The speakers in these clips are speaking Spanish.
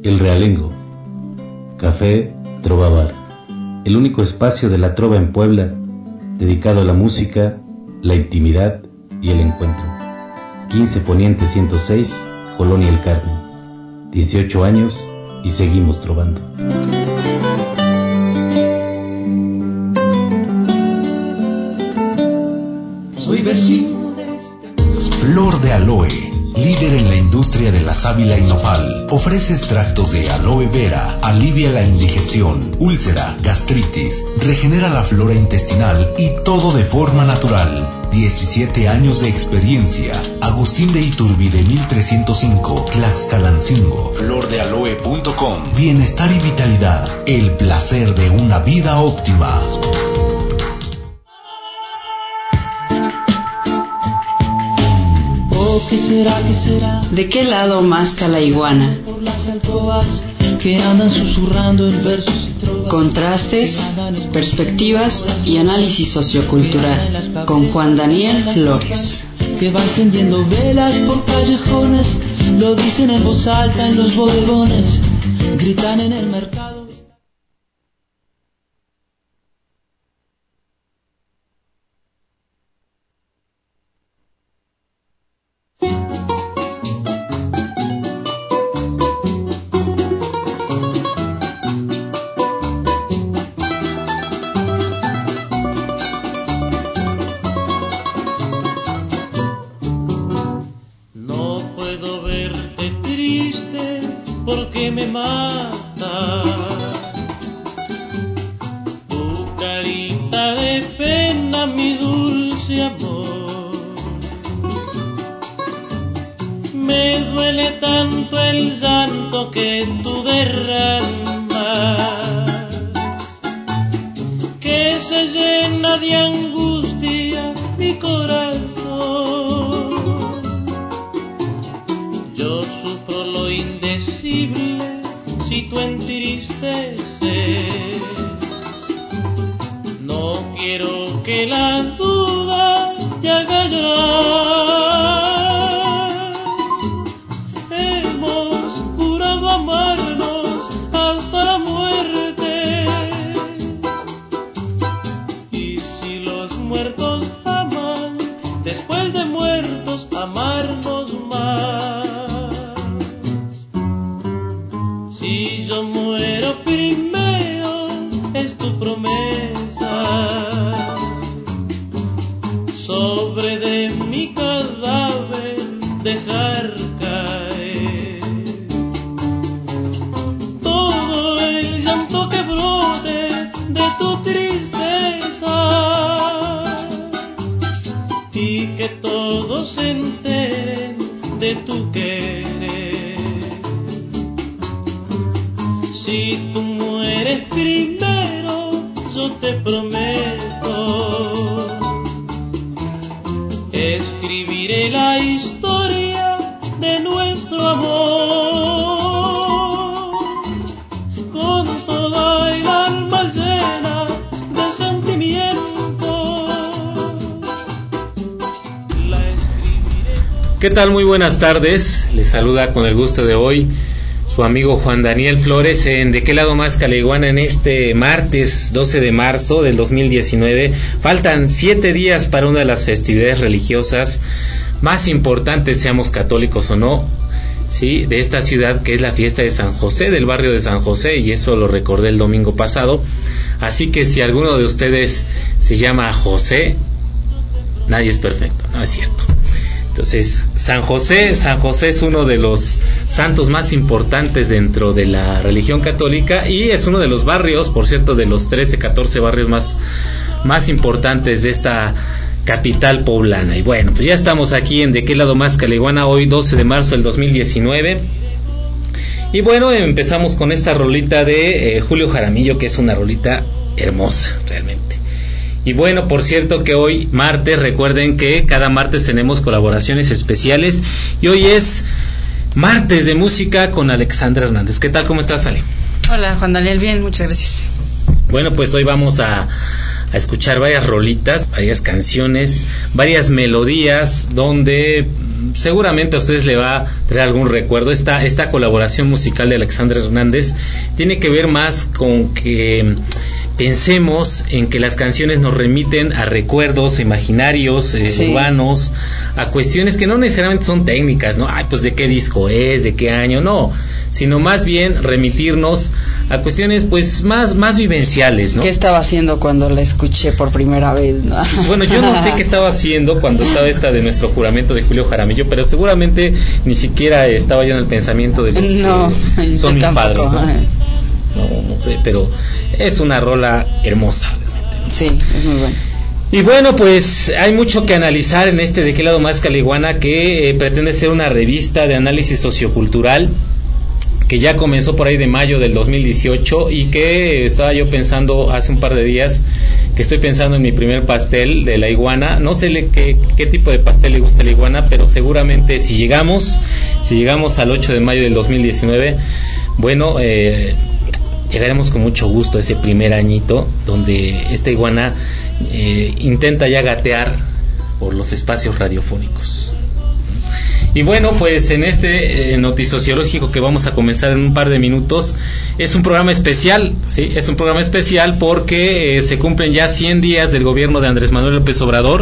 El Realengo, Café Trova Bar, el único espacio de la trova en Puebla, dedicado a la música, la intimidad y el encuentro. 15 Poniente 106, Colonia El Carmen. 18 años y seguimos trovando. Soy vecino de Flor de Aloe, líder en la industria de la sábila y nopal. Ofrece extractos de aloe vera, alivia la indigestión, úlcera, gastritis, regenera la flora intestinal y todo de forma natural. 17 años de experiencia. Agustín de Iturbide 1305, Tlaxcalancingo. Flordealoe.com. Bienestar y vitalidad. El placer de una vida óptima. ¿qué será, qué será? ¿De qué lado masca la iguana? Por las alcobas que andan susurrando en versos y trovas. Contrastes, perspectivas y análisis sociocultural con Juan Daniel Flores. Que va encendiendo velas por callejones, lo dicen en voz alta en los bodegones, gritan en el mercado. ¿Qué tal? Muy buenas tardes. Les saluda con el gusto de hoy su amigo Juan Daniel Flores en ¿De qué lado masca la iguana? En este martes 12 de marzo del 2019. Faltan 7 días para una de las festividades religiosas más importantes, seamos católicos o no, ¿sí?, de esta ciudad, que es la fiesta de San José, del barrio de San José, y eso lo recordé el domingo pasado. Así que si alguno de ustedes se llama José, nadie es perfecto, no es cierto. Entonces, San José es uno de los santos más importantes dentro de la religión católica y es uno de los barrios, por cierto, de los 13, 14 barrios más importantes de esta capital poblana. Y bueno, pues ya estamos aquí en ¿De qué lado masca la iguana? Hoy 12 de marzo del 2019. Y bueno, empezamos con esta rolita de Julio Jaramillo, que es una rolita hermosa, realmente. Y bueno, por cierto que hoy martes, recuerden que cada martes tenemos colaboraciones especiales y hoy es martes de música con Alexandra Hernández. ¿Qué tal? ¿Cómo estás, Ale? Hola, Juan Daniel, bien, muchas gracias. Bueno, pues hoy vamos a escuchar varias rolitas, varias canciones, varias melodías donde seguramente a ustedes le va a traer algún recuerdo. Esta colaboración musical de Alexandra Hernández tiene que ver más con que pensemos en que las canciones nos remiten a recuerdos imaginarios, urbanos, a cuestiones que no necesariamente son técnicas, ¿no? Ay, pues de qué disco es, de qué año, no, sino más bien remitirnos a cuestiones pues más vivenciales, ¿no? ¿Qué estaba haciendo cuando la escuché por primera vez, no? Sí, bueno, yo no sé qué estaba haciendo cuando estaba esta de Nuestro Juramento de Julio Jaramillo, pero seguramente ni siquiera estaba yo en el pensamiento de los que son mis padres, ¿no? No sé, pero es una rola hermosa realmente, ¿no? Sí, es muy buena. Y bueno, pues hay mucho que analizar en De qué lado más Caliguana, que pretende ser una revista de análisis sociocultural que ya comenzó por ahí de mayo del 2018 y que estaba yo pensando hace un par de días que estoy pensando en mi primer pastel de la iguana. No sé qué tipo de pastel le gusta a la iguana, pero seguramente si llegamos al 8 de mayo del 2019, bueno, llegaremos con mucho gusto a ese primer añito donde esta iguana intenta ya gatear por los espacios radiofónicos. Y bueno, pues en este notisociológico que vamos a comenzar en un par de minutos, es un programa especial, ¿sí? Es un programa especial porque se cumplen ya 100 días del gobierno de Andrés Manuel López Obrador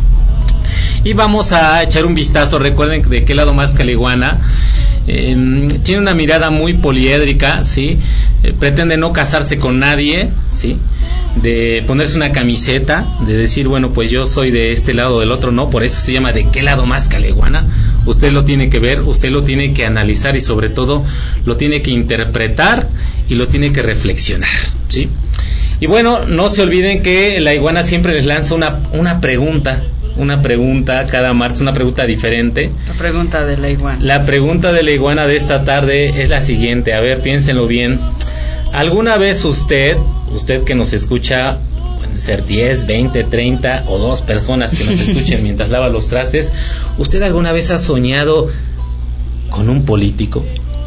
y vamos a echar un vistazo. Recuerden de qué lado más Caliguana tiene una mirada muy poliédrica, ¿sí? Pretende no casarse con nadie, ¿sí? De ponerse una camiseta, de decir, bueno, pues yo soy de este lado o del otro, no, por eso se llama de qué lado más Caliguana. Usted lo tiene que ver, usted lo tiene que analizar y sobre todo lo tiene que interpretar y lo tiene que reflexionar, ¿sí? Y bueno, no se olviden que la iguana siempre les lanza una pregunta cada martes, una pregunta diferente. La pregunta de la iguana. La pregunta de la iguana de esta tarde es la siguiente, a ver, piénsenlo bien. ¿Alguna vez usted que nos escucha, pueden ser 10, 20, 30 o 2 personas que nos escuchen mientras lava los trastes, ¿usted alguna vez ha soñado con un político?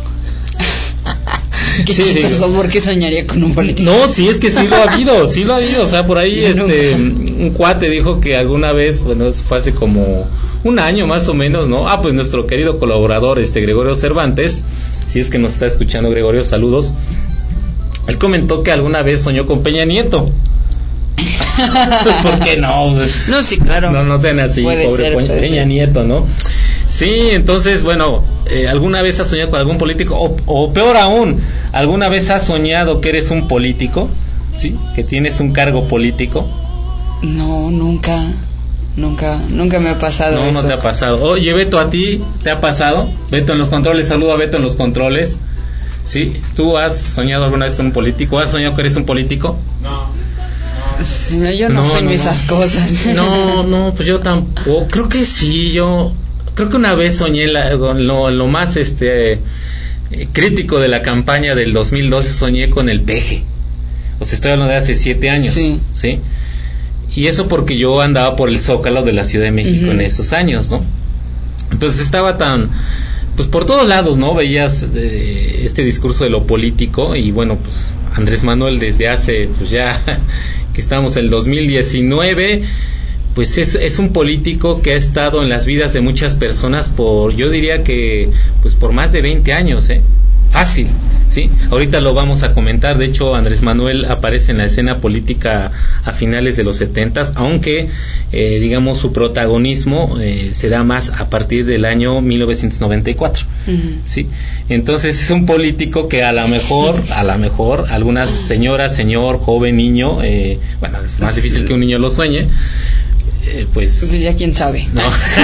Qué chistoso, ¿por qué soñaría con un político? No, sí, es que sí lo ha habido, o sea, por ahí un cuate dijo que alguna vez, bueno, fue hace como un año más o menos, ¿no? Pues nuestro querido colaborador, Gregorio Cervantes, si es que nos está escuchando, Gregorio, saludos. Él comentó que alguna vez soñó con Peña Nieto. ¿Por qué no? No, sí, claro. No sean así, puede pobre ser, Peña Nieto, ¿no? Sí, entonces, bueno, ¿alguna vez has soñado con algún político? O peor aún, ¿alguna vez has soñado que eres un político? ¿Sí? ¿Que tienes un cargo político? No, nunca me ha pasado eso. No te ha pasado. Oye, Beto, ¿a ti te ha pasado? Beto en los controles, saludo a Beto en los controles. ¿Sí? ¿Tú has soñado alguna vez con un político? ¿Has soñado que eres un político? No, yo no sueño esas cosas. No, pues yo tampoco. Creo que sí, creo que una vez soñé lo más crítico de la campaña del 2012, soñé con el peje. O sea, estoy hablando de hace 7 años. Sí. Y eso porque yo andaba por el Zócalo de la Ciudad de México en esos años, ¿no? Entonces estaba pues por todos lados, ¿no? Veías este discurso de lo político y bueno, pues Andrés Manuel desde hace, pues ya que estamos en el 2019, pues es un político que ha estado en las vidas de muchas personas yo diría que pues por más de 20 años, fácil, ¿sí? Ahorita lo vamos a comentar. De hecho, Andrés Manuel aparece en la escena política a finales de los 70s, aunque digamos su protagonismo se da más a partir del año 1994, ¿sí? Entonces es un político que a lo mejor algunas señoras, señor, joven, niño, bueno, es más difícil que un niño lo sueñe, pues ya quién sabe, ¿no?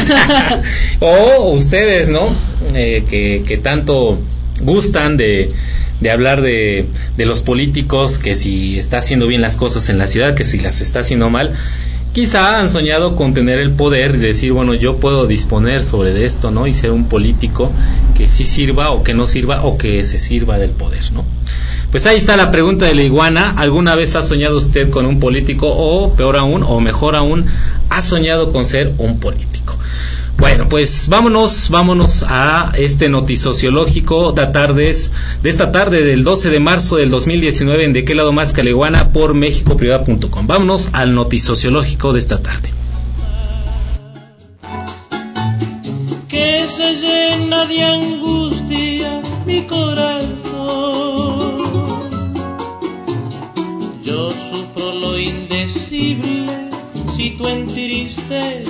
O ustedes, ¿no? Que tanto gustan de hablar de los políticos, que si está haciendo bien las cosas en la ciudad, que si las está haciendo mal. Quizá han soñado con tener el poder y decir, bueno, yo puedo disponer sobre esto, ¿no? Y ser un político que sí sirva o que no sirva o que se sirva del poder, ¿no? Pues ahí está la pregunta de la iguana. ¿Alguna vez ha soñado usted con un político o peor aún o mejor aún ha soñado con ser un político? Bueno, pues vámonos a este notisociológico de esta tarde del 12 de marzo del 2019 en De qué lado más Caliguana por mexicoprivada.com. Vámonos al notisociológico de esta tarde. ¿Qué se llena de angustia mi corazón. Yo sufro lo indecible si tú entristeces.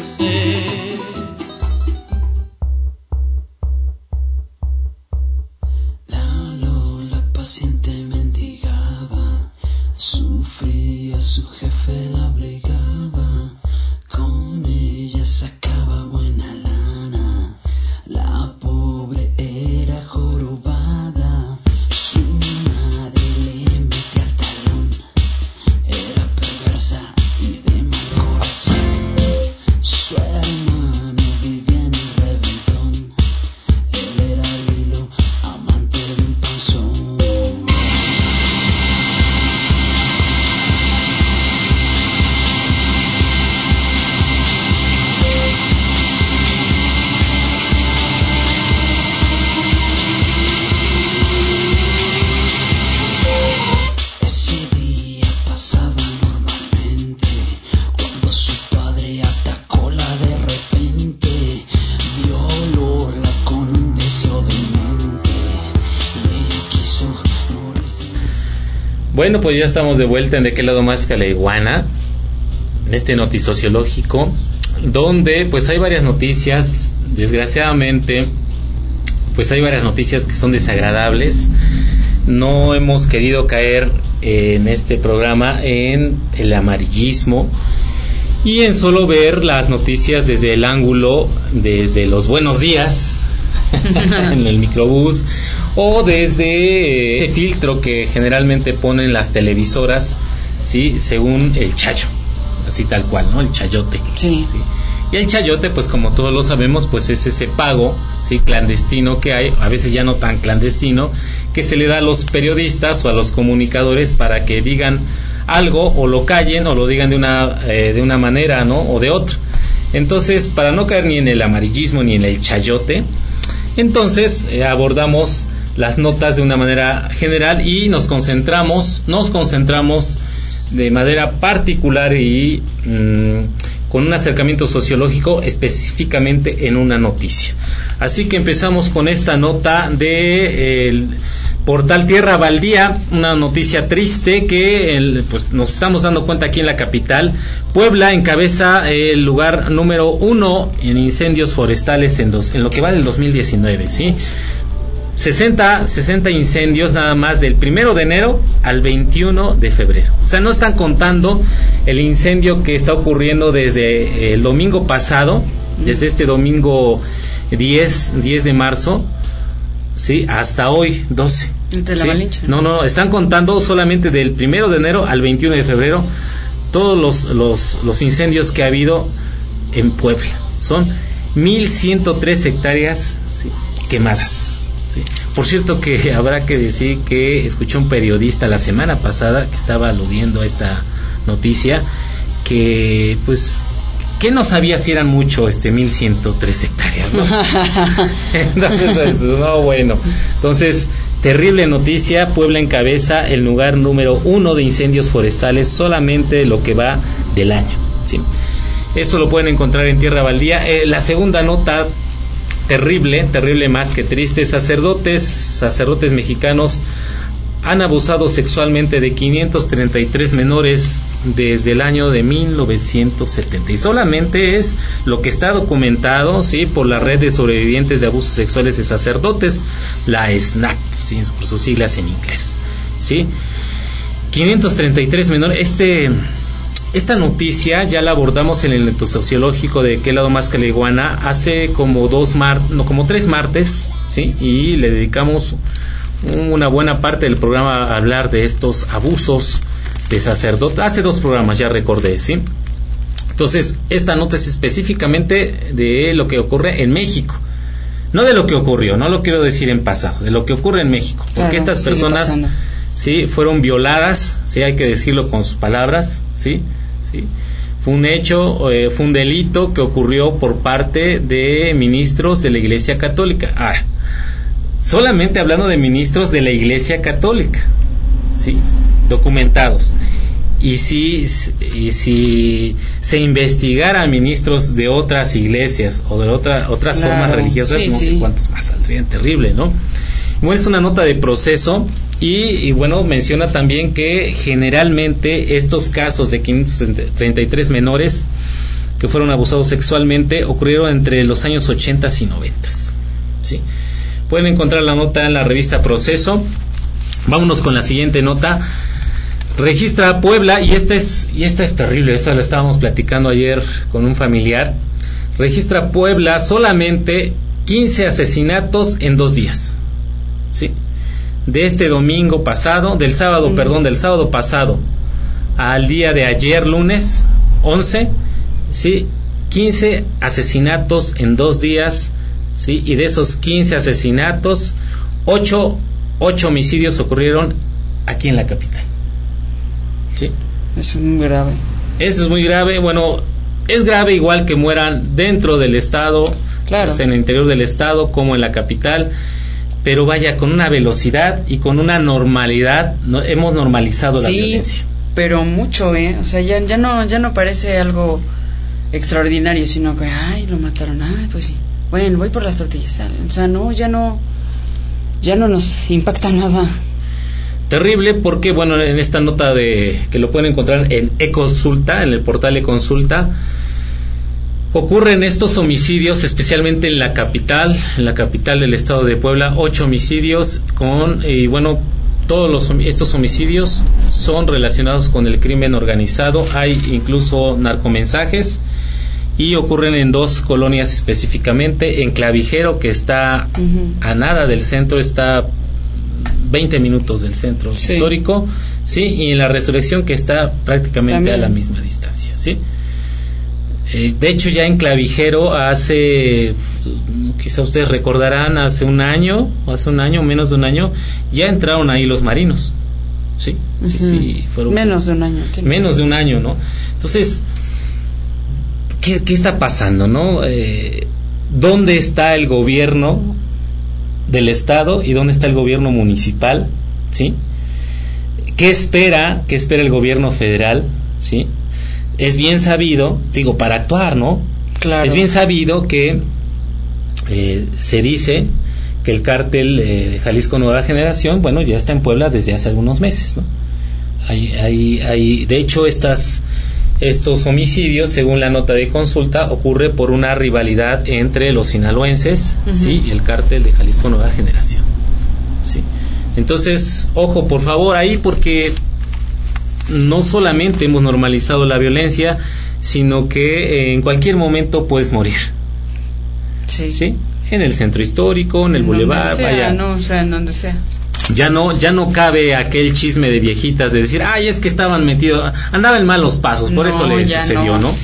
Paciente mendigaba, sufría, su jefe la obligaba, con ella sacaba buena lana, la pobre era jorobada, su madre le metía al talón, era perversa y de mal corazón, su hermano vivía en el reventón, él era Lilo, amante de un panzón. Bueno, pues ya estamos de vuelta en De qué lado más Calaiguana, en este notisociológico, donde pues hay varias noticias, desgraciadamente, pues hay varias noticias que son desagradables. No hemos querido caer en este programa en el amarillismo y en solo ver las noticias desde el ángulo, desde los buenos días, en el microbús, o desde el filtro que generalmente ponen las televisoras, ¿sí? Según el chayo, así tal cual, ¿no? El chayote. Sí. ¿Sí? Y el chayote, pues como todos lo sabemos, pues es ese pago, ¿sí? Clandestino que hay, a veces ya no tan clandestino, que se le da a los periodistas o a los comunicadores para que digan algo o lo callen o lo digan de una manera, ¿no? O de otra. Entonces, para no caer ni en el amarillismo ni en el chayote, entonces abordamos las notas de una manera general y nos concentramos de manera particular y con un acercamiento sociológico específicamente en una noticia. Así que empezamos con esta nota del portal Tierra Baldía, una noticia triste que pues nos estamos dando cuenta aquí en la capital. Puebla encabeza el lugar número 1 en incendios forestales en lo que va del 2019, ¿sí? 60 incendios nada más del 1 de enero al 21 de febrero. O sea, no están contando el incendio que está ocurriendo desde el domingo pasado, desde este domingo 10 de marzo, ¿sí? Hasta hoy, 12. Entre la ¿sí? Malinche. No, están contando solamente del 1 de enero al 21 de febrero todos los incendios que ha habido en Puebla. Son 1,103 hectáreas, ¿sí? Quemadas. Sí. Por cierto, que habrá que decir que escuché un periodista la semana pasada que estaba aludiendo a esta noticia, que pues que no sabía si eran mucho 1,103 hectáreas, ¿no? Entonces, no, bueno. Entonces, terrible noticia. Puebla encabeza el lugar número 1 de incendios forestales solamente lo que va del año, ¿sí? Eso lo pueden encontrar en Tierra Baldía. La segunda nota, terrible más que triste. Sacerdotes mexicanos han abusado sexualmente de 533 menores desde el año de 1970, y solamente es lo que está documentado, ¿sí? Por la red de sobrevivientes de abusos sexuales de sacerdotes, la SNAP, ¿sí? Por sus siglas en inglés, ¿sí? 533 menores. Esta noticia ya la abordamos en el sociológico de qué lado más Calaiguana hace como 3 martes, ¿sí? Y le dedicamos una buena parte del programa a hablar de estos abusos de sacerdotes. Hace 2 programas, ya recordé, ¿sí? Entonces, esta nota es específicamente de lo que ocurre en México. No de lo que ocurrió, no lo quiero decir en pasado, de lo que ocurre en México. Porque estas personas, ¿sí? Fueron violadas, ¿sí? Hay que decirlo con sus palabras, ¿sí? ¿Sí? Fue un hecho, fue un delito que ocurrió por parte de ministros de la Iglesia Católica. Ahora, solamente hablando de ministros de la Iglesia Católica, ¿sí? Documentados. y si se investigara a ministros de otras iglesias o de otras formas religiosas, no sé cuántos más saldrían. Terrible, ¿no? Bueno, es una nota de Proceso y bueno, menciona también que generalmente estos casos de 533 menores que fueron abusados sexualmente ocurrieron entre los años 80 y 90. ¿Sí? Pueden encontrar la nota en la revista Proceso. Vámonos con la siguiente nota. Registra Puebla, y esta es terrible, esta la estábamos platicando ayer con un familiar. Registra Puebla solamente 15 asesinatos en 2 días. ¿Sí? De este domingo pasado, del sábado pasado al día de ayer, lunes 11, ¿sí? 15 asesinatos en 2 días, ¿sí? Y de esos 15 asesinatos, 8 homicidios ocurrieron aquí en la capital. ¿Sí? Eso es muy grave. Eso es muy grave. Bueno, es grave igual que mueran dentro del estado, claro, pues en el interior del estado como en la capital, pero vaya, con una velocidad y con una normalidad, ¿no? Hemos normalizado la violencia. Pero mucho, o sea, ya no parece algo extraordinario, sino que, ay, lo mataron, ay, pues sí, bueno, voy por las tortillas, o sea, no, ya no nos impacta nada. Terrible, porque bueno, en esta nota que lo pueden encontrar en eConsulta, en el portal eConsulta, ocurren estos homicidios, especialmente en la capital del estado de Puebla, 8 homicidios y bueno, todos estos homicidios son relacionados con el crimen organizado. Hay incluso narcomensajes y ocurren en 2 colonias específicamente, en Clavijero, que está a nada del centro, está 20 minutos del centro histórico, ¿sí? Y en la Resurrección, que está prácticamente también a la misma distancia, ¿sí? De hecho, ya en Clavijero quizá ustedes recordarán, hace un año, menos de un año, ya entraron ahí los marinos, ¿sí? Sí, fueron menos de un año, ¿no? Entonces, ¿qué está pasando, no? ¿Dónde está el gobierno del estado y dónde está el gobierno municipal? ¿Sí? ¿Qué espera el gobierno federal? ¿Sí? Es bien sabido, para actuar, ¿no? Claro. Es bien sabido que se dice que el cártel de Jalisco Nueva Generación, bueno, ya está en Puebla desde hace algunos meses, ¿no? De hecho, estos homicidios, según la nota de Consulta, ocurre por una rivalidad entre los sinaloenses, ¿sí? Y el cártel de Jalisco Nueva Generación, ¿sí? Entonces, ojo, por favor, ahí, porque no solamente hemos normalizado la violencia, sino que en cualquier momento puedes morir. Sí. En el centro histórico, en el bulevar, vaya. No, o sea, en donde sea. Ya no cabe aquel chisme de viejitas de decir, ay, es que estaban metidos, andaban en malos pasos, por eso le sucedió, ¿no?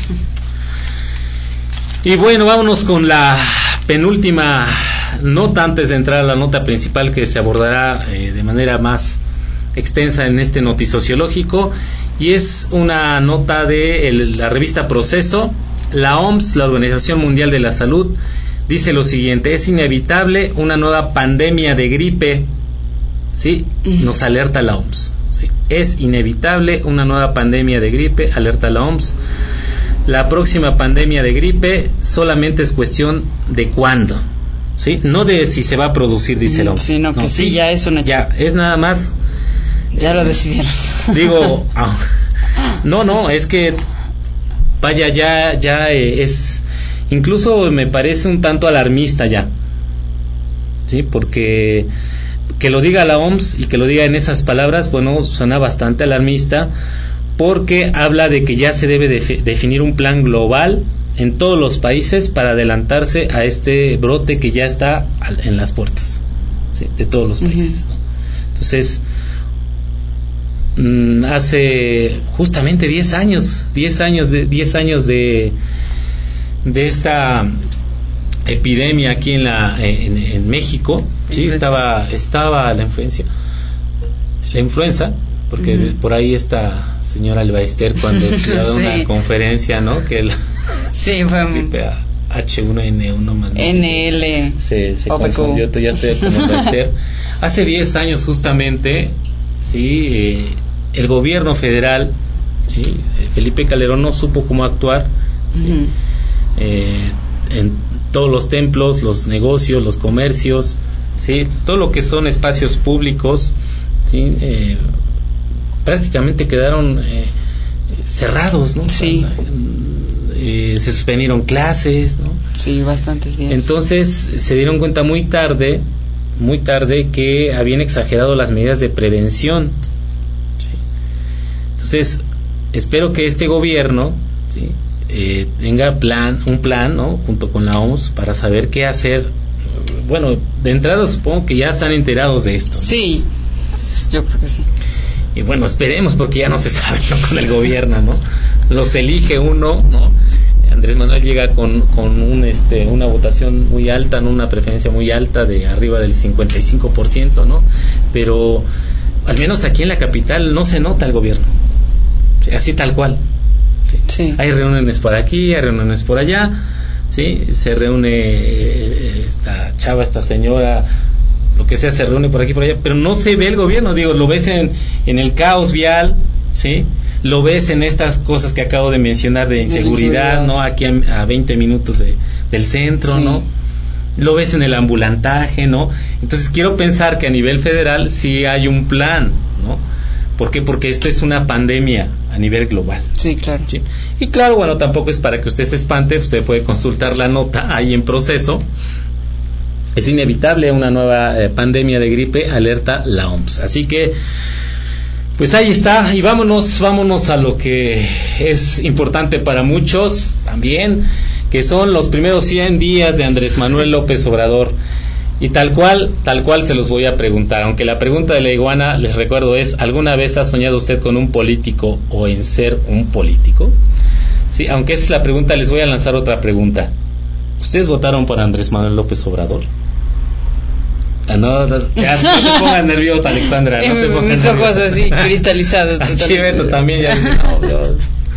Y bueno, vámonos con la penúltima nota antes de entrar a la nota principal, que se abordará de manera más extensa en este notisociológico, y es una nota de la revista Proceso. La OMS, la Organización Mundial de la Salud, dice lo siguiente: es inevitable una nueva pandemia de gripe, ¿sí? Nos alerta la OMS, ¿sí? Es inevitable una nueva pandemia de gripe, alerta la OMS. La próxima pandemia de gripe solamente es cuestión de cuándo, ¿sí? No de si se va a producir, dice la OMS. Sino que sí, ya es un hecho. Ya, es nada más. Ya lo decidieron. Digo, no, es que vaya, ya es, incluso me parece un tanto alarmista ya, ¿sí? Porque que lo diga la OMS y que lo diga en esas palabras, bueno, suena bastante alarmista, porque habla de que ya se debe definir un plan global en todos los países para adelantarse a este brote que ya está en las puertas, ¿sí? De todos los países, ¿no? Entonces, hace justamente 10 años de esta epidemia aquí en México, sí, estaba la influenza, porque por ahí esta señora Albaester, cuando estudiaba una conferencia, ¿no? Que sí, fue gripe H1N1 más NL se confundió, ya estoy como Albaester. Hace 10 años justamente, sí, el gobierno federal ¿sí? Felipe Calderón no supo cómo actuar, ¿sí? En todos los templos, los negocios, los comercios, ¿sí? Todo lo que son espacios públicos, ¿sí? Prácticamente quedaron cerrados, ¿no? Sí. Se suspendieron clases, ¿no? Sí, bastantes días. Entonces se dieron cuenta muy tarde que habían exagerado las medidas de prevención, ¿sí? Entonces espero que este gobierno, ¿sí? Tenga un plan, ¿no? Junto con la OMS para saber qué hacer. Bueno, de entrada supongo que ya están enterados de esto, ¿no? Sí, yo creo que sí. Y bueno, esperemos, porque ya no se sabe, ¿no? Con el gobierno, ¿no? Los elige uno, ¿no? Andrés Manuel llega con una votación muy alta, ¿no? Una preferencia muy alta de arriba del 55%, ¿no? Pero al menos aquí en la capital no se nota el gobierno, así tal cual. ¿Sí? Sí. Hay reuniones por aquí, hay reuniones por allá, ¿sí? Se reúne esta señora, lo que sea, se reúne por aquí por allá, pero no se ve el gobierno. Digo, lo ves en el caos vial, ¿sí? Lo ves en estas cosas que acabo de mencionar de inseguridad, ¿no? Aquí a 20 minutos del centro, sí. ¿no? Lo ves en el ambulantaje, ¿no? Entonces quiero pensar que a nivel federal sí hay un plan, ¿no? ¿Por qué? Porque esto es una pandemia a nivel global. Sí, claro. ¿Sí? Y claro, bueno, tampoco es para que usted se espante, usted puede consultar la nota ahí en proceso. Es inevitable una nueva pandemia de gripe, alerta la OMS. Así que pues ahí está, y vámonos a lo que es importante para muchos también, que son los primeros 100 días de Andrés Manuel López Obrador. Y tal cual se los voy a preguntar, aunque la pregunta de la iguana, les recuerdo, es: ¿alguna vez ha soñado usted con un político o en ser un político? Sí, aunque esa es la pregunta, les voy a lanzar otra pregunta. ¿Ustedes votaron por Andrés Manuel López Obrador? No te pongas nerviosa, Alexandra. No te pongas mis ojos así cristalizados. Aquí Beto también ya dice, no, Dios.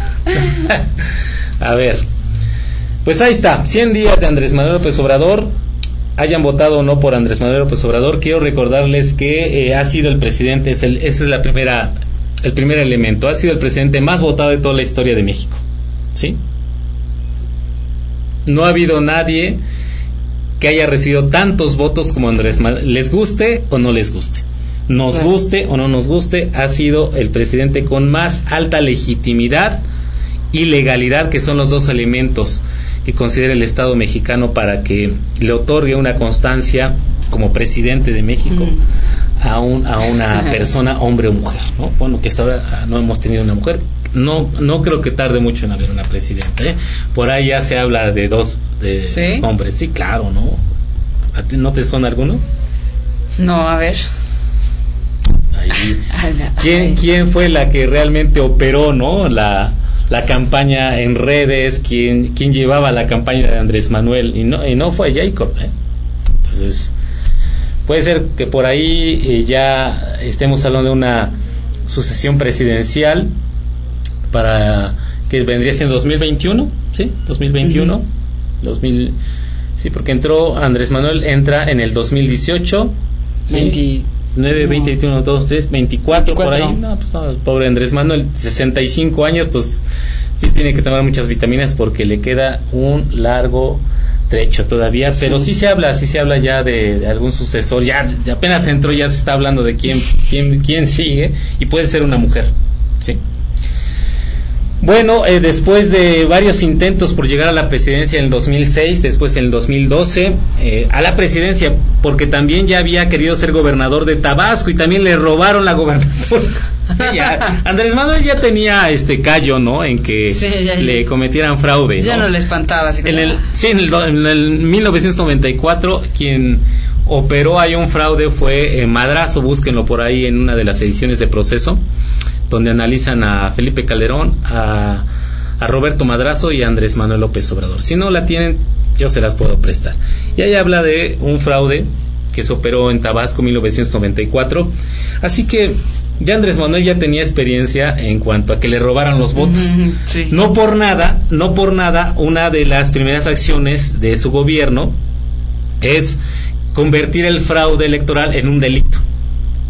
A ver, pues ahí está, 100 días de Andrés Manuel López Obrador. Hayan votado o no por Andrés Manuel López Obrador, quiero recordarles que ha sido el presidente, ese es el primer elemento, ha sido el presidente más votado de toda la historia de México, ¿sí? No ha habido nadie que haya recibido tantos votos como Andrés Manuel, les guste o no les guste, nos guste o no nos guste, ha sido el presidente con más alta legitimidad y legalidad, que son los dos elementos que considera el Estado mexicano para que le otorgue una constancia como presidente de México a una persona, hombre o mujer, ¿no? Bueno, que hasta ahora no hemos tenido una mujer, no creo que tarde mucho en haber una presidenta, ¿eh? Por ahí ya se habla de dos ¿sí? Hombres, sí, claro, ¿no? ¿A ti no te suena alguno? No, a ver. ¿Quién fue la que realmente operó, ¿no? La campaña en redes, quién llevaba la campaña de Andrés Manuel, y no fue Jacob, ¿eh? Entonces puede ser que por ahí ya estemos hablando de una sucesión presidencial para que vendría siendo 2021, ¿sí? 2021, sí, porque Andrés Manuel entra en el 2018, ¿sí? 9, 20, 21, 2, 3, 24 por ahí. No, pues no, pobre Andrés Manuel, 65 años, pues sí tiene que tomar muchas vitaminas porque le queda un largo trecho todavía, sí. Pero sí se habla ya de algún sucesor, ya apenas entró, ya se está hablando de quién sigue, y puede ser una mujer, ¿sí? Bueno, después de varios intentos por llegar a la presidencia en el 2006, después en el 2012, a la presidencia, porque también ya había querido ser gobernador de Tabasco y también le robaron la gobernatura. Sí, Andrés Manuel ya tenía callo, ¿no? En que sí, le cometieran fraude, ya no le espantaba. Así en el 1994, quien operó ahí un fraude fue Madrazo, búsquenlo por ahí en una de las ediciones de Proceso, donde analizan a Felipe Calderón, a Roberto Madrazo y a Andrés Manuel López Obrador. Si no la tienen, yo se las puedo prestar. Y ahí habla de un fraude que se operó en Tabasco en 1994. Así que ya Andrés Manuel ya tenía experiencia en cuanto a que le robaran los votos. Sí. No por nada, una de las primeras acciones de su gobierno es convertir el fraude electoral en un delito.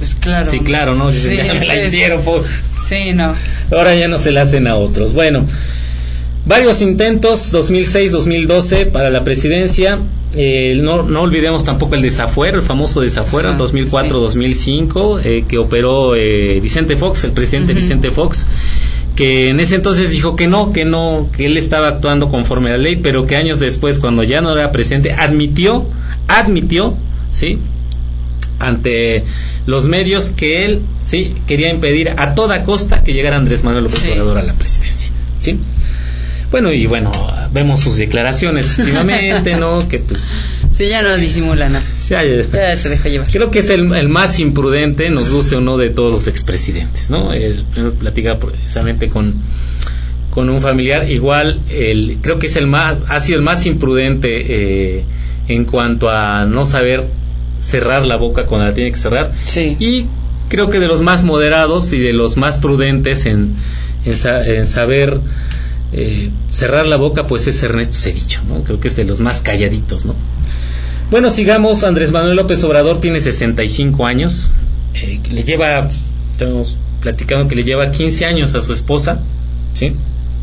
Pues claro. Sí, claro, ¿no? Sí, ya me la es, hicieron. Sí, no. Ahora ya no se la hacen a otros. Bueno, varios intentos, 2006, 2012 para la presidencia. No olvidemos tampoco el desafuero, el famoso desafuero, 2004, sí. 2005, que operó Vicente Fox, el presidente Vicente Fox, que en ese entonces dijo que él estaba actuando conforme a la ley, pero que años después, cuando ya no era presidente, admitió, ¿sí?, ante los medios que él, sí, quería impedir a toda costa que llegara Andrés Manuel López Obrador a la presidencia, ¿sí? Bueno, vemos sus declaraciones últimamente, ¿no? Que pues... Sí, ya no disimula nada. Ya se deja llevar. Creo que es el más imprudente, nos guste o no, de todos los expresidentes, ¿no? Platicaba precisamente con un familiar, igual, creo que ha sido el más imprudente en cuanto a no saber cerrar la boca cuando la tiene que cerrar. Sí. Y creo que de los más moderados y de los más prudentes en saber cerrar la boca, pues es Ernesto Zedillo, ¿no? Creo que es de los más calladitos, ¿no? Bueno, sigamos. Andrés Manuel López Obrador tiene 65 años. Estamos platicando que le lleva 15 años a su esposa, ¿sí?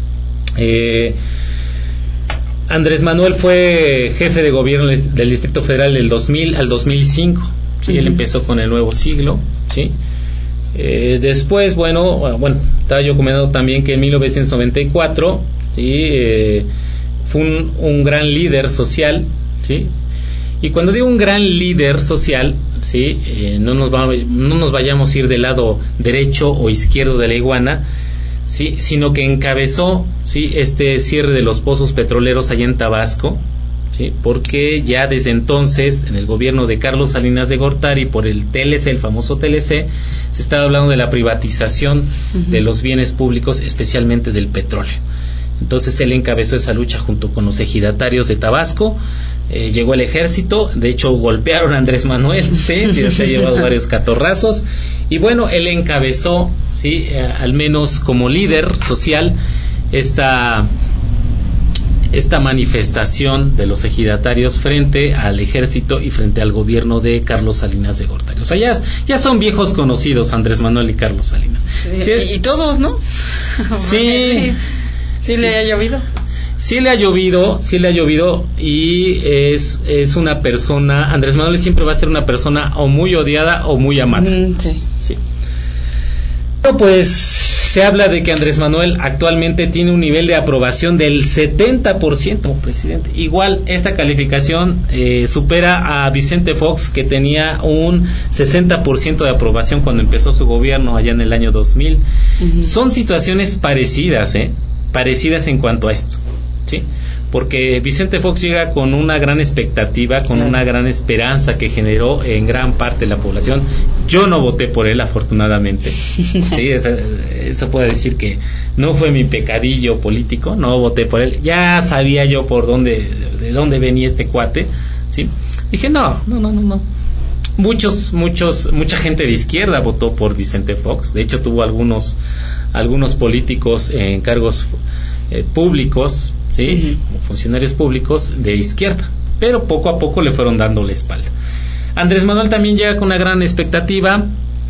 Andrés Manuel fue jefe de gobierno del Distrito Federal del 2000 al 2005, ¿sí? Él empezó con el nuevo siglo, ¿sí? Después, bueno, estaba yo comentando también que en 1994, ¿sí?, fue un gran líder social, ¿sí? Y cuando digo un gran líder social, ¿sí?, no nos vayamos a ir del lado derecho o izquierdo de la iguana, ¿sí?, sino que encabezó, ¿sí?, este cierre de los pozos petroleros allá en Tabasco, ¿sí?, porque ya desde entonces, en el gobierno de Carlos Salinas de Gortari, por el TLC, el famoso TLC, se estaba hablando de la privatización de los bienes públicos, especialmente del petróleo. Entonces él encabezó esa lucha junto con los ejidatarios de Tabasco. Llegó el ejército, de hecho golpearon a Andrés Manuel, ¿sí?, se ha llevado varios catorrazos, y bueno, él encabezó, ¿sí?, al menos como líder social, esta manifestación de los ejidatarios frente al ejército y frente al gobierno de Carlos Salinas de Gortari. O sea, ya son viejos conocidos Andrés Manuel y Carlos Salinas. Sí, y todos, ¿no? Sí, le ha llovido. Sí le ha llovido y es una persona, Andrés Manuel siempre va a ser una persona o muy odiada o muy amada. Sí. Bueno, pues se habla de que Andrés Manuel actualmente tiene un nivel de aprobación del 70% como presidente. Igual esta calificación supera a Vicente Fox, que tenía un 60% de aprobación cuando empezó su gobierno allá en el año 2000. Son situaciones parecidas en cuanto a esto, ¿sí? Porque Vicente Fox llega con una gran expectativa, con una gran esperanza que generó en gran parte de la población. Yo no voté por él, afortunadamente. Sí, eso puede decir que no fue mi pecadillo político, no voté por él. Ya sabía yo de dónde venía este cuate, ¿sí? Dije, no. Mucha gente de izquierda votó por Vicente Fox. De hecho, tuvo algunos políticos en cargos públicos, ¿sí?, como funcionarios públicos de izquierda, pero poco a poco le fueron dando la espalda. Andrés Manuel también llega con una gran expectativa,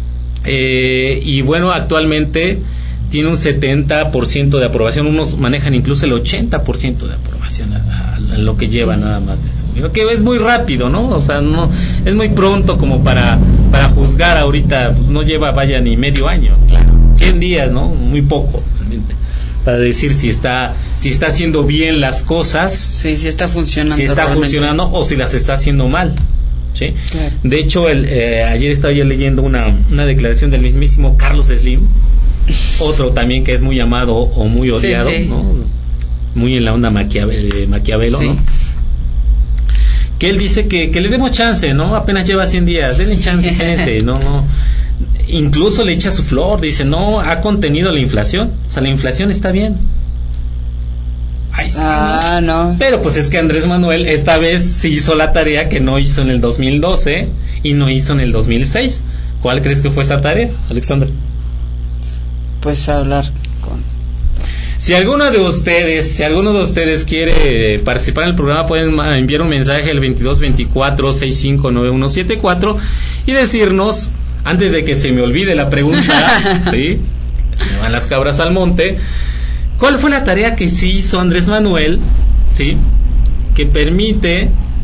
y bueno, actualmente tiene un 70% de aprobación, unos manejan incluso el 80% de aprobación a lo que lleva nada más de eso. Creo que es muy rápido, ¿no? O sea, no es muy pronto como para juzgar ahorita, no lleva ni medio año, 100 días, ¿no? Muy poco realmente, para decir si está haciendo bien las cosas, si está funcionando o si las está haciendo mal, ¿sí? Claro. De hecho, ayer estaba yo leyendo una declaración del mismísimo Carlos Slim, otro también que es muy amado o muy odiado, ¿no? Muy en la onda Maquiavelo, ¿no? Que él dice que le demos chance, ¿no? Apenas lleva 100 días, denle chance, no. Incluso le echa su flor, dice, no, ha contenido la inflación, o sea, la inflación está bien. Ahí está, no. Pero pues es que Andrés Manuel esta vez sí hizo la tarea que no hizo en el 2012 y no hizo en el 2006. ¿Cuál crees que fue esa tarea, Alexandra? Pues hablar con... Si alguno de ustedes quiere participar en el programa, pueden enviar un mensaje al 2224-659174 y decirnos antes de que se me olvide la pregunta, ¿sí? Se me van las cabras al monte. ¿Cuál fue la tarea que sí hizo Andrés Manuel, ¿sí? Que permite,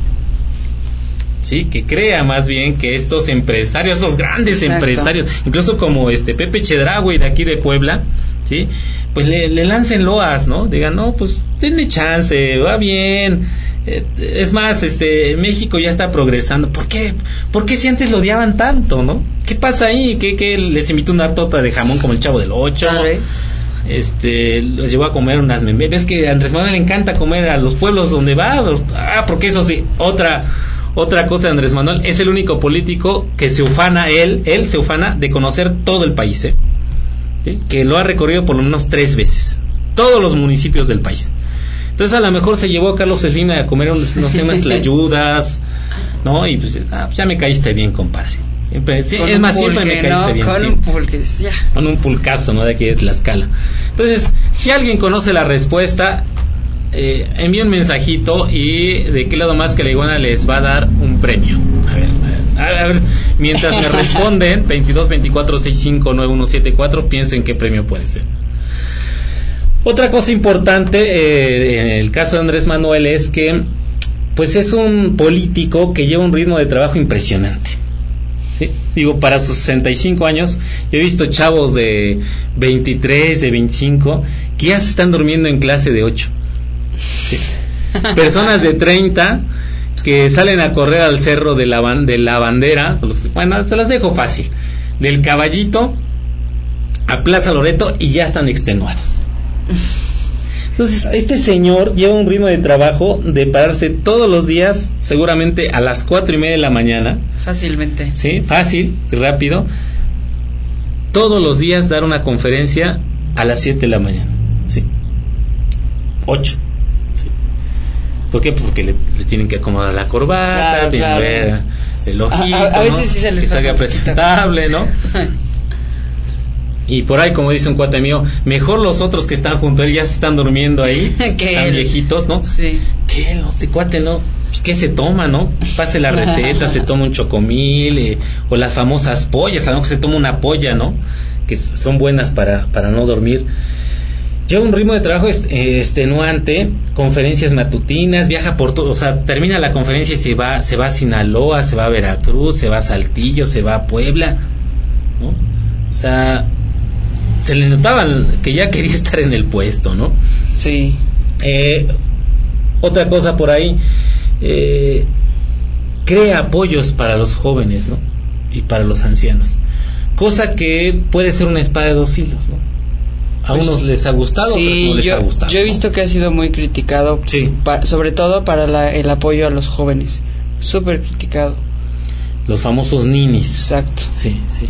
sí, que crea más bien que estos empresarios, estos grandes empresarios, incluso como Pepe Chedraui de aquí de Puebla, ¿sí? Pues le lancen loas, ¿no? Digan, no, pues denme chance, va bien. Es más, México ya está progresando. ¿Por qué? ¿Por qué si antes lo odiaban tanto, no? ¿Qué pasa ahí? ¿Qué les invitó una torta de jamón como el Chavo del Ocho? Los llevó a comer unas memberas. ¿Ves que a Andrés Manuel le encanta comer a los pueblos donde va? Porque eso sí, otra cosa de Andrés Manuel, es el único político que se ufana, él se ufana de conocer todo el país, ¿sí? Que lo ha recorrido por lo menos 3 veces, todos los municipios del país. Entonces a lo mejor se llevó a Carlos Slim a comer unas tlayudas, ¿no? Y pues ya me caíste bien, compadre. Siempre, sí, es más, siempre me caíste bien. Con un pulque, ya. Con un pulcazo, ¿no? De aquí de Tlaxcala. Entonces, si alguien conoce la respuesta, envíe un mensajito y de qué lado más que la iguana les va a dar un premio. A ver, mientras me responden, 22 24 65 9174, piensen qué premio puede ser. Otra cosa importante en el caso de Andrés Manuel es que pues es un político que lleva un ritmo de trabajo impresionante, ¿sí? Digo, para sus 65 años, yo he visto chavos de 23, de 25, que ya se están durmiendo en clase de 8, ¿sí? Personas de 30 que salen a correr al cerro de la Bandera, bueno, se las dejo fácil, del Caballito a Plaza Loreto, y ya están extenuados. Entonces, este señor lleva un ritmo de trabajo de pararse todos los días, seguramente a las 4:30 de la mañana. Fácilmente. Sí, fácil y rápido. Todos los días dar una conferencia a las 7 de la mañana. Sí. 8. Sí. ¿Por qué? Porque le tienen que acomodar la corbata, tienen que ver el ojito, a veces sí se les que salga presentable, ¿no? Y por ahí, como dice un cuate mío, mejor los otros que están junto a él ya se están durmiendo ahí, están viejitos, ¿no? Sí. ¿Qué? Este cuate, ¿no? Pues, ¿qué se toma, no? Pase la receta, se toma un chocomil, o las famosas pollas, a lo mejor se toma una polla, ¿no? Que son buenas para no dormir. Lleva un ritmo de trabajo extenuante, conferencias matutinas, viaja por todo, o sea, termina la conferencia y se va a Sinaloa, se va a Veracruz, se va a Saltillo, se va a Puebla, ¿no? O sea, se le notaba que ya quería estar en el puesto, ¿no? Sí. Otra cosa por ahí, crea apoyos para los jóvenes, ¿no? Y para los ancianos, cosa que puede ser una espada de 2 filos, ¿no? A unos les ha gustado, sí, a otros no les ha gustado. Yo he visto que ha sido muy criticado, sí. Sobre todo para el apoyo a los jóvenes, súper criticado. Los famosos ninis. Exacto. Sí, sí.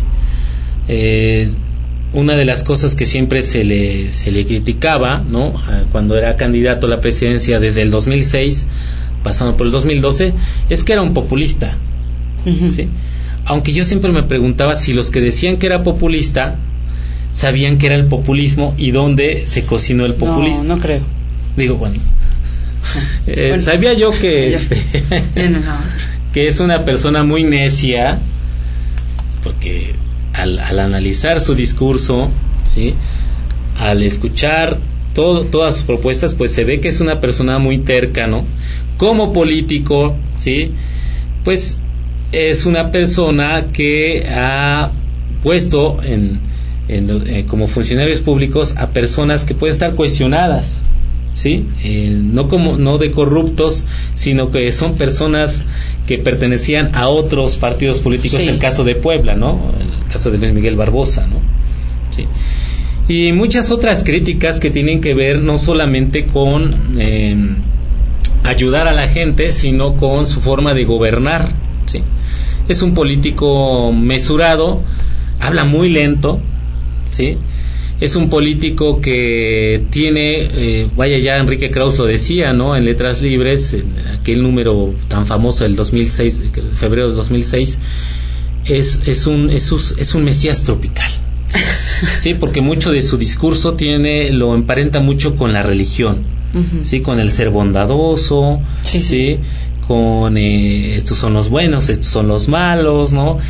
Una de las cosas que siempre se le criticaba, ¿no? Cuando era candidato a la presidencia desde el 2006, pasando por el 2012, es que era un populista, uh-huh. ¿sí? Aunque yo siempre me preguntaba si los que decían que era populista sabían que era el populismo y dónde se cocinó el populismo. No creo. Digo, bueno, sabía yo que que es una persona muy necia, porque al analizar su discurso, ¿sí? Al escuchar todas sus propuestas, pues se ve que es una persona muy terca, ¿no? Como político, ¿sí? Pues es una persona que ha puesto como funcionarios públicos a personas que pueden estar cuestionadas, ¿sí? No de corruptos, sino que son personas que pertenecían a otros partidos políticos, sí. El caso de Puebla, ¿no? El caso de Luis Miguel Barbosa, ¿no? Sí. Y muchas otras críticas que tienen que ver no solamente con ayudar a la gente, sino con su forma de gobernar, ¿sí? Es un político mesurado, habla muy lento, ¿sí? Es un político que tiene, ya Enrique Krauss lo decía, ¿no? En Letras Libres, en aquel número tan famoso del 2006, febrero del 2006, es un mesías tropical, ¿sí? Porque mucho de su discurso lo emparenta mucho con la religión, uh-huh. ¿Sí? Con el ser bondadoso, sí. ¿Sí? Con estos son los buenos, estos son los malos, ¿no?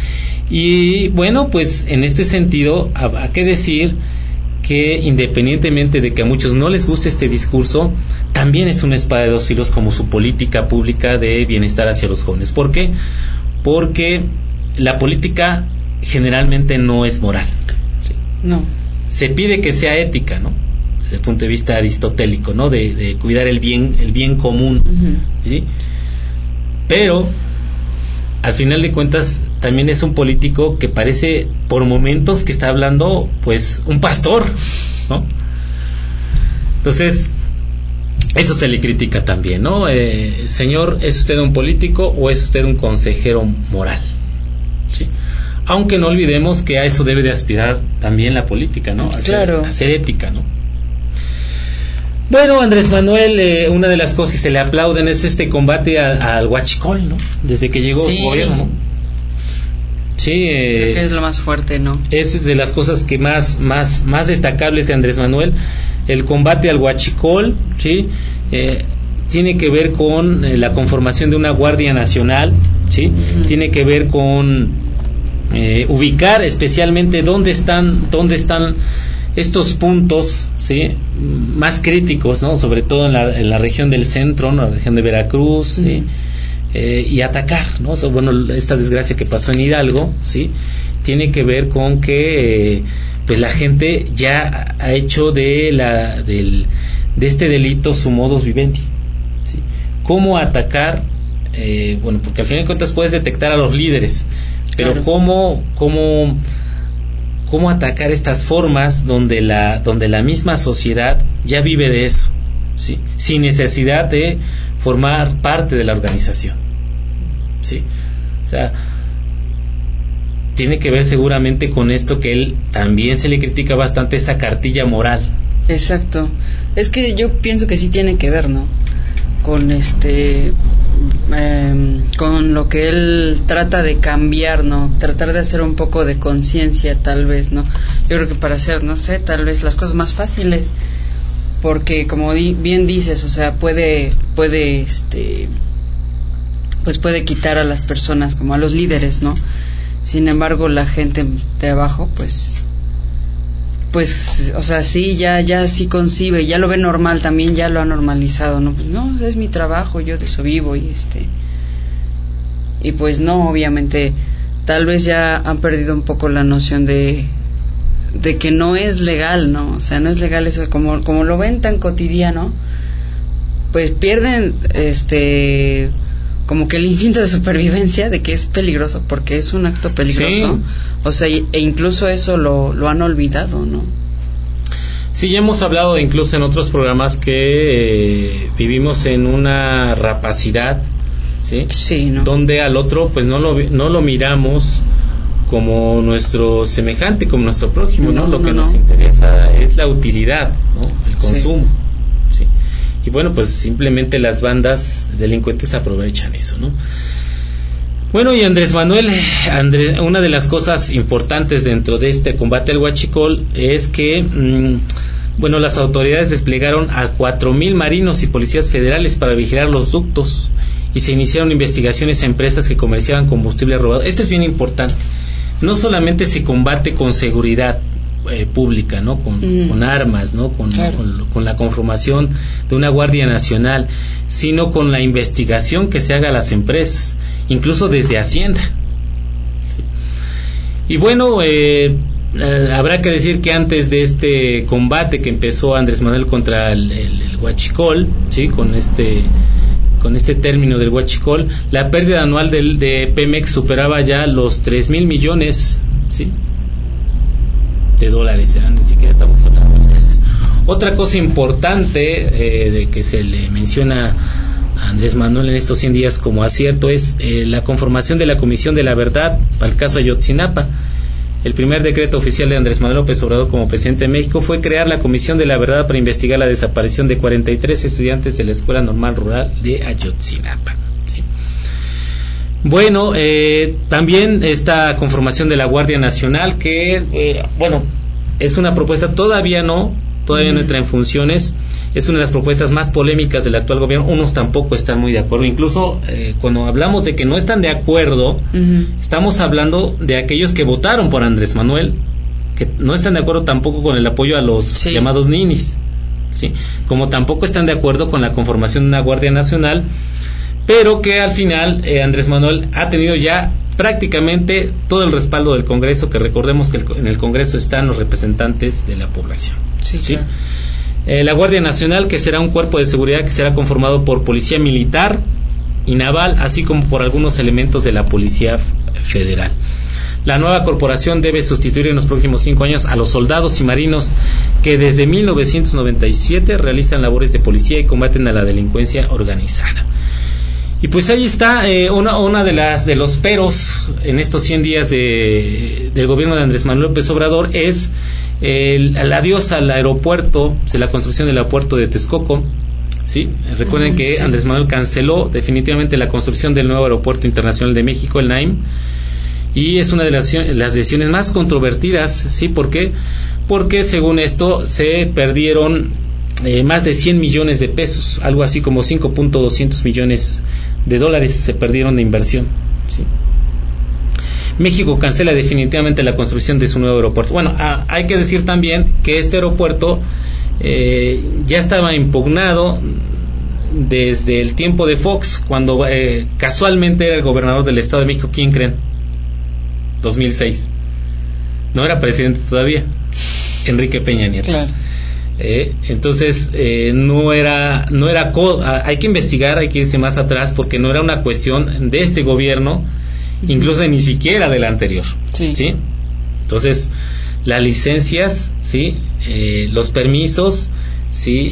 Y bueno, pues en este sentido hay que decir que independientemente de que a muchos no les guste este discurso, también es una espada de dos filos como su política pública de bienestar hacia los jóvenes. ¿Por qué? Porque la política generalmente no es moral. No. Se pide que sea ética, ¿no? Desde el punto de vista aristotélico, ¿no? De cuidar el bien común, ¿sí? Pero al final de cuentas también es un político que parece por momentos que está hablando pues un pastor, ¿no? Entonces eso se le critica también, ¿no? Señor, ¿es usted un político o es usted un consejero moral? ¿Sí? Aunque no olvidemos que a eso debe de aspirar también la política, ¿no? A ser ética, ¿no? Bueno, Andrés Manuel, una de las cosas que se le aplauden es este combate al huachicol, ¿no? Desde que llegó su gobierno, ¿no? Sí, creo que es lo más fuerte, ¿no? Es de las cosas que más destacables de Andrés Manuel, el combate al huachicol, ¿sí? Tiene que ver con la conformación de una Guardia Nacional, ¿sí? Tiene que ver con ubicar especialmente dónde están estos puntos, ¿sí? Más críticos, ¿no? Sobre todo en la región del centro, ¿no? La región de Veracruz, ¿sí? Y atacar, ¿no? Bueno, esta desgracia que pasó en Hidalgo, ¿sí? Tiene que ver con que pues la gente ya ha hecho de este delito su modus vivendi, ¿sí? ¿Cómo atacar? Bueno, porque al final de cuentas puedes detectar a los líderes, pero claro, ¿cómo atacar estas formas donde la misma sociedad ya vive de eso, ¿sí? Sin necesidad de formar parte de la organización, ¿sí? O sea, tiene que ver seguramente con esto que él también se le critica bastante, esa cartilla moral. Exacto. Es que yo pienso que sí tiene que ver, ¿no? Con con lo que él trata de cambiar, ¿no? Tratar de hacer un poco de conciencia, tal vez, ¿no? Yo creo que para hacer, no sé, tal vez las cosas más fáciles, porque como bien dices, o sea, puede puede quitar a las personas, como a los líderes, ¿no? Sin embargo, la gente de abajo, pues, o sea, sí, ya sí concibe, ya lo ve normal, también ya lo ha normalizado, ¿no? Pues no, es mi trabajo, yo de eso vivo, y pues no, obviamente, tal vez ya han perdido un poco la noción de que no es legal, ¿no? O sea, no es legal eso, como lo ven tan cotidiano, pues pierden, como que el instinto de supervivencia de que es peligroso, porque es un acto peligroso, sí. O sea, e incluso eso lo han olvidado, ¿no? Sí, ya hemos hablado incluso en otros programas que vivimos en una rapacidad, ¿sí? Sí, ¿no? Donde al otro pues no lo miramos como nuestro semejante, como nuestro prójimo, ¿no? Lo que nos interesa es la utilidad, ¿no? El consumo, sí. Y bueno, pues simplemente las bandas delincuentes aprovechan eso, ¿no? Bueno, y Andrés Manuel, una de las cosas importantes dentro de este combate al huachicol es que, bueno, las autoridades desplegaron a 4,000 marinos y policías federales para vigilar los ductos y se iniciaron investigaciones a empresas que comerciaban combustible robado. Esto es bien importante. No solamente se combate con seguridad pública, ¿no? Con armas, ¿no? Con la conformación de una Guardia Nacional, sino con la investigación que se haga a las empresas, incluso desde Hacienda. ¿Sí? Y bueno, habrá que decir que antes de este combate que empezó Andrés Manuel contra el huachicol, ¿sí? Con este término del huachicol, la pérdida anual de Pemex superaba ya los 3,000 millones, ¿sí? de dólares, ni siquiera estamos hablando de pesos. Otra cosa importante de que se le menciona a Andrés Manuel en estos 100 días como acierto es la conformación de la Comisión de la Verdad para el caso Ayotzinapa. El primer decreto oficial de Andrés Manuel López Obrador como presidente de México fue crear la Comisión de la Verdad para investigar la desaparición de 43 estudiantes de la Escuela Normal Rural de Ayotzinapa, ¿sí? Bueno, también esta conformación de la Guardia Nacional que, bueno, es una propuesta, todavía no, todavía no entra en funciones. Es una de las propuestas más polémicas del actual gobierno. Unos tampoco están muy de acuerdo. Incluso cuando hablamos de que no están de acuerdo, estamos hablando de aquellos que votaron por Andrés Manuel, que no están de acuerdo tampoco con el apoyo a los llamados ninis, ¿sí? Como tampoco están de acuerdo con la conformación de una Guardia Nacional, pero que al final Andrés Manuel ha tenido ya prácticamente todo el respaldo del Congreso, que recordemos que en el Congreso están los representantes de la población. Sí. Claro. La Guardia Nacional, que será un cuerpo de seguridad que será conformado por policía militar y naval, así como por algunos elementos de la Policía Federal. La nueva corporación debe sustituir en los próximos 5 años a los soldados y marinos que desde 1997 realizan labores de policía y combaten a la delincuencia organizada. Y pues ahí está una de los peros en estos 100 días del gobierno de Andrés Manuel López Obrador es el adiós al aeropuerto, de la construcción del aeropuerto de Texcoco, ¿sí? Recuerden que Andrés Manuel canceló definitivamente la construcción del nuevo aeropuerto internacional de México, el NAIM, y es una de las decisiones más controvertidas, ¿sí? ¿Por qué? Porque según esto se perdieron más de 100 millones de pesos, algo así como 5.200 millones de dólares se perdieron de inversión, ¿sí? México cancela definitivamente la construcción de su nuevo aeropuerto. Bueno, hay que decir también que este aeropuerto ya estaba impugnado desde el tiempo de Fox, cuando casualmente era el gobernador del Estado de México. ¿Quién creen? 2006. No era presidente todavía, Enrique Peña Nieto. Claro. Entonces no era hay que investigar, hay que irse más atrás, porque no era una cuestión de este gobierno, incluso ni siquiera del anterior, ¿sí? Entonces las licencias, ¿sí? Los permisos, ¿sí?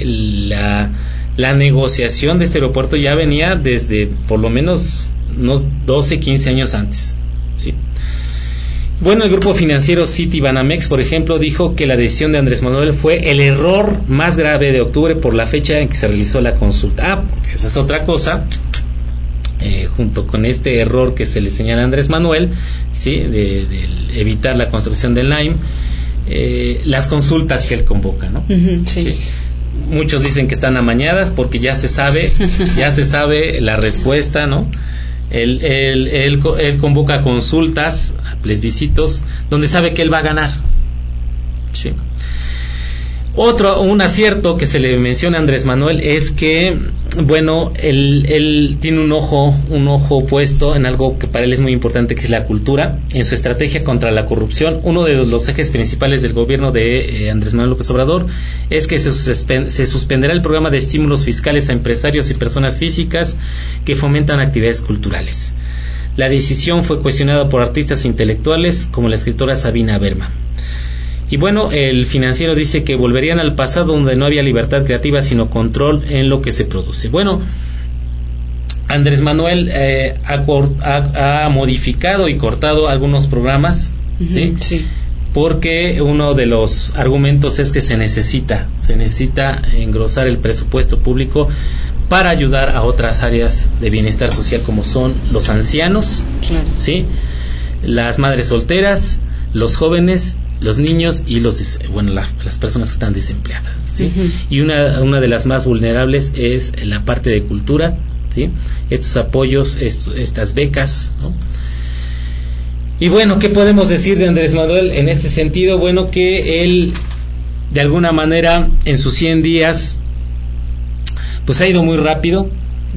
La negociación de este aeropuerto ya venía desde por lo menos unos 12, 15 años antes, ¿sí? Bueno, el grupo financiero Citibanamex, por ejemplo, dijo que la decisión de Andrés Manuel fue el error más grave de octubre por la fecha en que se realizó la consulta. Porque esa es otra cosa, junto con este error que se le señala a Andrés Manuel, ¿sí? de evitar la construcción del NAIM, las consultas que él convoca, ¿no? Sí. Muchos dicen que están amañadas porque ya se sabe la respuesta, ¿no? Él convoca consultas, plebiscitos, donde sabe que él va a ganar, ¿sí? Un acierto que se le menciona a Andrés Manuel es que, bueno, él tiene un ojo puesto en algo que para él es muy importante, que es la cultura. En su estrategia contra la corrupción, uno de los ejes principales del gobierno de Andrés Manuel López Obrador es que se suspenderá el programa de estímulos fiscales a empresarios y personas físicas que fomentan actividades culturales. La decisión fue cuestionada por artistas intelectuales como la escritora Sabina Berman. Y bueno, el Financiero dice que volverían al pasado, donde no había libertad creativa sino control en lo que se produce. Bueno, Andrés Manuel ha modificado y cortado algunos programas, ¿sí? Sí. Porque uno de los argumentos es que se necesita engrosar el presupuesto público para ayudar a otras áreas de bienestar social, como son los ancianos, claro, ¿sí? Las madres solteras, los jóvenes, los niños y las personas que están desempleadas, ¿sí? Y una de las más vulnerables es la parte de cultura, ¿sí? Estos apoyos, estas becas, ¿no? Y bueno, ¿qué podemos decir de Andrés Manuel en este sentido? Bueno, que él de alguna manera en sus 100 días pues ha ido muy rápido,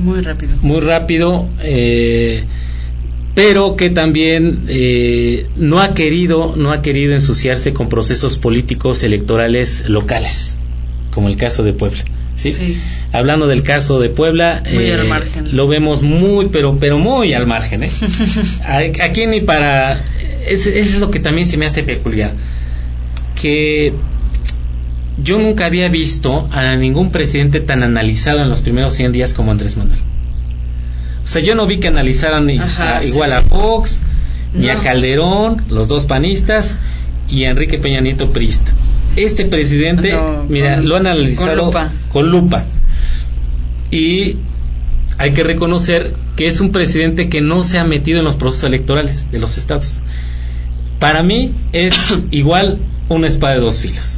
pero que también no ha querido ensuciarse con procesos políticos electorales locales, como el caso de Puebla, ¿sí? Sí. Hablando del caso de Puebla, muy al margen. Lo vemos muy, pero muy al margen, ¿eh? Aquí ni para... Eso es lo que también se me hace peculiar, que yo nunca había visto a ningún presidente tan analizado en los primeros 100 días como Andrés Manuel. O sea, yo no vi que analizaran igual a Fox, ni a Calderón, los dos panistas, y a Enrique Peña Nieto priista. Este presidente, lo han analizado con lupa. Y hay que reconocer que es un presidente que no se ha metido en los procesos electorales de los estados. Para mí es igual una espada de dos filos.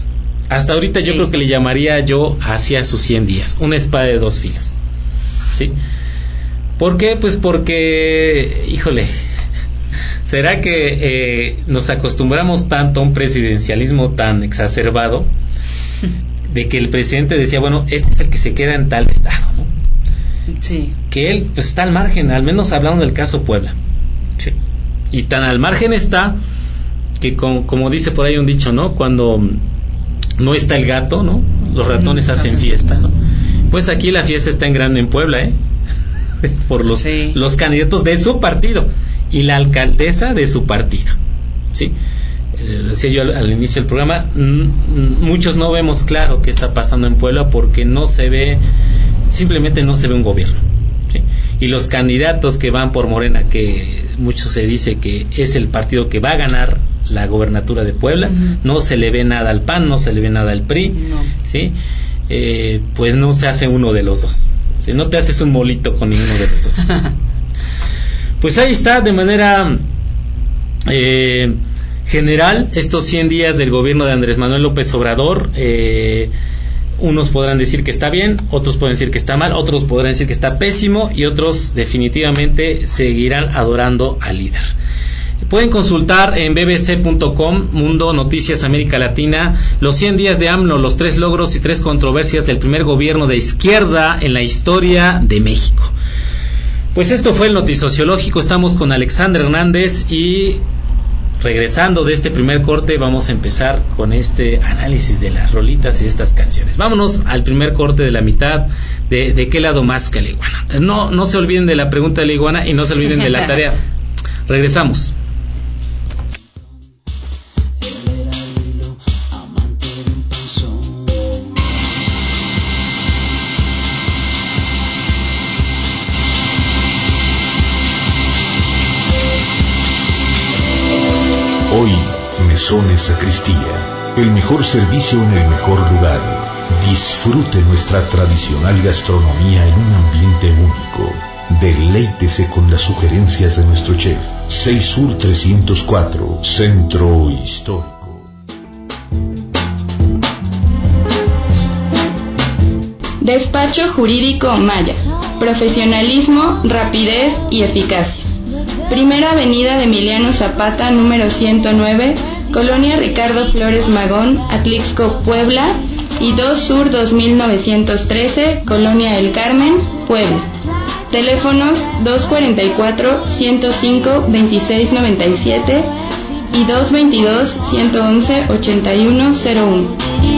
Hasta ahorita yo creo que le llamaría yo hacia sus 100 días, una espada de dos filos. ¿Sí? ¿Por qué? Pues porque, híjole, ¿será que nos acostumbramos tanto a un presidencialismo tan exacerbado de que el presidente decía, bueno, este es el que se queda en tal estado, ¿no? Sí. Que él pues está al margen, al menos hablando del caso Puebla. Sí. Y tan al margen está que como dice por ahí un dicho, ¿no? Cuando no está el gato, ¿no? Los ratones hacen fiesta, ¿no? Pues aquí la fiesta está en grande en Puebla, por los candidatos de su partido y la alcaldesa de su partido, ¿sí? Decía yo al inicio del programa, muchos no vemos claro qué está pasando en Puebla porque no se ve, simplemente no se ve un gobierno, ¿sí? Y los candidatos que van por Morena, que mucho se dice que es el partido que va a ganar la gobernatura de Puebla, no se le ve nada al PAN, no se le ve nada al PRI, ¿sí? Pues no se hace uno de los dos, ¿sí? No te haces un molito con ninguno de los dos. Pues ahí está, de manera general, estos 100 días del gobierno de Andrés Manuel López Obrador. Unos podrán decir que está bien, otros pueden decir que está mal, otros podrán decir que está pésimo y otros definitivamente seguirán adorando al líder. Pueden consultar en bbc.com, Mundo Noticias América Latina, los 100 días de AMLO, los 3 logros y 3 controversias del primer gobierno de izquierda en la historia de México. Pues esto fue el Notisociológico. Estamos con Alexandra Hernández y regresando de este primer corte vamos a empezar con este análisis de las rolitas y de estas canciones. Vámonos al primer corte de la mitad de qué lado más que la iguana. No se olviden de la pregunta de la iguana y no se olviden de la tarea. Regresamos. Hoy, Mesones Sacristía, el mejor servicio en el mejor lugar. Disfrute nuestra tradicional gastronomía en un ambiente único. Deleítese con las sugerencias de nuestro chef. 6 Sur 304, Centro Histórico. Despacho Jurídico Maya. Profesionalismo, rapidez y eficacia. Primera Avenida de Emiliano Zapata, número 109, Colonia Ricardo Flores Magón, Atlixco, Puebla, y 2 Sur 2913, Colonia del Carmen, Puebla. Teléfonos 244-105-2697 y 222-111-8101.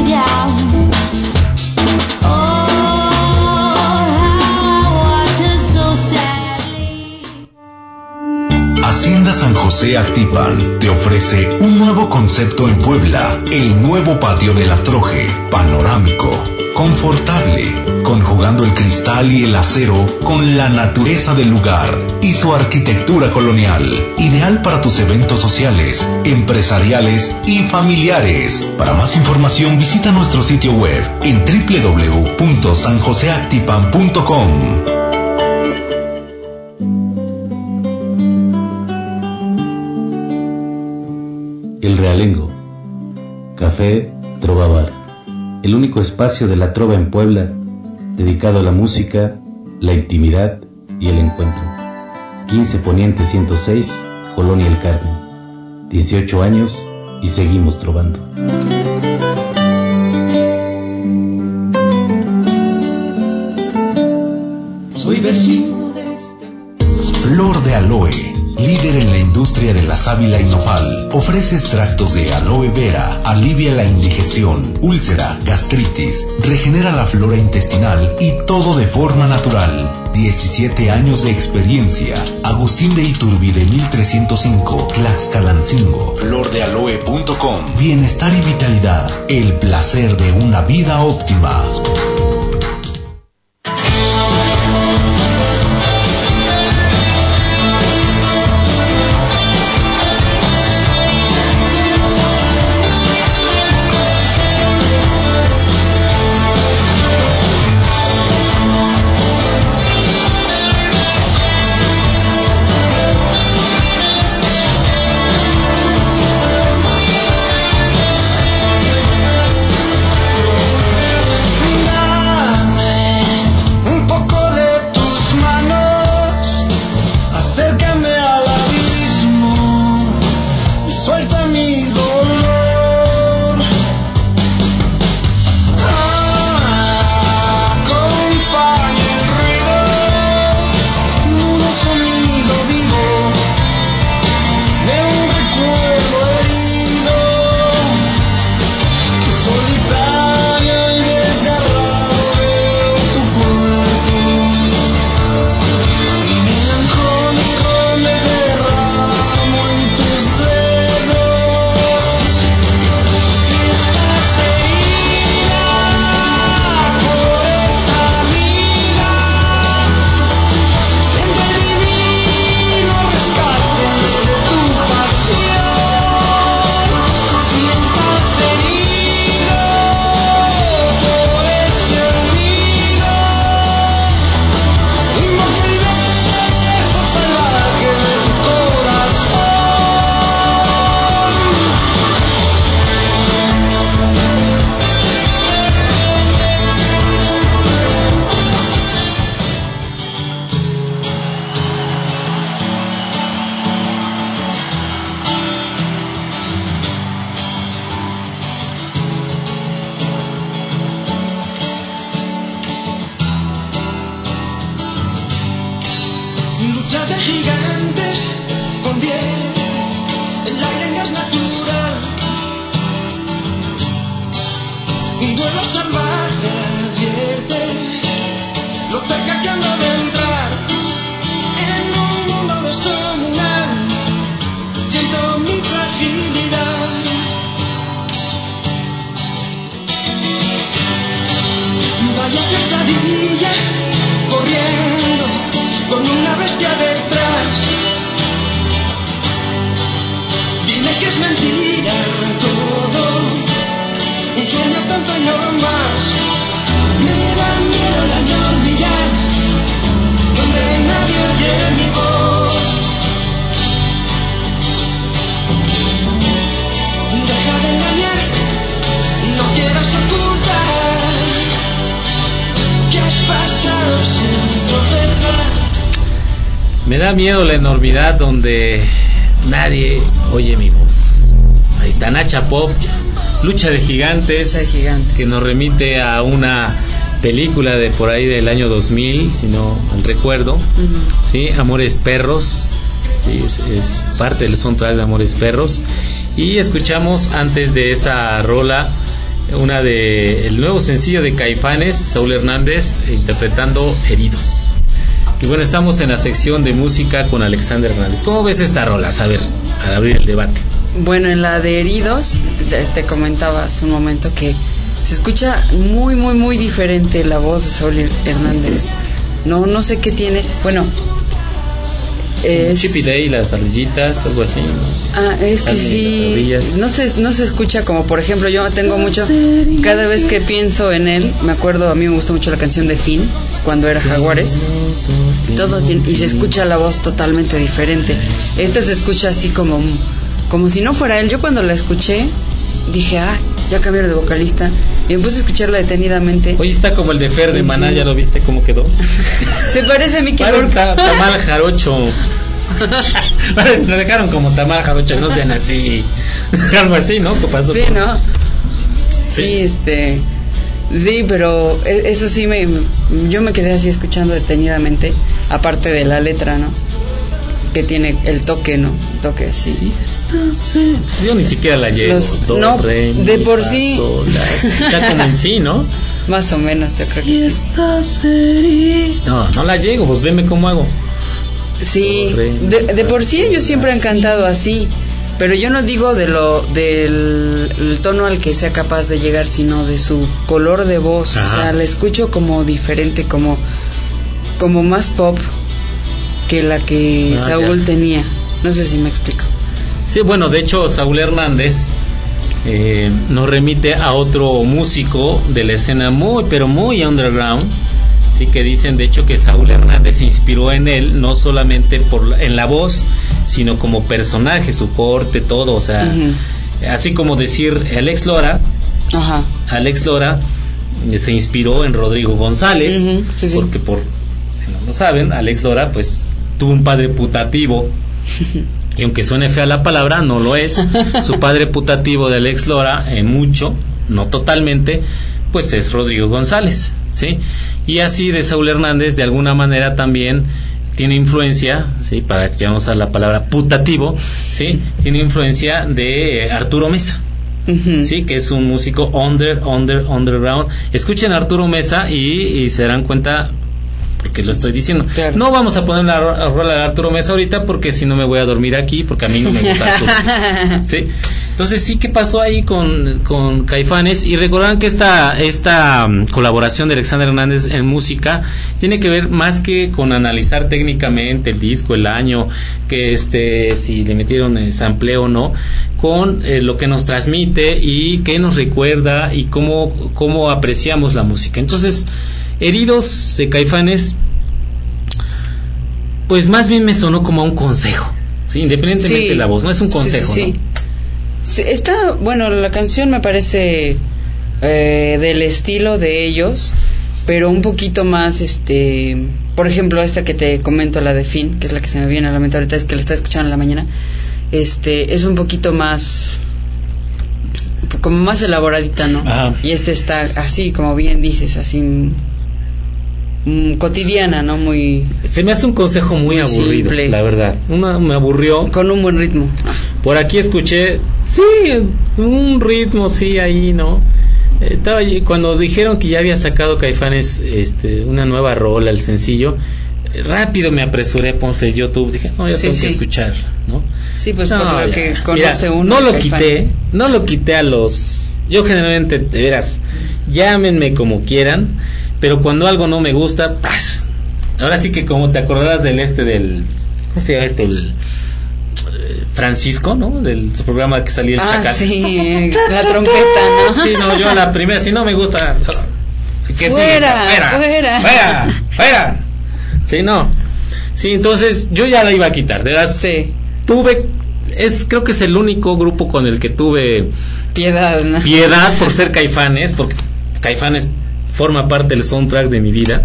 Hacienda San José Actipan te ofrece un nuevo concepto en Puebla, el nuevo patio de la Troje, panorámico, confortable, conjugando el cristal y el acero con la naturaleza del lugar y su arquitectura colonial, ideal para tus eventos sociales, empresariales y familiares. Para más información visita nuestro sitio web en www.sanjoseactipan.com. El Realengo, Café Trova Bar, el único espacio de la trova en Puebla, dedicado a la música, la intimidad y el encuentro. 15 Poniente 106, Colonia El Carmen. 18 años y seguimos trovando. Soy vecino de Flor de Aloe, líder en la industria de la sábila y nopal, ofrece extractos de aloe vera, alivia la indigestión, úlcera, gastritis, regenera la flora intestinal y todo de forma natural. 17 años de experiencia. Agustín de Iturbide 1305, Tlaxcalancingo. Flordealoe.com. Bienestar y vitalidad, el placer de una vida óptima. lucha de gigantes convierte el aire en gas natural. Un duelo salvaje advierte lo cerca que ando de entrar en un mundo descomunal. Siento mi fragilidad. Vaya pesadilla, corriendo con una bestia detrás. Dime que es mentira todo, un sueño tonto y no más. Me da miedo la enormidad, donde nadie oye mi voz. Deja de engañar, no quieras ocultar que has pasado sin tropezar. Me da miedo la enormidad donde nadie oye mi voz. Ahí está Nacha Pop, Lucha de Gigantes, que nos remite a una película de por ahí del año 2000, si no mal recuerdo. Sí, Amores Perros. Sí, es parte del soundtrack de Amores Perros. Y escuchamos antes de esa rola una de el nuevo sencillo de Caifanes, Saúl Hernández interpretando Heridos. Y bueno, estamos en la sección de música con Alexander Hernández. ¿Cómo ves esta rola? A ver, al abrir el debate. Bueno, en la de Heridos, te comentaba hace un momento que se escucha muy, muy, muy diferente la voz de Saúl Hernández. No sé qué tiene. Bueno, es Chip y Dale, las ardillitas, algo así, ¿no? Es que sí, no se escucha como, por ejemplo, yo tengo mucho, cada vez que pienso en él, me acuerdo, a mí me gustó mucho la canción de Finn, cuando era Jaguares, y se escucha la voz totalmente diferente. Esta se escucha así como si no fuera él. Yo cuando la escuché dije, ya cambiaron de vocalista, y me puse a escucharla detenidamente. Oye, está como el de Fer de Maná, ¿ya lo viste cómo quedó? Se parece a Mickey Rourke. Tamal Jarocho. Lo dejaron como Tamal Jarocho, no sean así. Algo así, ¿no? ¿Qué pasó? Sí, ¿no? Sí, sí, pero eso sí yo me quedé así escuchando detenidamente, aparte de la letra, ¿no? Que tiene el toque, ¿no? Toque así. Sí, yo ni siquiera la llevo. No, de por sí. Está como en sí, ¿no? Más o menos, yo creo que sí. No la llego, pues veme cómo hago. Sí, de por sí ellos siempre han cantado así, pero yo no digo del tono al que sea capaz de llegar, sino de su color de voz. Ajá. O sea, la escucho como diferente, como más pop que la que Saúl tenía. No sé si me explico. Sí, bueno, de hecho Saúl Hernández nos remite a otro músico de la escena muy, pero muy underground. Sí, que dicen de hecho que Saúl Hernández se inspiró en él, no solamente en la voz, sino como personaje, su corte, todo, o sea, así como decir Alex Lora. Ajá. Alex Lora se inspiró en Rodrigo González, sí. Porque si no lo saben, Alex Lora pues tuvo un padre putativo, y aunque suene fea la palabra, no lo es. Su padre putativo de Alex Lora, mucho, no totalmente, pues es Rodrigo González, ¿sí? Y así de Saúl Hernández, de alguna manera también tiene influencia, ¿sí? Para que vamos a la palabra putativo, ¿sí? Tiene influencia de Arturo Mesa, sí, que es un músico underground. Escuchen a Arturo Mesa y se darán cuenta porque lo estoy diciendo. Claro. No vamos a poner la rola de Arturo Mesa ahorita porque si no me voy a dormir aquí, porque a mí no me gusta Arturo, ¿sí? Entonces sí, ¿qué pasó ahí con Caifanes? Y recordarán que esta colaboración de Alexander Hernández en música tiene que ver más que con analizar técnicamente el disco, el año, que si le metieron sampleo o no, con lo que nos transmite y qué nos recuerda y cómo apreciamos la música. Entonces, Heridos de Caifanes, pues más bien me sonó como a un consejo, ¿sí? Independientemente de la voz, no es un consejo, sí. ¿no? Sí, la canción me parece del estilo de ellos, pero un poquito más, por ejemplo, esta que te comento, la de Finn, que es la que se me viene a la mente ahorita, es que la estaba escuchando en la mañana, es un poquito más, como más elaboradita, ¿no? Ajá. Y está así, como bien dices, así cotidiana, ¿no? Muy... Se me hace un consejo muy aburrido, simple. La verdad. Me aburrió. Con un buen ritmo. Por aquí escuché, sí, un ritmo, sí, ahí, ¿no? Cuando dijeron que ya había sacado Caifanes una nueva rola, el sencillo, rápido me apresuré, puse el YouTube, dije, no, ya tengo que escuchar, ¿no? Sí, pues no, por lo que conoce mira, uno. No lo quité a los... Yo generalmente, de veras, llámenme como quieran, pero cuando algo no me gusta, ¡paz! Ahora sí que como te acordarás del ¿cómo se llama el Francisco, ¿no? Del su programa que salía el Chacal. Sí, la trompeta, ¿no? Sí, no, yo la primera, si no me gusta, que fuera. Sí, no. Sí, entonces yo ya la iba a quitar, de verdad. Sí. Creo que es el único grupo con el que tuve piedad, ¿no? Piedad por ser Caifanes, porque Caifanes forma parte del soundtrack de mi vida.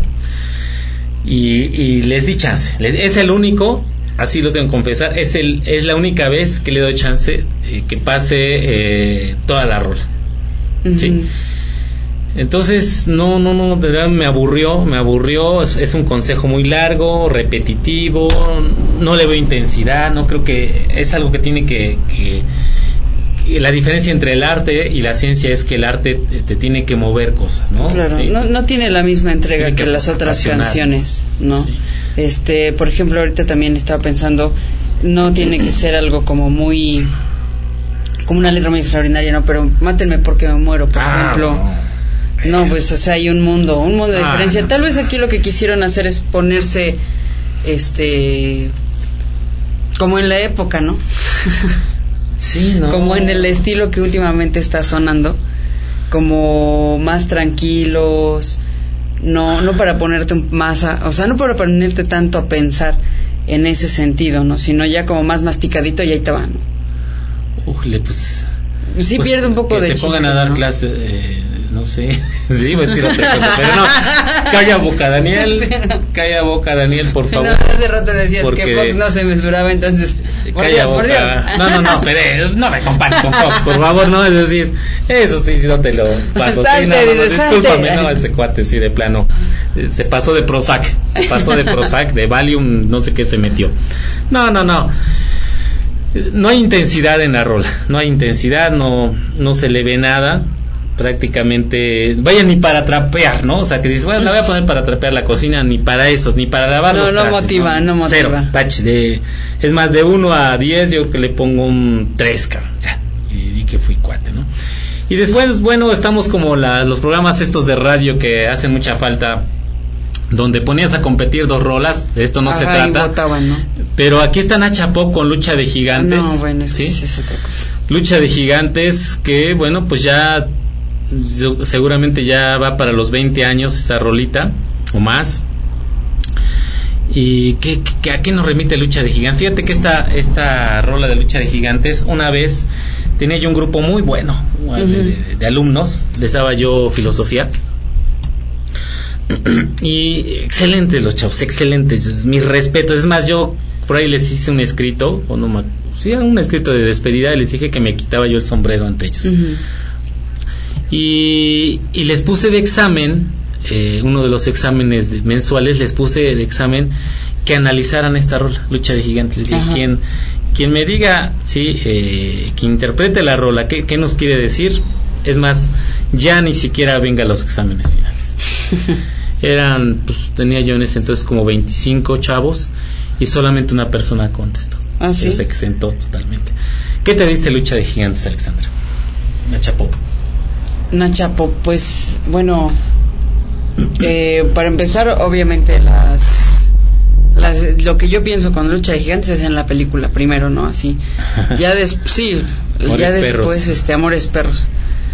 Y les di chance. Es el único, así lo tengo que confesar, es la única vez que le doy chance que pase toda la rola. Uh-huh. ¿Sí? Entonces, no, de verdad me aburrió, es un consejo muy largo, repetitivo, no le veo intensidad, no creo que es algo que tiene que la diferencia entre el arte y la ciencia es que el arte te tiene que mover cosas, ¿no? Claro, sí. no tiene la misma entrega que las otras canciones, ¿no? Sí. Por ejemplo, ahorita también estaba pensando, no tiene que ser algo como una letra muy extraordinaria, ¿no? Pero mátenme porque me muero, por ejemplo. No, pues, o sea, hay un mundo de diferencia. No. Tal vez aquí lo que quisieron hacer es ponerse, como en la época, ¿no? Sí, no. Como en el estilo que últimamente está sonando, como más tranquilos, no para ponerte no para ponerte tanto a pensar en ese sentido, ¿no? Sino ya como más masticadito y ahí te van. Pues sí, pues, pierde un poco de chiste. Se pongan a dar clases, no sé, sí, iba a decir otra cosa, pero no, calla boca Daniel, por favor. No, hace rato decías que Fox no se mesuraba, entonces, calla boca. No, pero no me compares con Fox, por favor, no, es decir, eso sí, no te lo paso. Discúlpame, no, ese cuate sí, de plano, se pasó de Prozac, de Valium, no sé qué se metió. No hay intensidad en la rola, no se le ve nada, prácticamente, vaya ni para trapear, ¿no? O sea, que dices, bueno, la voy a poner para trapear la cocina, ni para eso, ni para lavar los trastes. No motiva. Cero, touch es más, de 1 a 10, yo creo que le pongo un 3, cabrón, ya, y que fui cuate, ¿no? Y después, bueno, estamos como los programas estos de radio que hacen mucha falta, donde ponías a competir 2 rolas, de esto no se trata. Y votaban, ¿no? Pero aquí está Nacha Pop con Lucha de Gigantes. No, bueno, ¿sí? Es otra cosa. Lucha de Gigantes, que bueno, pues ya seguramente ya va para los 20 años esta rolita, o más. ¿Y a qué nos remite Lucha de Gigantes? Fíjate que esta rola de Lucha de Gigantes, una vez tenía yo un grupo muy bueno, de alumnos, les daba yo filosofía. Y excelentes los chavos, excelentes, mis respetos. Es más, yo por ahí les hice un escrito, un escrito de despedida, y les dije que me quitaba yo el sombrero ante ellos. Uh-huh. Y les puse de examen, uno de los exámenes mensuales, les puse de examen que analizaran esta rola, Lucha de Gigantes. Les dije, quien me diga, que interprete la rola, qué nos quiere decir. Es más, ya ni siquiera venga a los exámenes finales. Tenía yo en ese entonces como 25 chavos y solamente una persona contestó. ¿Sí? Se exentó totalmente. ¿Qué te dice Lucha de Gigantes, Alexandra? Nacha Pop, pues bueno, para empezar, obviamente lo que yo pienso con Lucha de Gigantes es en la película primero, ¿no? Así. Ya después Amores Perros.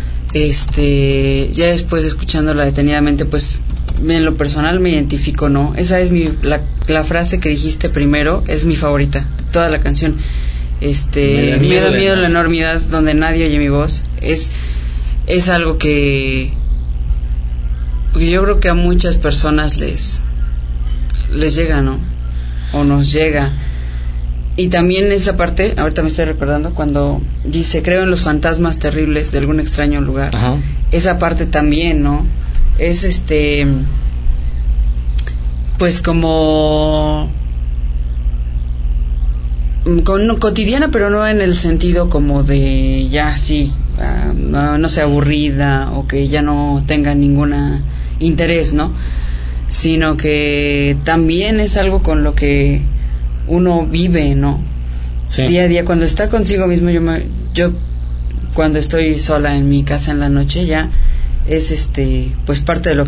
Ya después escuchándola detenidamente, pues en lo personal me identifico, ¿no? Esa es la frase que dijiste primero, es mi favorita, toda la canción. Me da miedo la enormidad donde nadie oye mi voz. Es algo que yo creo que a muchas personas les llega, ¿no? O nos llega. Y también esa parte, ahorita me estoy recordando, cuando dice, creo en los fantasmas terribles de algún extraño lugar. Ajá. Esa parte también, ¿no? Es pues como cotidiana, pero no en el sentido como de ya sí, no sea aburrida o que ya no tenga ningún interés, ¿no? Sino que también es algo con lo que uno vive, ¿no? Sí. Día a día, cuando está consigo mismo, yo cuando estoy sola en mi casa en la noche, ya es pues parte de lo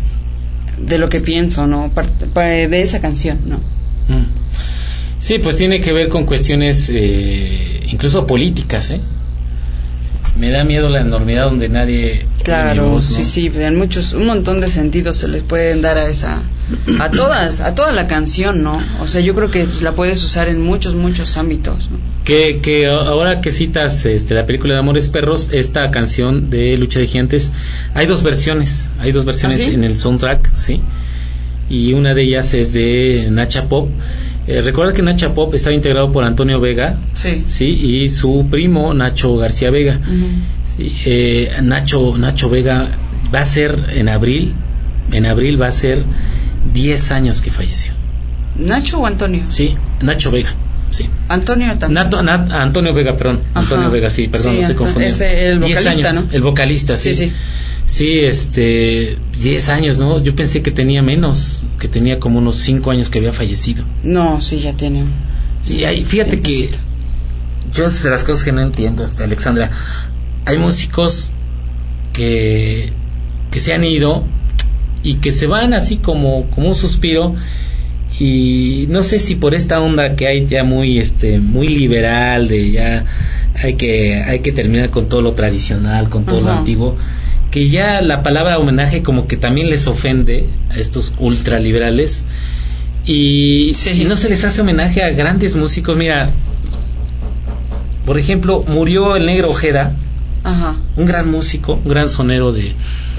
que pienso, ¿no? De esa canción, ¿no? Sí, pues tiene que ver con cuestiones incluso políticas, ¿eh? Me da miedo la enormidad donde nadie... Claro, voz, ¿no? sí, en un montón de sentidos se les pueden dar a toda la canción, ¿no? O sea, yo creo que la puedes usar en muchos ámbitos, ¿no? Que ahora que citas la película de Amores Perros, esta canción de Lucha de Gigantes, hay dos versiones ¿Ah, sí? en el soundtrack, ¿sí? Y una de ellas es de Nacha Pop. Recuerda que Nacha Pop estaba integrado por Antonio Vega, sí, y su primo Nacho García Vega. Uh-huh. Sí, Nacho Vega va a ser en abril va a ser 10 años que falleció. ¿Nacho o Antonio? Sí, Nacho Vega. Sí. Antonio también. Antonio Vega, perdón. Ajá. Antonio Vega, sí, perdón, no estoy confundiendo. Es el vocalista, 10 años, ¿no? El vocalista, sí. Sí. Sí, 10 años, ¿no? Yo pensé que tenía menos, que tenía como unos 5 años que había fallecido. No, sí, ya tiene. Sí, fíjate que yo es de las cosas que no entiendo, Alexandra. Hay músicos que se han ido y que se van así como un suspiro, y no sé si por esta onda que hay ya muy liberal de ya hay que terminar con todo lo tradicional, con todo uh-huh. lo antiguo, que ya la palabra homenaje como que también les ofende a estos ultraliberales, y no se les hace homenaje a grandes músicos. Mira, por ejemplo, murió el Negro Ojeda, Ajá. un gran músico, un gran sonero de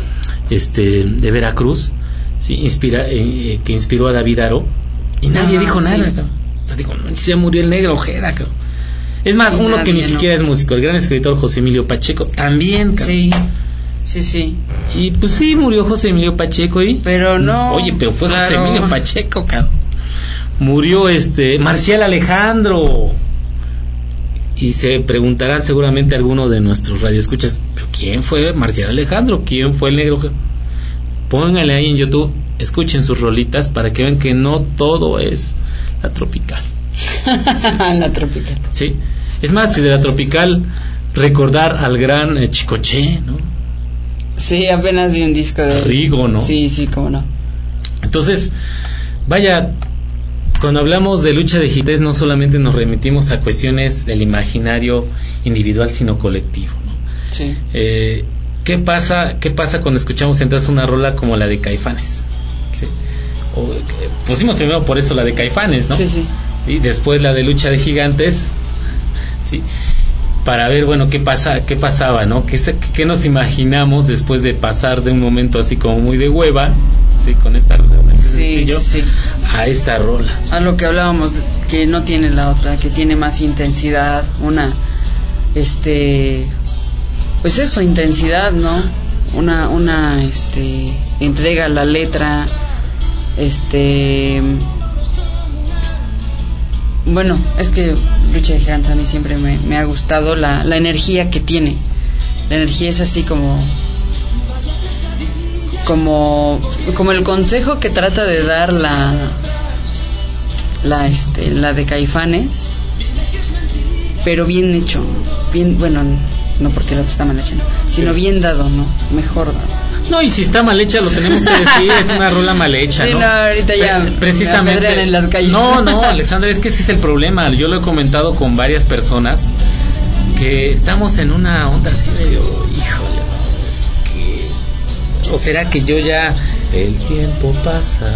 Veracruz, ¿sí? Que inspiró a David Aro, y nadie dijo nada, cabrón. O sea, digo, se murió el Negro Ojeda, cabrón. Es más, uno que ni siquiera es músico, el gran escritor José Emilio Pacheco, también, cabrón. Sí. Y pues sí, murió José Emilio Pacheco, pero no. Oye, pero fue claro. José Emilio Pacheco, cabrón. Murió Marcial Alejandro. Y se preguntarán seguramente alguno de nuestros radioescuchas, ¿pero quién fue Marcial Alejandro? ¿Quién fue el Negro? Pónganle ahí en YouTube, escuchen sus rolitas para que vean que no todo es la tropical. ¿Sí? La tropical. Sí. Es más, si de la tropical recordar al gran Chicoche, ¿no? Sí, apenas di un disco de Rigo, ¿no? Sí, cómo no. Entonces, vaya, cuando hablamos de lucha de gigantes no solamente nos remitimos a cuestiones del imaginario individual, sino colectivo, ¿no? Sí. ¿Qué pasa cuando escuchamos entonces una rola como la de Caifanes? ¿Sí? Pusimos primero por eso la de Caifanes, ¿no? Sí. Y después la de lucha de gigantes, ¿sí? Para ver, bueno, qué pasaba, ¿no? ¿Qué nos imaginamos después de pasar de un momento así como muy de hueva, ¿sí? Con esta rola, sí. A esta rola. A lo que hablábamos, que no tiene la otra, que tiene más intensidad, pues eso, intensidad, ¿no? Una entrega a la letra, bueno, es que Lucha de Gigantes a mí siempre me ha gustado la energía que tiene. La energía es así como el consejo que trata de dar la de Caifanes, pero bien hecho, bien, bueno, no porque la otra está mal hecha, ¿no? Sino bien dado, ¿no? Mejor dado. No, y si está mal hecha, lo tenemos que decir, es una rola mal hecha, ¿no? Sí, no, ahorita ya precisamente me apedrean en las calles. No, Alexandra, es que ese es el problema. Yo lo he comentado con varias personas, que estamos en una onda así medio, híjole, ¿o será que yo ya el tiempo pasa?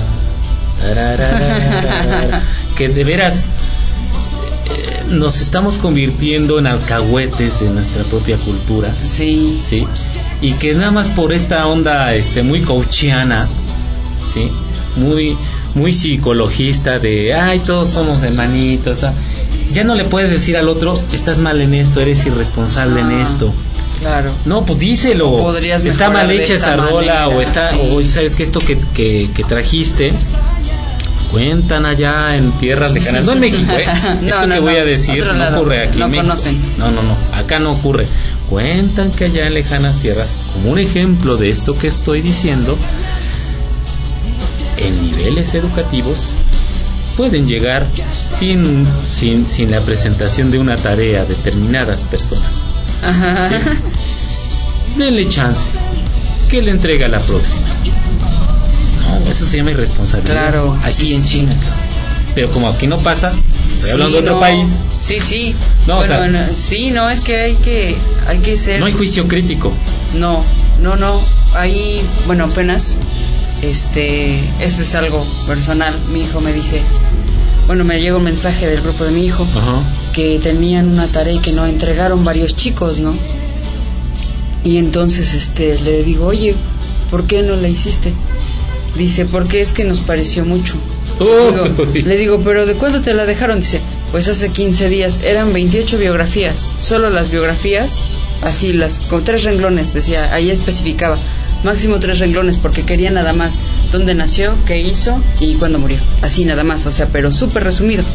Que de veras nos estamos convirtiendo en alcahuetes de nuestra propia cultura. Sí. Y que nada más por esta onda muy coachiana, ¿sí? Muy psicologista de todos somos hermanitos, ¿sabes? Ya no le puedes decir al otro, estás mal en esto, eres irresponsable en esto. Claro. No, pues díselo. Podrías está mal hecha esa rola, o está, o sabes que esto que trajiste Cuentan allá en tierras lejanas, no en México, esto que voy a decir no ocurre aquí en México. Conocen. No, acá no ocurre. Cuentan que allá en lejanas tierras, como un ejemplo de esto que estoy diciendo, en niveles educativos pueden llegar sin la presentación de una tarea a determinadas personas. Ajá. ¿Sí? Denle chance, que le entrega la próxima. No, eso se llama irresponsabilidad. Claro. Aquí sí, en China. Sí. Pero como aquí no pasa, estoy hablando de otro país. Sí. No, bueno, o sea, sí, no, es que hay que ser. No hay juicio crítico. No. Ahí, bueno, apenas, este es algo personal. Mi hijo me dice, bueno, me llegó un mensaje del grupo de mi hijo. Ajá. Que tenían una tarea y que no entregaron varios chicos, ¿no? Y entonces le digo, oye, ¿por qué no la hiciste? Dice, porque es que nos pareció mucho. Le digo, ¿pero de cuándo te la dejaron? Dice, pues hace 15 días, eran 28 biografías, solo las biografías, así con 3 renglones, decía, ahí especificaba, máximo 3 renglones, porque quería nada más dónde nació, qué hizo y cuándo murió, así nada más, o sea, pero súper resumido.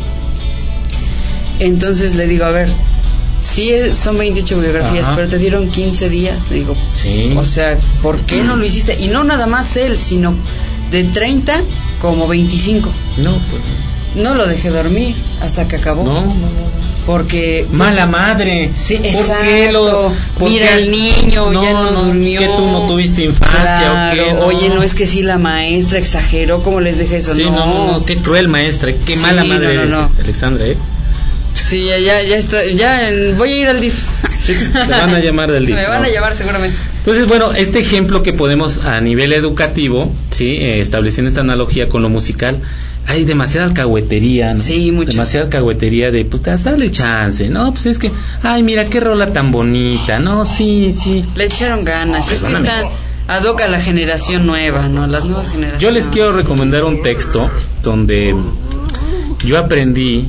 Entonces le digo, a ver, sí son 28 biografías, Ajá. pero te dieron 15 días, le digo, sí. O sea, ¿por qué no lo hiciste? Y no nada más él, sino de 30 como 25. No, pues no lo dejé dormir hasta que acabó. No. Porque mala madre. Sí, ¿Por exacto. qué Mira, el niño ya no durmió. Que tú no tuviste infancia, claro. ¿o qué? No. Oye, no es que sí la maestra exageró, ¿cómo les dejé eso? Sí, no, qué cruel maestra, qué mala madre eres, Alexandra, Sí, ya estoy, voy a ir al DIF. Te van a llamar del DIF. Me van a llamar seguramente. Entonces, bueno, este ejemplo que podemos a nivel educativo, sí, estableciendo esta analogía con lo musical, hay demasiada alcahuetería, ¿no? Sí, mucho. Demasiada alcahuetería de, puta, dale chance, ¿no? Pues es que, ay, mira qué rola tan bonita, ¿no? Sí. Le echaron ganas, No, es que están ad hoc a la generación nueva, ¿no? Las nuevas generaciones. Yo les quiero recomendar un texto donde yo aprendí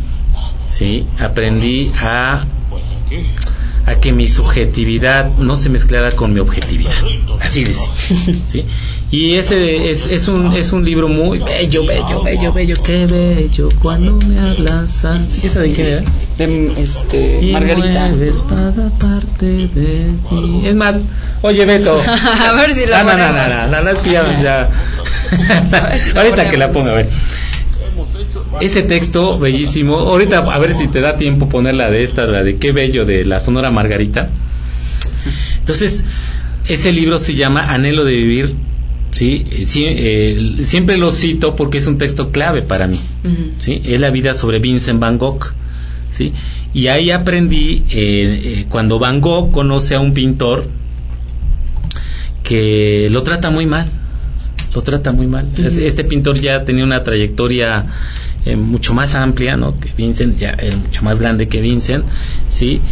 a que mi subjetividad no se mezclara con mi objetividad, así decir, ¿sí? Y ese es un libro muy bello, qué bello cuando me hablas así. ¿Esa de quién era? De Margarita. Y mueves cada parte de mí. Es más, oye, Beto. A ver si la ponemos. No, es que ya. Ahorita que la ponga, a ver. Ese texto bellísimo, ahorita a ver si te da tiempo ponerla la de qué bello, de la Sonora Margarita. Entonces, ese libro se llama Anhelo de vivir, ¿sí? Siempre lo cito porque es un texto clave para mí, ¿sí? Es la vida sobre Vincent Van Gogh, ¿sí? Y ahí aprendí, cuando Van Gogh conoce a un pintor que lo trata muy mal. Este pintor ya tenía una trayectoria mucho más amplia, ¿no? Que Vincent, ya era mucho más grande que Vincent, ¿sí?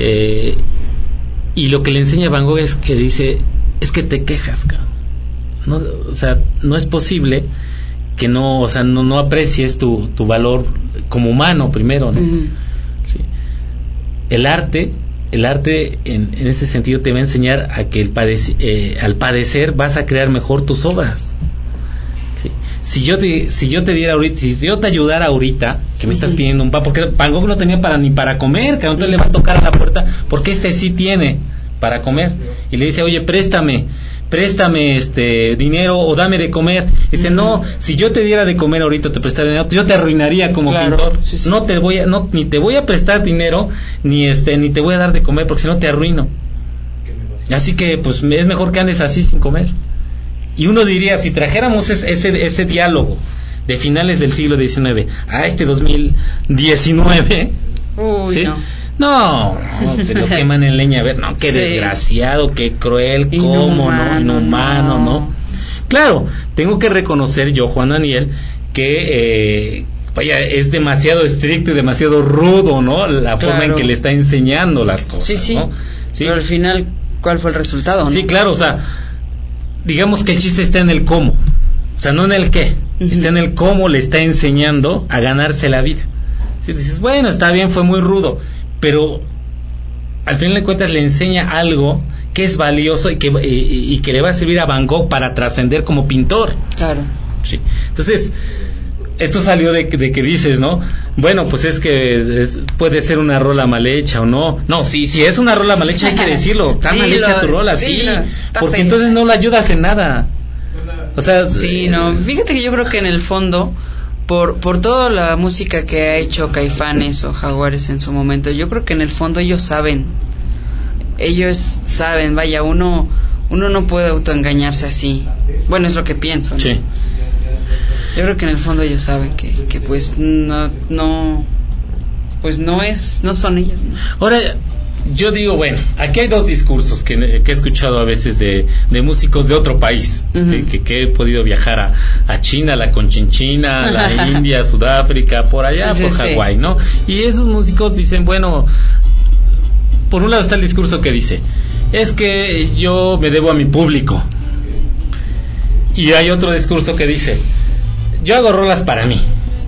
Y lo que le enseña Van Gogh es que dice, es que te quejas, cabrón. No, o sea, no es posible que no aprecies tu valor como humano primero, ¿no? ¿Sí? El arte en ese sentido te va a enseñar a que al padecer vas a crear mejor tus obras, ¿sí? Si yo te diera ahorita, si yo te ayudara ahorita, que me estás pidiendo un pan, porque Van Gogh no tenía ni para comer, que entonces le va a tocar a la puerta, porque sí tiene para comer, y le dice, oye, préstame dinero o dame de comer. Dice, no, si yo te diera de comer ahorita, te prestara dinero, yo te arruinaría como pintor. Sí. No ni te voy a prestar dinero, ni te voy a dar de comer, porque si no te arruino. Así que pues es mejor que andes así sin comer. Y uno diría, si trajéramos ese diálogo de finales del siglo XIX a este 2019, uy, ¿sí? No, te lo queman en leña. A ver, no, qué desgraciado, qué cruel, cómo, ¿no? Inhumano, ¿no? Claro, tengo que reconocer yo, Juan Daniel, que es demasiado estricto y demasiado rudo, ¿no? La forma en que le está enseñando las cosas, sí. ¿no? Sí. Pero al final, ¿cuál fue el resultado, no? Sí, claro, o sea, digamos que el chiste está en el cómo, o sea, no en el qué, está en el cómo le está enseñando a ganarse la vida. Si dices, bueno, está bien, fue muy rudo, pero al final de cuentas le enseña algo que es valioso y que le va a servir a Van Gogh para trascender como pintor. Claro. Sí. Entonces, esto salió de que dices, ¿no? Bueno, pues es que puede ser una rola mal hecha o no. No, si es una rola mal hecha hay que decirlo. Está mal hecha tu rola, sí. Porque fea. Entonces no la ayudas en nada. O sea, sí, no. Fíjate que yo creo que en el fondo, por toda la música que ha hecho Caifanes o Jaguares en su momento, yo creo que en el fondo ellos saben, vaya, uno no puede autoengañarse así. Bueno, es lo que pienso, ¿no? Sí. Yo creo que en el fondo ellos saben que pues no son ellos, ¿no? Ahora, yo digo, bueno, aquí hay dos discursos que he escuchado a veces de músicos de otro país, ¿sí? que he podido viajar a China, la Conchinchina, la India, Sudáfrica, por allá, por Hawái, ¿no? Y esos músicos dicen, bueno, por un lado está el discurso que dice, es que yo me debo a mi público. Y hay otro discurso que dice, yo hago rolas para mí.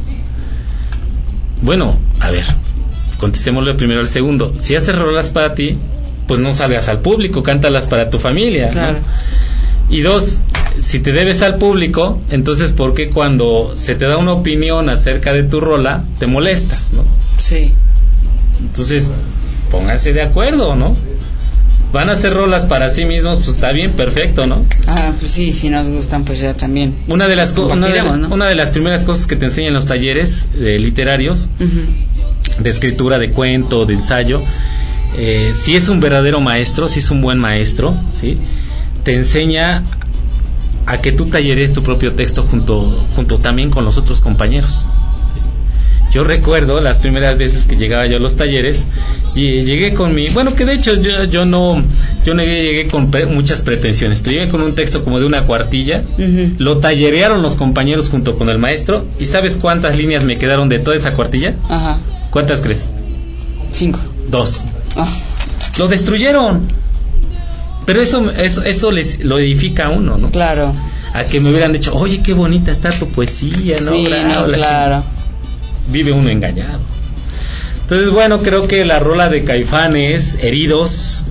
Bueno, a ver, contestémosle primero al segundo. Si haces rolas para ti, pues no salgas al público, cántalas para tu familia, claro, ¿no? Y dos, si te debes al público, entonces ¿por qué cuando se te da una opinión acerca de tu rola te molestas, ¿no? Sí. Entonces, pónganse de acuerdo, ¿no? Van a hacer rolas para sí mismos, pues está bien, perfecto, ¿no? Pues sí, si nos gustan, pues ya también. Una de las primeras cosas que te enseñan los talleres literarios, de escritura, de cuento, de ensayo, si es un verdadero maestro, si es un buen maestro, ¿sí? Te enseña a que tú talleres tu propio texto junto también con los otros compañeros. Yo recuerdo las primeras veces que llegaba yo a los talleres y llegué con que de hecho yo no llegué con muchas pretensiones, pero llegué con un texto como de una cuartilla, lo tallerearon los compañeros junto con el maestro, y ¿sabes cuántas líneas me quedaron de toda esa cuartilla? Ajá. ¿Cuántas crees? 5. 2. Lo destruyeron. Pero eso lo edifica a uno, ¿no? Claro. A que me hubieran dicho, oye, qué bonita está tu poesía, ¿no? Sí, claro. Vive uno engañado. Entonces, bueno, creo que la rola de Caifanes, Heridos,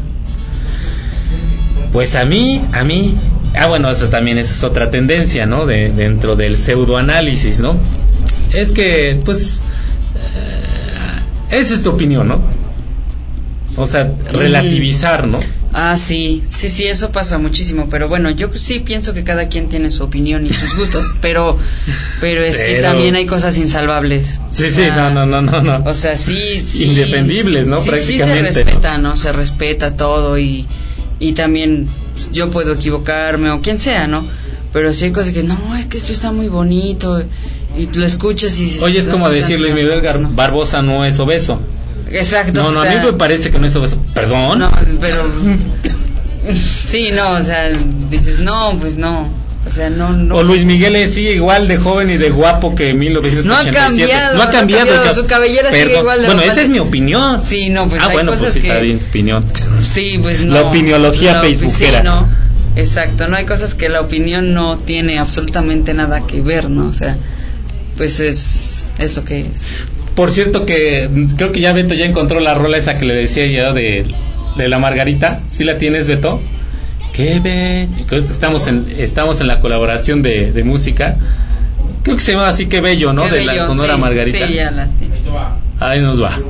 pues a mí, bueno, eso también es otra tendencia, ¿no? Dentro del pseudoanálisis, ¿no? Es que, pues, esa es tu opinión, ¿no? O sea, relativizar, ¿no? Sí, eso pasa muchísimo, pero bueno, yo sí pienso que cada quien tiene su opinión y sus gustos, pero que también hay cosas insalvables. Sí, no. O sea, sí. Indefendibles, ¿no? Sí, prácticamente. Sí se respeta, ¿no? Se respeta todo y también yo puedo equivocarme o quien sea, ¿no? Pero sí hay cosas que, no, es que esto está muy bonito y lo escuchas y dices, oye, es como decirle, Miguel Barbosa no es obeso. Exacto. No, a mí me parece que no es obeso. ¿Perdón? No, pero sí, no, o sea, dices, no, pues no. O sea, no. O Luis Miguel es igual de joven y de guapo que en 1987. No ha cambiado. Su cabellera sigue igual de bueno, esa es mi opinión. Sí, no, pues hay bueno, cosas pues sí, que está bien tu opinión. Sí, pues no. La opiniología facebookera. Sí, no. Exacto, no hay cosas que la opinión no tiene absolutamente nada que ver, ¿no? O sea, pues es lo que es. Por cierto que creo que ya Beto ya encontró la rola esa que le decía ya de la Margarita. ¿Sí la tienes, Beto? Qué bello. Estamos en la colaboración de música. Creo que se llama así, Qué bello, ¿no? Qué de bello, la Sonora Margarita. Sí, ya la tiene. Ahí nos va.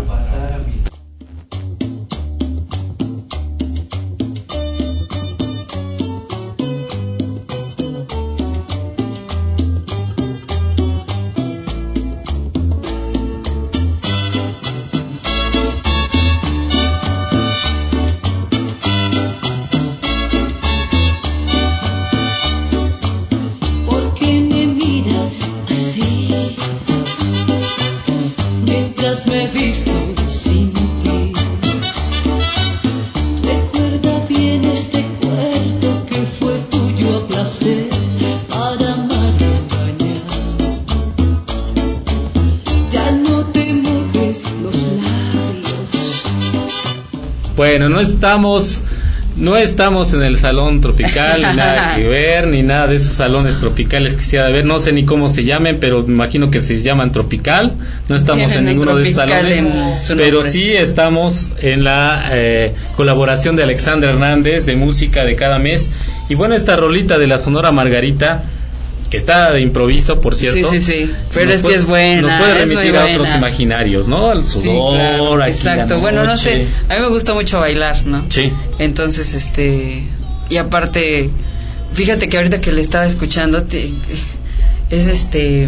Bueno, no estamos en el salón tropical, ni nada que ver, ni nada de esos salones tropicales que se ha de ver, no sé ni cómo se llamen, pero me imagino que se llaman tropical. No estamos en ninguno de esos salones, pero sí estamos en la colaboración de Alexandra Hernández de música de cada mes. Y bueno, esta rolita de la Sonora Margarita, que está de improviso, por cierto. Sí, pero es que es buena. Nos puede remitir a otros buena. imaginarios, ¿no? Al sudor, sí, claro, aquí exacto. Bueno, no sé, a mí me gusta mucho bailar, ¿no? Sí. Entonces, y aparte, fíjate que ahorita que le estaba escuchando, es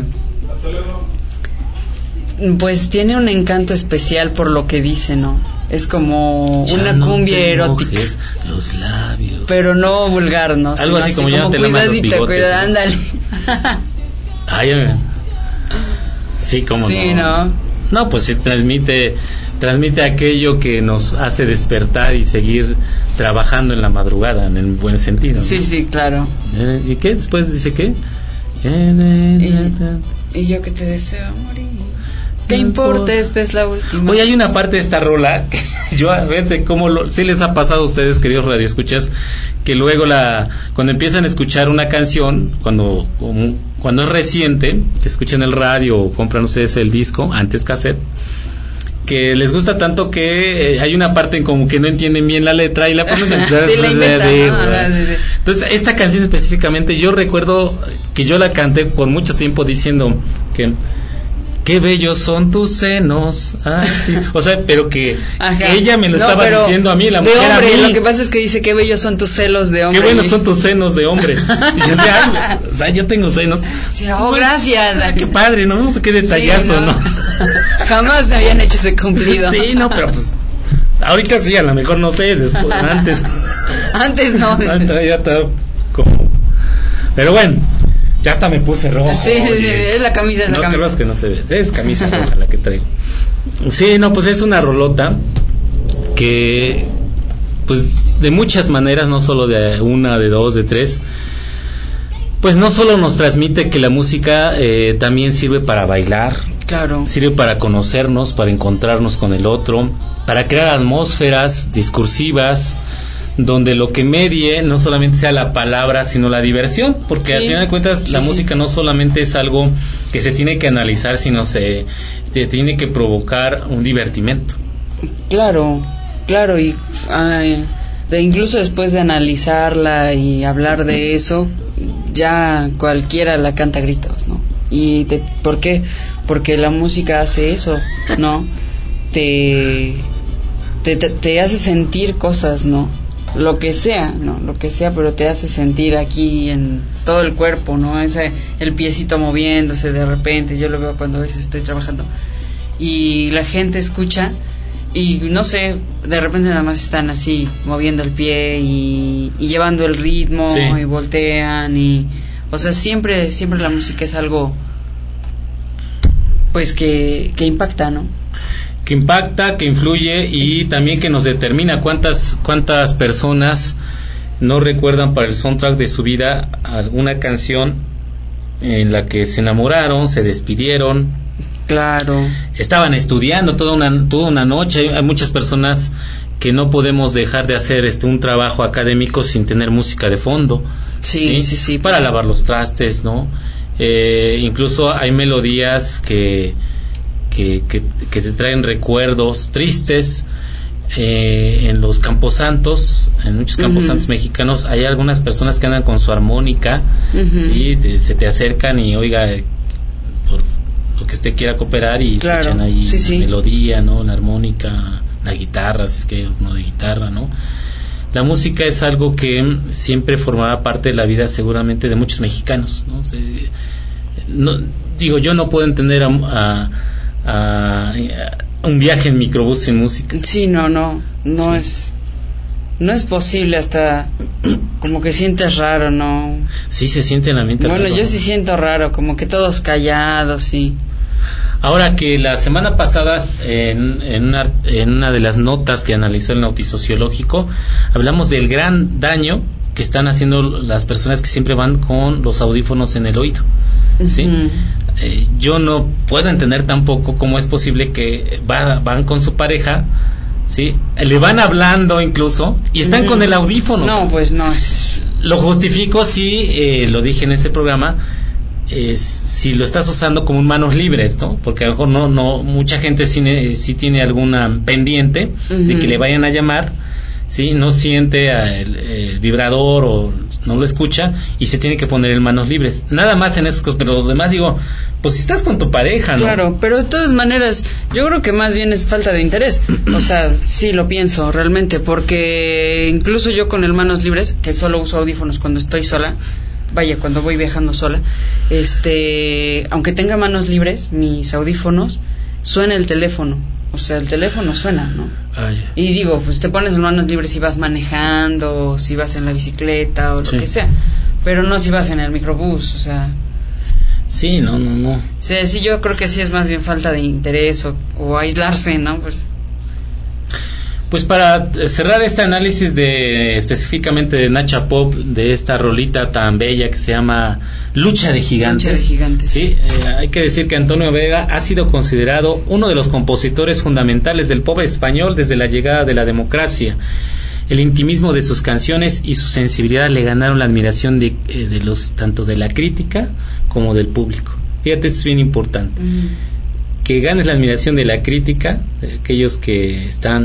pues tiene un encanto especial por lo que dice, ¿no? Es como ya una no cumbia te erótica. mojes los labios. Pero no vulgar, ¿no? Algo así como ya no te lamas los bigotes. Cuidadito, ándale. Ay, sí, cómo no. Sí, ¿no? No, pues sí, transmite aquello que nos hace despertar y seguir trabajando en la madrugada, en el buen sentido, ¿no? Sí, claro. ¿Y qué? Después dice qué? Y yo que te deseo morir. ¿Qué importa? Esta es la última. Hoy hay una parte de esta rola que yo a veces, sí les ha pasado a ustedes, queridos radioescuchas, que luego cuando empiezan a escuchar una canción, cuando es reciente, que escuchan el radio o compran ustedes el disco, antes cassette, que les gusta tanto que hay una parte en como que no entienden bien la letra y la ponen a sí, la inventan, ¿no? Sí. Entonces, esta canción específicamente, yo recuerdo que yo la canté por mucho tiempo diciendo que qué bellos son tus senos. Ah, sí. O sea, pero que ella me lo estaba diciendo a mí, la mujer de hombre, a mí. Lo que pasa es que dice qué bellos son tus celos de hombre. Qué buenos son tus senos de hombre. Y yo decía, o sea, yo tengo senos. Sí, gracias. Qué padre, ¿no? No sé qué detallazo, sí, ¿no? Jamás me habían hecho ese cumplido. Sí, no, pero pues ahorita sí, a lo mejor no sé, después, antes. Antes no. Ya está como. Pero bueno. Ya hasta me puse rojo. Sí, es la camisa, No, creo que no se ve. Es camisa roja la que traigo. Sí, no, pues es una rolota que, pues, de muchas maneras, no solo de una, de dos, de tres, pues no solo nos transmite que la música también sirve para bailar. Claro. Sirve para conocernos, para encontrarnos con el otro, para crear atmósferas discursivas, donde lo que medie no solamente sea la palabra, sino la diversión, porque al final de cuentas la música no solamente es algo que se tiene que analizar, sino te tiene que provocar un divertimento. Claro, y incluso después de analizarla y hablar de eso, ya cualquiera la canta a gritos, ¿no? ¿Por qué? Porque la música hace eso, ¿no? Te hace sentir cosas, ¿no? Lo que sea, pero te hace sentir aquí en todo el cuerpo, ¿no? El piecito moviéndose de repente, yo lo veo cuando a veces estoy trabajando y la gente escucha y no sé, de repente nada más están así moviendo el pie y llevando el ritmo, sí. Y voltean o sea, siempre la música es algo pues que impacta, ¿no? Que impacta, que influye y también que nos determina cuántas personas no recuerdan para el soundtrack de su vida alguna canción en la que se enamoraron, se despidieron. Claro. Estaban estudiando toda una noche. Hay muchas personas que no podemos dejar de hacer un trabajo académico sin tener música de fondo. Sí. Para lavar los trastes, ¿no? Incluso hay melodías que te traen recuerdos tristes. En los camposantos, en muchos camposantos mexicanos, hay algunas personas que andan con su armónica, ¿sí? Se te acercan y oiga, por lo que usted quiera cooperar y escuchan ahí la melodía, ¿no? La armónica, la guitarra, si es que hay uno de guitarra, ¿no? La música es algo que siempre formará parte de la vida seguramente de muchos mexicanos, ¿no? Yo no puedo entender a un viaje en microbús sin música. Sí, no es posible, hasta como que sientes raro, ¿no? Sí, se siente en la mente bueno, raro. Yo sí siento raro, como que todos callados, sí. Ahora que la semana pasada en una de las notas que analizó el Nautisociológico hablamos del gran daño que están haciendo las personas que siempre van con los audífonos en el oído, ¿sí? Yo no puedo entender tampoco cómo es posible que van con su pareja, ¿sí? Le van hablando incluso y están con el audífono. No, pues no. Lo justifico si lo dije en ese programa, si lo estás usando como un manos libres, ¿no? Porque a lo mejor no mucha gente sí tiene alguna pendiente de que le vayan a llamar. ¿sí? No siente el vibrador o no lo escucha y se tiene que poner en manos libres. Nada más en esos cosas, pero lo demás digo, pues si estás con tu pareja, ¿no? Claro, pero de todas maneras, yo creo que más bien es falta de interés. O sea, sí lo pienso realmente, porque incluso yo con el manos libres, que solo uso audífonos cuando estoy sola, vaya, cuando voy viajando sola, aunque tenga manos libres, mis audífonos, suena el teléfono. O sea, el teléfono suena, ¿no? Y digo, pues te pones en manos libres si vas manejando, si vas en la bicicleta o lo que sea, pero no si vas en el microbús, o sea. Sí, no. Sí, yo creo que sí es más bien falta de interés o aislarse, ¿no? Pues para cerrar este análisis específicamente de Nacha Pop, de esta rolita tan bella que se llama Lucha de Gigantes. Sí, hay que decir que Antonio Vega ha sido considerado uno de los compositores fundamentales del pop español desde la llegada de la democracia. El intimismo de sus canciones y su sensibilidad le ganaron la admiración de tanto de la crítica como del público. Fíjate, esto es bien importante. Que ganes la admiración de la crítica, de aquellos que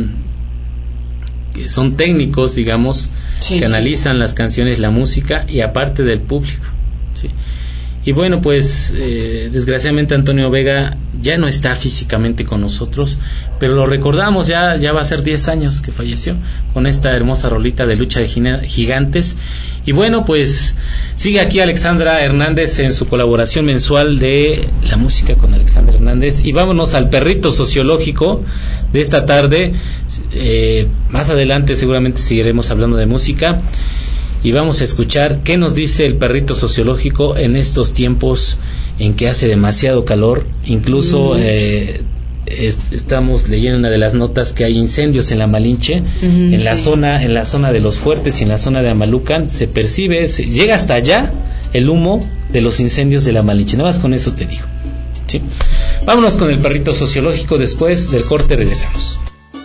son técnicos, digamos, que analizan las canciones, la música, y aparte del público, ¿sí? Y bueno, pues desgraciadamente Antonio Vega ya no está físicamente con nosotros, pero lo recordamos, ya va a ser 10 años que falleció, con esta hermosa rolita de Lucha de Gigantes. Y bueno, pues sigue aquí Alexandra Hernández en su colaboración mensual de la música con Alexandra Hernández, y vámonos al perrito sociológico de esta tarde. Más adelante seguramente seguiremos hablando de música y vamos a escuchar qué nos dice el perrito sociológico en estos tiempos en que hace demasiado calor. Incluso estamos leyendo una de las notas que hay incendios en la Malinche, en la zona de Los Fuertes y en la zona de Amalucan. Se percibe, llega hasta allá el humo de los incendios de la Malinche. Nada más con eso te digo, ¿sí? Vámonos con el perrito sociológico. Después del corte regresamos.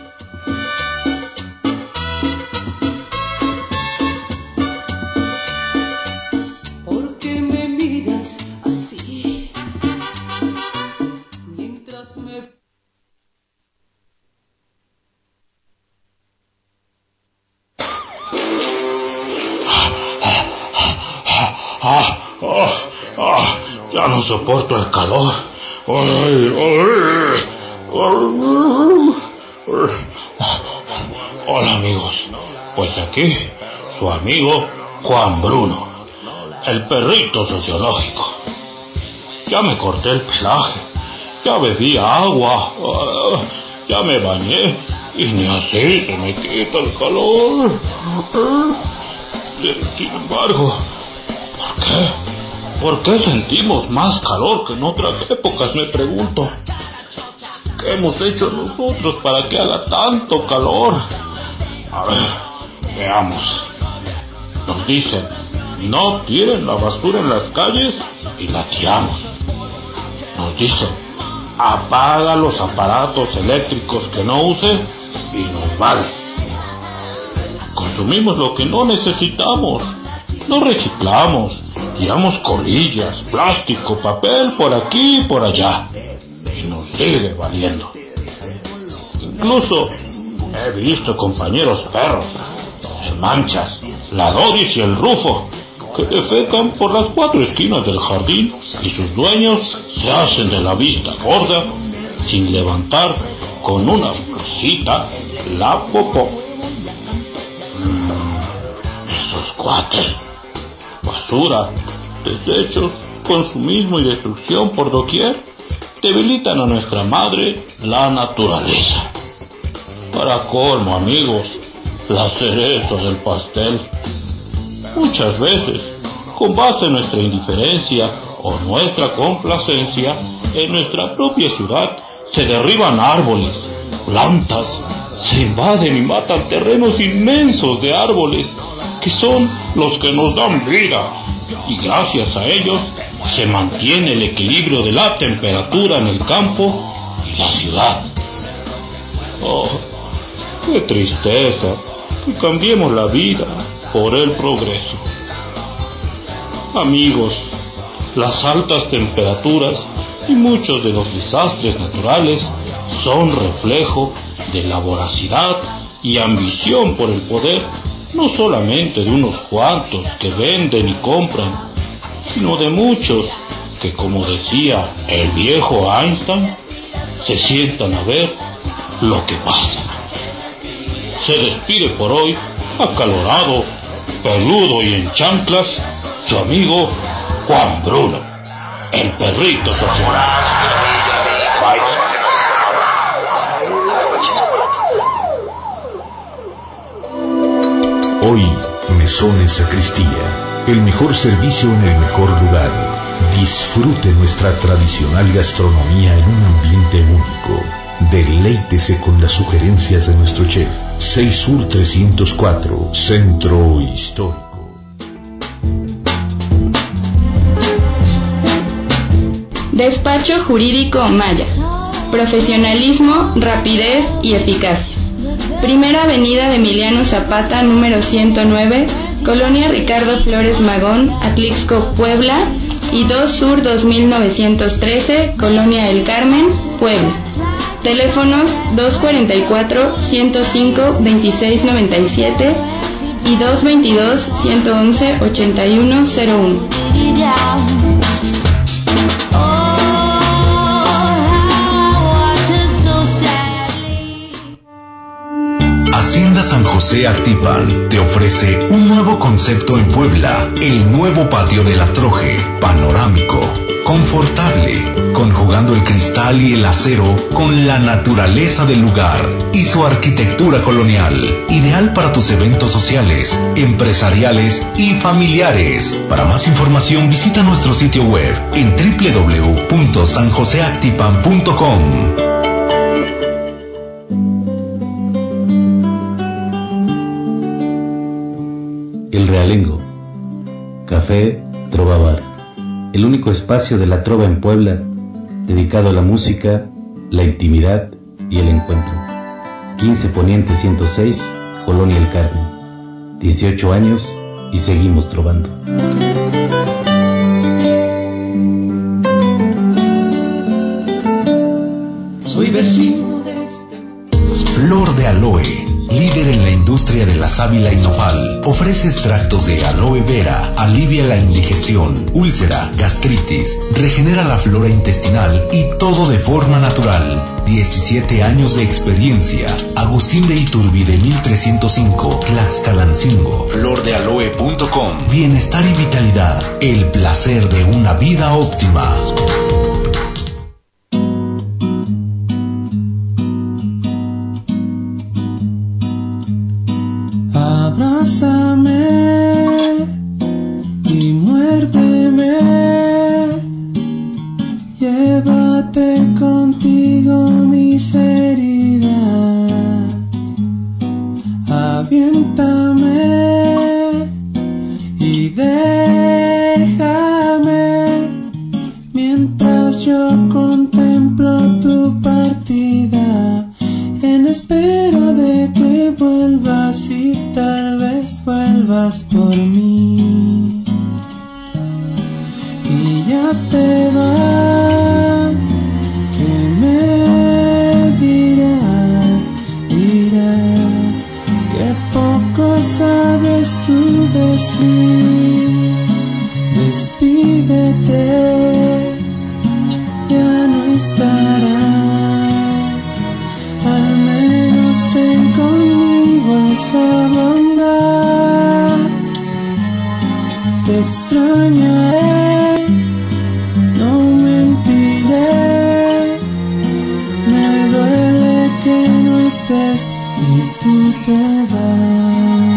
Ya no soporto el calor. Hola amigos, pues aquí su amigo Juan Bruno, el perrito sociológico. Ya me corté el pelaje, ya bebí agua, ya me bañé y ni así se me quita el calor. Sin embargo, ¿por qué sentimos más calor que en otras épocas? Me pregunto. ¿Qué hemos hecho nosotros para que haga tanto calor? A ver, veamos. Nos dicen, no tiren la basura en las calles y la tiramos. Nos dicen, apaga los aparatos eléctricos que no uses y nos vale. Consumimos lo que no necesitamos. No reciclamos. Tiramos colillas, plástico, papel por aquí y por allá. Y nos sigue valiendo. Incluso he visto compañeros perros, el Manchas, la Doris y el Rufo, que defecan por las 4 esquinas del jardín y sus dueños se hacen de la vista gorda sin levantar con una bolsita la popó. Esos cuates, basura, desechos, consumismo y destrucción por doquier debilitan a nuestra madre, la naturaleza. Para colmo, amigos, la cereza del pastel. Muchas veces, con base en nuestra indiferencia o nuestra complacencia, en nuestra propia ciudad se derriban árboles, plantas, se invaden y matan terrenos inmensos de árboles que son los que nos dan vida, y gracias a ellos se mantiene el equilibrio de la temperatura en el campo y la ciudad. Oh, qué tristeza que cambiemos la vida por el progreso. Amigos, las altas temperaturas y muchos de los desastres naturales son reflejo de la voracidad y ambición por el poder, no solamente de unos cuantos que venden y compran, sino de muchos que, como decía el viejo Einstein, se sientan a ver lo que pasa. Se despide por hoy, acalorado, peludo y en chanclas, su amigo Juan Bruno, el perrito social. Hoy, Mesones Sacristía, el mejor servicio en el mejor lugar. Disfrute nuestra tradicional gastronomía en un ambiente único. Deleítese con las sugerencias de nuestro chef. 6 Sur 304, Centro Histórico. Despacho Jurídico Maya. Profesionalismo, rapidez y eficacia. Primera Avenida de Emiliano Zapata, número 109, Colonia Ricardo Flores Magón, Atlixco, Puebla, y 2 Sur 2913, Colonia del Carmen, Puebla. Teléfonos 244-105-2697 y 222-111-8101. Hacienda San José Actipan te ofrece un nuevo concepto en Puebla, el nuevo patio de la Troje, panorámico, confortable, conjugando el cristal y el acero con la naturaleza del lugar y su arquitectura colonial, ideal para tus eventos sociales, empresariales y familiares. Para más información visita nuestro sitio web en www.sanjoseactipan.com. El Realengo, Café Trova Bar, el único espacio de la trova en Puebla, dedicado a la música, la intimidad y el encuentro. 15 Poniente 106, Colonia El Carmen. 18 años y seguimos trovando. Soy vecino de Flor de Aloe, líder en la industria de la sábila y nopal, ofrece extractos de aloe vera, alivia la indigestión, úlcera, gastritis, regenera la flora intestinal y todo de forma natural. 17 años de experiencia. Agustín de Iturbide 1305, Tlaxcalancingo. Flordealoe.com. Bienestar y vitalidad, el placer de una vida óptima. Abrázame y muérdeme, llévate contigo mis heridas, aviéntame y déjame mientras yo contemplo tu partida, en espera de que vuelvas y tal vez vuelvas por mí. Y ya te vas, que me dirás que poco sabes tú decir. Despídete, ya no estarás, al menos ten conmigo esa bondad. Te extrañaré, no mentiré, me duele que no estés y tú te vas.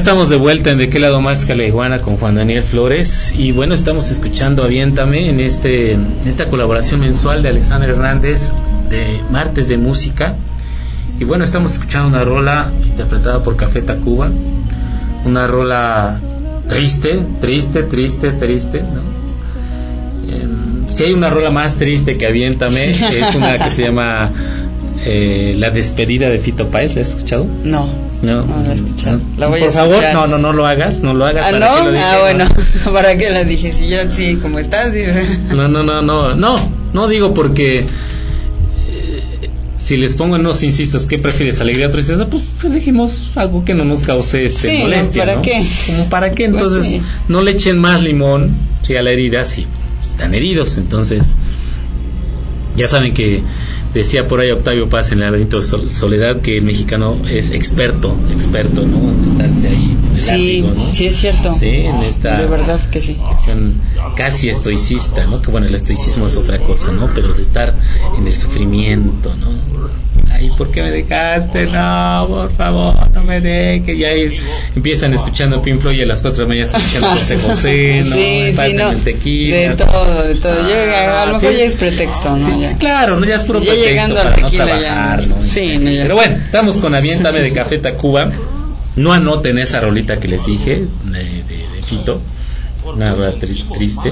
estamos de vuelta en De qué lado más Caleguana con Juan Daniel Flores. Y bueno, estamos escuchando Aviéntame en esta colaboración mensual de Alexander Hernández de Martes de Música. Y bueno, estamos escuchando una rola interpretada por Café Tacuba. Una rola triste, ¿no? Si hay una rola más triste que Aviéntame, es una que se llama La despedida de Fito Páez. ¿La has escuchado? No la he escuchado. La voy por a escuchar. favor, no lo hagas. ¿Ah, ¿para no? qué lo dije? Bueno, ¿para qué la dije? Si ya, sí, como estás, dices. No digo porque si les pongo en unos incisos, ¿qué prefieres, alegría o tristeza? Pues elegimos algo que no nos cause sí, molestia, ¿para qué? Como para qué, entonces Pues sí. No le echen más limón, sí, a la herida, sí, están heridos, entonces ya saben que decía por ahí Octavio Paz en el laberinto de Soledad que el mexicano es experto, ¿no? En estarse ahí. Sí, látigo, ¿no? Sí es cierto. Sí, en esta de verdad que sí. cuestión casi estoicista, ¿no? Que bueno, el estoicismo es otra cosa, ¿no? Pero de estar en el sufrimiento, ¿no? Ay, ¿por qué me dejaste? No, por favor, no me dejes. Y ahí empiezan escuchando Pink Floyd y a las 4 de la mañana están escuchando José José, ¿no? Sí, no. El tequila. De todo. A lo mejor ya es pretexto, ¿no? Sí, Ya. claro, no, ya es puro Sí, ya pretexto llegando al para no tequila trabajar, ya. ¿no? Sí, no, ya. Pero bueno, estamos con Aviéntame de Café Tacuba. No anoten esa rolita que les dije de Fito, una rola triste.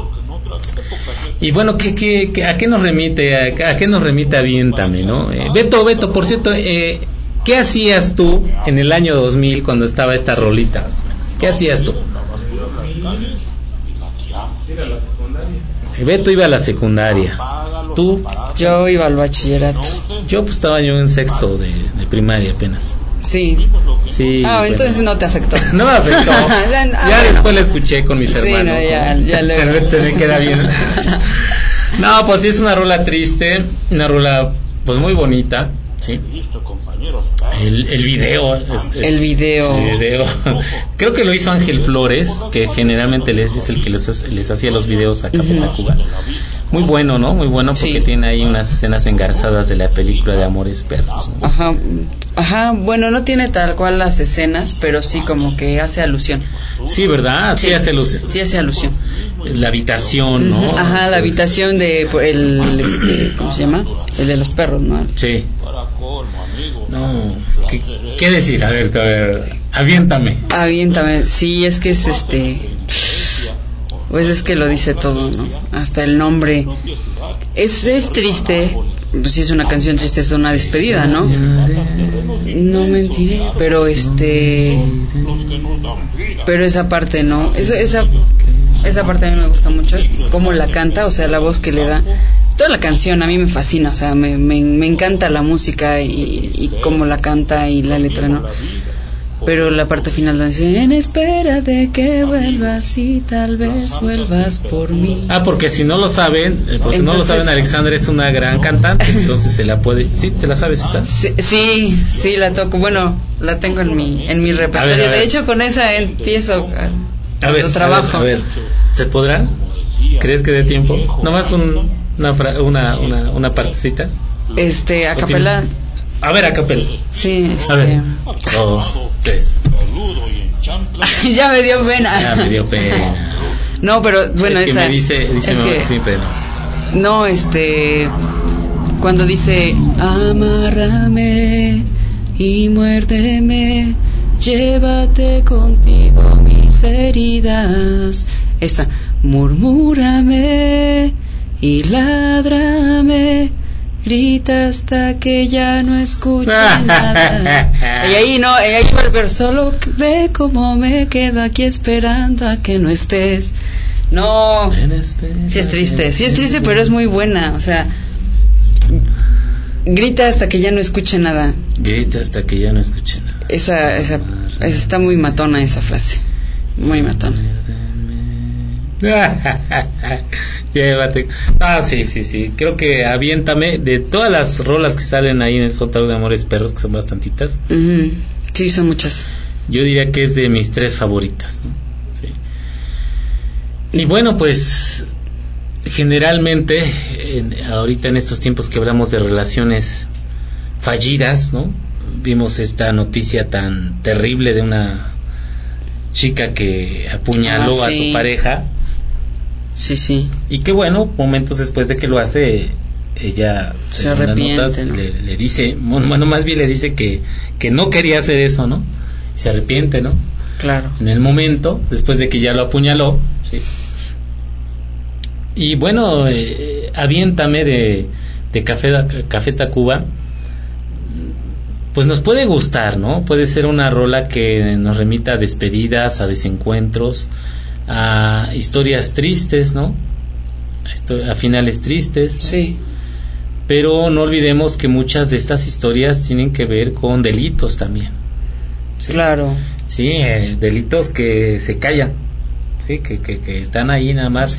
Y bueno, ¿a qué nos remite? ¿A qué nos remite Aviéntame, no? Beto, por cierto, ¿qué hacías tú en el año 2000 cuando estaba esta rolita? ¿Qué hacías tú? Beto iba a la secundaria. ¿Tú? Yo iba al bachillerato. Yo pues estaba yo en sexto de primaria apenas. Sí. Entonces no te afectó. No me afectó. Ya después la escuché con mis hermanos. Sí, ya luego. Se me queda bien. No, pues sí, es una rola triste, una rola pues muy bonita, ¿sí? El video el video. Creo que lo hizo Ángel Flores, que generalmente es el que les hacía los videos a Café Tacuba. Muy bueno, ¿no? Muy bueno porque sí. Tiene ahí unas escenas engarzadas de la película de Amores Perros, ¿no? Ajá, bueno, no tiene tal cual las escenas, pero sí como que hace alusión. Sí, ¿verdad? Sí hace alusión. Sí hace alusión. La habitación, ¿no? Ajá, la habitación de ¿cómo se llama? El de los perros, ¿no? Sí. No, ¿qué decir? A ver, aviéntame. Sí, es que es pues es que lo dice todo, ¿no? Hasta el nombre. Es triste, pues sí es una canción triste, es una despedida, ¿no? No mentiré, pero pero esa parte, ¿no? Esa parte a mí me gusta mucho, cómo la canta, o sea, la voz que le da. Toda la canción a mí me fascina, o sea, me encanta la música y cómo la canta y la letra, ¿no? Pero la parte final donde dice, en espera de que vuelvas y tal vez vuelvas por mí. Porque si no lo saben, Alexandra es una gran cantante, entonces se la puede. ¿Sí? ¿Te la sabes esa? Sí, la toco. Bueno, la tengo en mi repertorio. A ver. De hecho, con esa empiezo cuando trabajo. A ver, ¿se podrá? ¿Crees que dé tiempo? Nomás una partecita. A capela. A ver, a capela. Sí, A ver. 2, 3. Ya me dio pena. Ya me dio pena. No, pero bueno, es que esa. Me dice que siempre no. Cuando dice, amárrame y muérdeme, llévate contigo mis heridas. Murmúrame y ládrame, grita hasta que ya no escuche nada. Y ahí va el verso, solo ve cómo me quedo aquí esperando a que no estés. No, sí es triste, pero es muy buena, o sea, grita hasta que ya no escuche nada. Grita hasta que ya no escuche nada. Esa está muy matona esa frase, muy matona. Llévate. Sí. Creo que Aviéntame, de todas las rolas que salen ahí en el Sótano de Amores Perros, que son bastantitas. Sí, son muchas. Yo diría que es de mis 3 favoritas, ¿no? Sí. Y bueno, pues generalmente ahorita en estos tiempos que hablamos de relaciones fallidas, ¿no? Vimos esta noticia tan terrible de una chica que apuñaló a su pareja. Sí, sí. Y que bueno, momentos después de que lo hace, ella se arrepiente, notas, ¿no? le dice, bueno, más bien le dice que no quería hacer eso, ¿no? Y se arrepiente, ¿no? Claro. En el momento, después de que ya lo apuñaló, ¿sí? Y bueno, Aviéntame de Café Tacuba, pues nos puede gustar, ¿no? Puede ser una rola que nos remita a despedidas, a desencuentros, a historias tristes, ¿no? A finales tristes, ¿no? Sí. Pero no olvidemos que muchas de estas historias tienen que ver con delitos también, ¿sí? Claro. Sí, delitos que se callan, ¿sí? Que están ahí nada más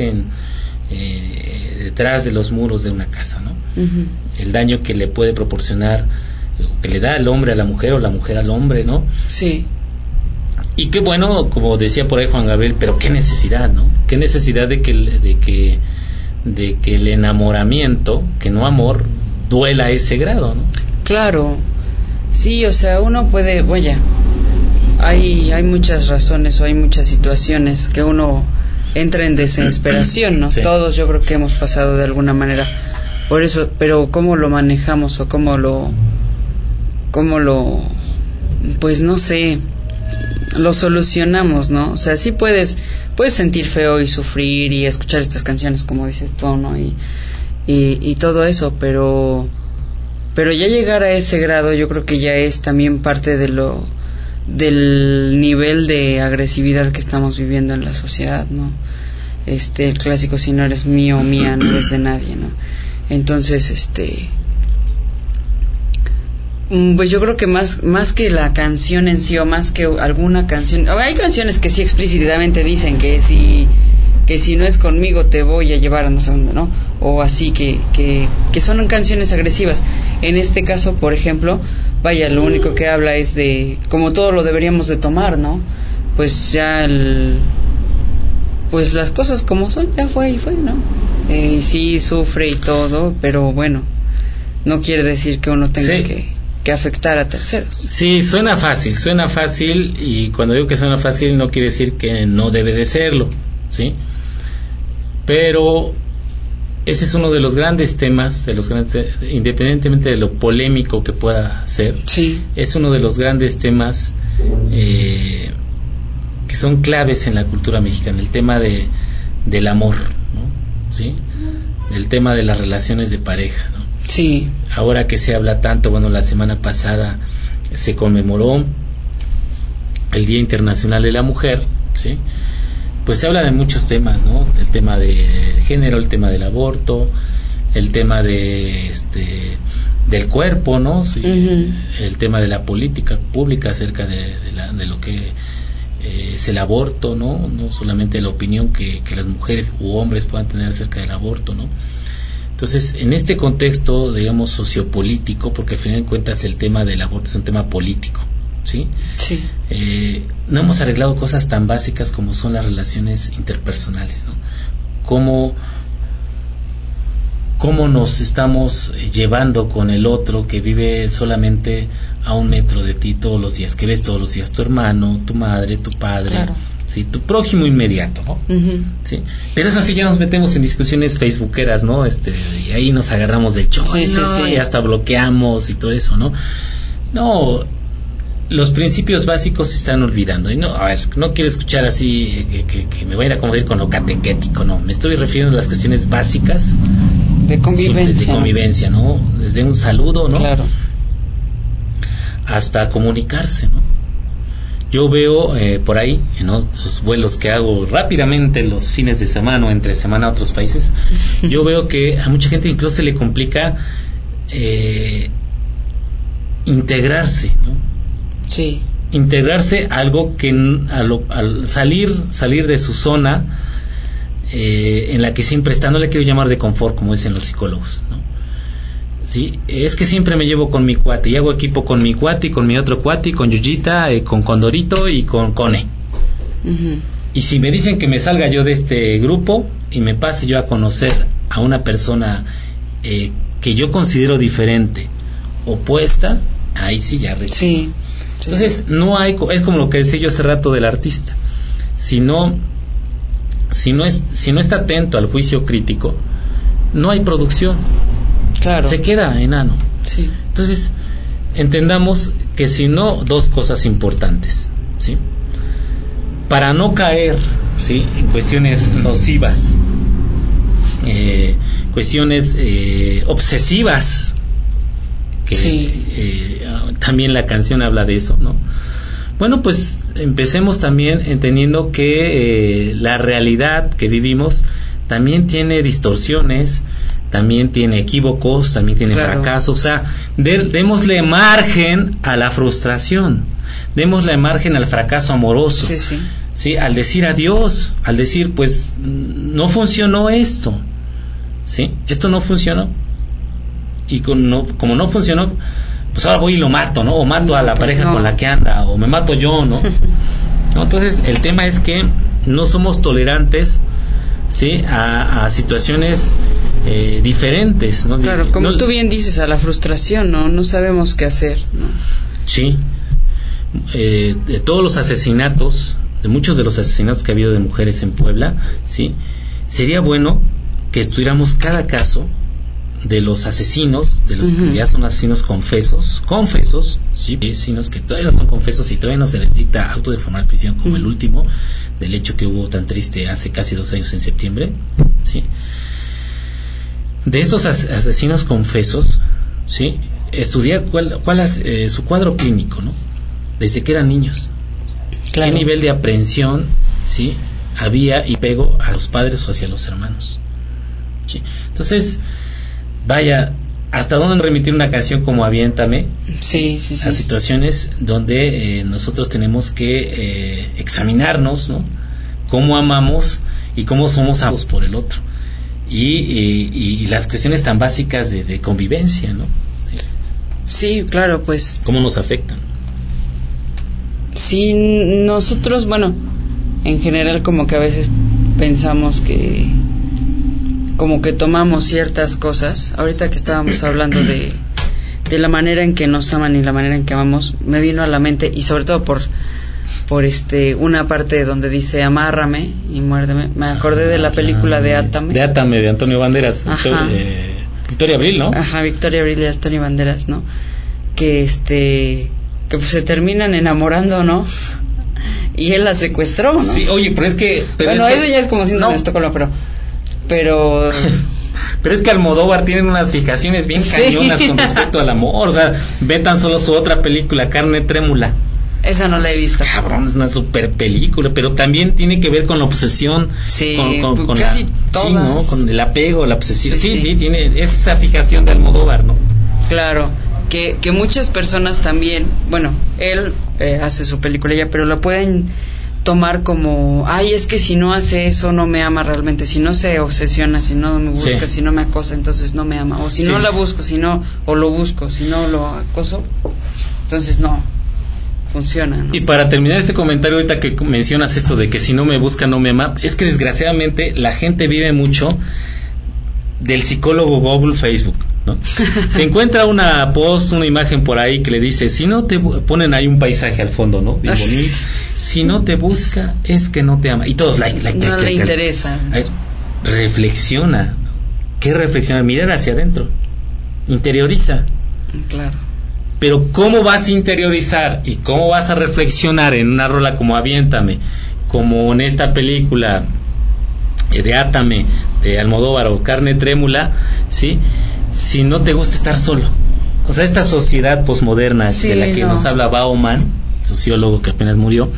detrás de los muros de una casa, ¿no? Uh-huh. El daño que le puede proporcionar, que le da el hombre a la mujer o la mujer al hombre, ¿no? Sí. Y qué bueno, como decía por ahí Juan Gabriel, pero qué necesidad, ¿no? Qué necesidad de que el enamoramiento, que no amor, duela a ese grado, ¿no? Claro. Sí, o sea, uno puede, vaya, hay muchas razones o hay muchas situaciones que uno entra en desesperación, ¿no? Sí. Todos yo creo que hemos pasado de alguna manera por eso, pero cómo lo manejamos o cómo lo pues no sé, lo solucionamos, ¿no? O sea, sí puedes sentir feo y sufrir y escuchar estas canciones como dices tú, ¿no? Y todo eso, pero ya llegar a ese grado yo creo que ya es también parte del nivel de agresividad que estamos viviendo en la sociedad, ¿no? El clásico, si no eres mío o mía, no eres de nadie, ¿no? Entonces, pues yo creo que más que la canción en sí o más que alguna canción, hay canciones que sí explícitamente dicen que si no es conmigo te voy a llevar a no sé dónde, ¿no? O así que son canciones agresivas. En este caso, por ejemplo, vaya, lo único que habla es de como todo lo deberíamos de tomar, ¿no? Pues ya pues las cosas como son, ya fue y fue, ¿no? Y sí sufre y todo, pero bueno, no quiere decir que uno tenga que afectar a terceros. Sí, suena fácil, y cuando digo que suena fácil no quiere decir que no debe de serlo, ¿sí? Pero ese es uno de los grandes temas, independientemente de lo polémico que pueda ser, sí, es uno de los grandes temas que son claves en la cultura mexicana, el tema del amor, ¿no? ¿Sí? El tema de las relaciones de pareja, ¿no? Sí. Ahora que se habla tanto, bueno, la semana pasada se conmemoró el Día Internacional de la Mujer, ¿sí? Pues se habla de muchos temas, ¿no? El tema del género, el tema del aborto, el tema del cuerpo, ¿no? Sí. Uh-huh. El tema de la política pública acerca de lo que es el aborto, ¿no? No solamente la opinión que las mujeres u hombres puedan tener acerca del aborto, ¿no? Entonces, en este contexto, digamos, sociopolítico, porque al final de cuentas el tema del aborto es un tema político, ¿sí? Sí. No hemos arreglado cosas tan básicas como son las relaciones interpersonales, ¿no? Cómo nos estamos llevando con el otro que vive solamente a 1 metro de ti todos los días, que ves todos los días tu hermano, tu madre, tu padre, claro, ¿sí? Tu prójimo inmediato, ¿no? Uh-huh. ¿Sí? Pero eso sí, ya nos metemos en discusiones facebookeras, ¿no? Y ahí nos agarramos del chongo, sí, y hasta bloqueamos y todo eso, ¿no? No, los principios básicos se están olvidando. Y no, a ver, no quiero escuchar así que me vaya a confundir con lo catequético, no. Me estoy refiriendo a las cuestiones básicas de convivencia, de convivencia, ¿no? Desde un saludo, ¿no? Claro. Hasta comunicarse, ¿no? Yo veo por ahí, en otros vuelos que hago rápidamente los fines de semana o entre semana a otros países, yo veo que a mucha gente incluso se le complica integrarse, ¿no? Sí. Integrarse a algo que al salir de su zona en la que siempre está, no le quiero llamar de confort como dicen los psicólogos, ¿no? Sí, es que siempre me llevo con mi cuate y hago equipo con mi cuate y con mi otro cuate y con Yuyita, con Condorito y con Cone. Uh-huh. Y si me dicen que me salga yo de este grupo y me pase yo a conocer a una persona que yo considero diferente, opuesta, ahí sí ya recibo. Sí. Sí. Entonces, no hay, es como lo que decía yo hace rato del artista. Si no está atento al juicio crítico, no hay producción. Claro. Se queda enano. Sí. Entonces, entendamos que si no, dos cosas importantes, ¿sí? Para no caer, ¿sí?, en cuestiones nocivas, cuestiones obsesivas, que sí. También la canción habla de eso, ¿no? Bueno, pues empecemos también entendiendo que la realidad que vivimos también tiene distorsiones, también tiene equívocos, también tiene fracasos. O sea, démosle margen a la frustración, démosle margen al fracaso amoroso. Sí, sí. ¿Sí? Al decir adiós, al decir, pues, no funcionó esto, ¿sí? Esto no funcionó. Y como no funcionó, pues ahora voy y lo mato, ¿no? O mato a la pareja con la que anda, o me mato yo, ¿no? ¿No? Entonces, el tema es que no somos tolerantes, ¿sí?, a situaciones diferentes, ¿no? Claro, como tú bien dices, a la frustración, ¿no? No sabemos qué hacer, ¿no? Sí. De todos los asesinatos, de muchos de los asesinatos que ha habido de mujeres en Puebla, ¿sí?, sería bueno que estudiáramos cada caso de los asesinos, de los que ya son asesinos confesos, ¿sí?, asesinos que todavía no son confesos y todavía no se les dicta auto de formal prisión, como el último del hecho que hubo tan triste hace casi 2 años en septiembre, ¿sí? De estos asesinos confesos, ¿sí?, estudiar cuál es su cuadro clínico, ¿no?, desde que eran niños. Claro. ¿Qué nivel de aprehensión, ¿sí?, había y pego a los padres o hacia los hermanos? ¿Sí? Entonces, vaya, ¿hasta dónde remitir una canción como Aviéntame? Sí. A situaciones donde nosotros tenemos que examinarnos, ¿no?, cómo amamos y cómo somos amados por el otro. Y las cuestiones tan básicas de convivencia, ¿no? Sí, claro, pues. ¿Cómo nos afectan? Sí, nosotros, bueno, en general como que a veces pensamos que como que tomamos ciertas cosas. Ahorita que estábamos hablando de la manera en que nos aman y la manera en que amamos, me vino a la mente, y sobre todo por una parte donde dice amárrame y muérdeme, me acordé de la película de Átame. De Átame, de Antonio Banderas. Victoria Abril, ¿no? Ajá, Victoria Abril y Antonio Banderas, ¿no? Que que pues se terminan enamorando, ¿no? Y él la secuestró, ¿no? Sí, oye, pero es que... Bueno, eso ya es como síndrome de Estocolmo, pero pero es que Almodóvar tiene unas fijaciones bien cañonas con respecto al amor. O sea, ve tan solo su otra película, Carne Trémula. Esa no la he visto. Cabrón, es una super película, pero también tiene que ver con la obsesión. Sí, con casi todas. Sí, ¿no? Con el apego, la obsesión. Sí, tiene esa fijación de Almodóvar, ¿no? Claro, que muchas personas también, bueno, él hace su película ya, pero la pueden tomar como, ay, es que si no hace eso no me ama realmente, si no se obsesiona, si no me busca, si no me acosa, entonces no me ama, o si no la busco, o lo busco, si no lo acoso, entonces no funciona, ¿no? Y para terminar este comentario, ahorita que mencionas esto de que si no me busca no me ama, es que desgraciadamente la gente vive mucho del psicólogo Google Facebook, ¿no? Se encuentra una imagen por ahí que le dice, si no te ponen ahí un paisaje al fondo, ¿no? Bien bonito. Si no te busca es que no te ama. Y todos like. No le interesa. Reflexiona. ¿Qué reflexiona? Mirar hacia adentro. Interioriza. Claro. Pero ¿cómo vas a interiorizar y cómo vas a reflexionar en una rola como Aviéntame, como en esta película de Átame, de Almodóvar, o Carne Trémula, ¿sí?, si no te gusta estar solo? O sea, esta sociedad posmoderna de la que nos habla Bauman, sociólogo que apenas murió,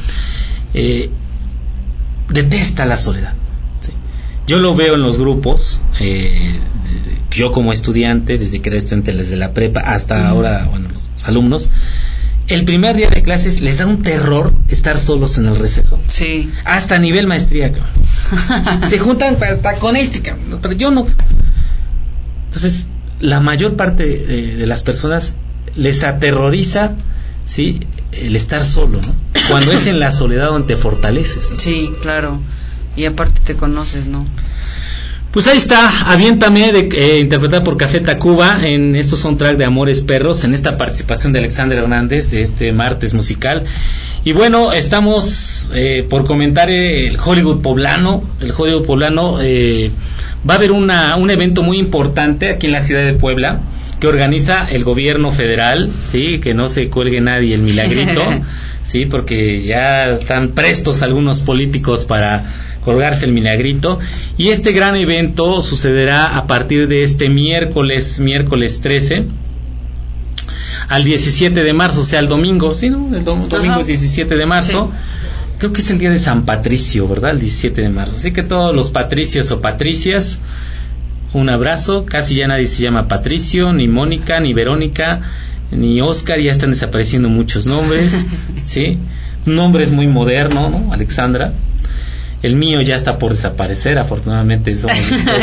detesta la soledad, ¿sí? Yo lo veo en los grupos, yo como estudiante, desde que era estudiante, desde la prepa hasta ahora, bueno, los alumnos, el primer día de clases les da un terror estar solos en el receso. Sí. Hasta a nivel maestría, cabrón. Se juntan hasta con cabrón, pero yo no. Entonces, la mayor parte de las personas les aterroriza, ¿sí?, el estar solo, ¿no? Cuando es en la soledad donde te fortaleces, ¿no? Sí, claro. Y aparte te conoces, ¿no? Pues ahí está, Aviéntame, interpretada por Café Tacuba en estos soundtrack de Amores Perros, en esta participación de Alexander Hernández de este martes musical. Y bueno, estamos por comentar el Hollywood poblano. El Hollywood poblano va a haber un evento muy importante aquí en la ciudad de Puebla que organiza el gobierno federal, sí, que no se cuelgue nadie el milagrito, sí, porque ya están prestos algunos políticos para colgarse el milagrito. Y este gran evento sucederá a partir de este miércoles 13 al 17 de marzo, o sea, el domingo, ¿sí, no? El domingo es 17 de marzo. Sí. Creo que es el día de San Patricio, ¿verdad? El 17 de marzo. Así que todos los patricios o patricias, un abrazo. Casi ya nadie se llama Patricio, ni Mónica, ni Verónica, ni Oscar. Ya están desapareciendo muchos nombres, ¿sí? Un nombre es muy moderno, ¿no? Alexandra. El mío ya está por desaparecer, afortunadamente somos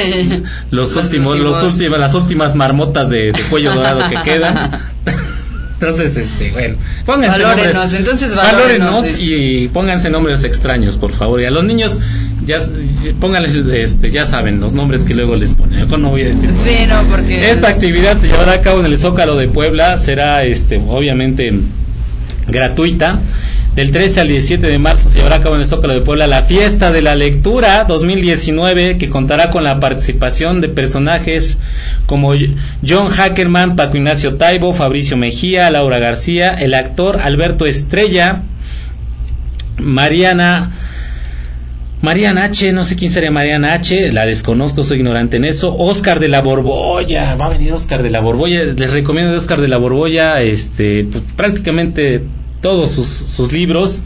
las últimas marmotas de cuello dorado que quedan. Entonces, bueno, pónganse valórenos y pónganse nombres extraños, por favor. Y a los niños pónganles, ya saben los nombres que luego les ponen. Mejor no voy a decir. Sí, no, porque esta actividad se llevará a cabo en el Zócalo de Puebla, será obviamente gratuita. Del 13 al 17 de marzo se llevará a cabo en el Zócalo de Puebla la Fiesta de la Lectura 2019, que contará con la participación de personajes como John Hackerman, Paco Ignacio Taibo, Fabricio Mejía, Laura García, el actor Alberto Estrella, Mariana H, no sé quién sería Mariana H, la desconozco, soy ignorante en eso. Oscar de la Borbolla, va a venir Oscar de la Borbolla. Les recomiendo de Oscar de la Borbolla pues, prácticamente todos sus libros.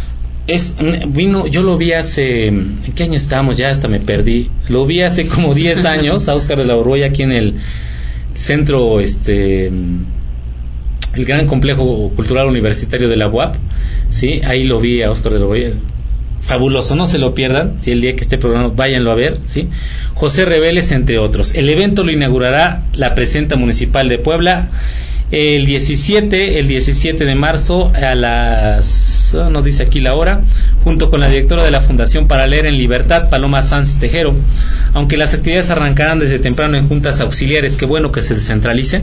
Yo lo vi hace, ¿en qué año estábamos? Ya hasta me perdí. Lo vi hace como 10 años a Oscar de la Borbolla aquí en el centro, el gran complejo cultural universitario de la UAP, sí, ahí lo vi a Oscar de la Borbolla. Fabuloso, no se lo pierdan. Si el día que esté programa, váyanlo a ver, ¿sí? José Reveles, entre otros. El evento lo inaugurará la presidenta municipal de Puebla el 17 de marzo a las, no dice aquí la hora, junto con la directora de la Fundación para Leer en Libertad, Paloma Sanz Tejero. Aunque las actividades arrancarán desde temprano en juntas auxiliares, qué bueno que se descentralicen.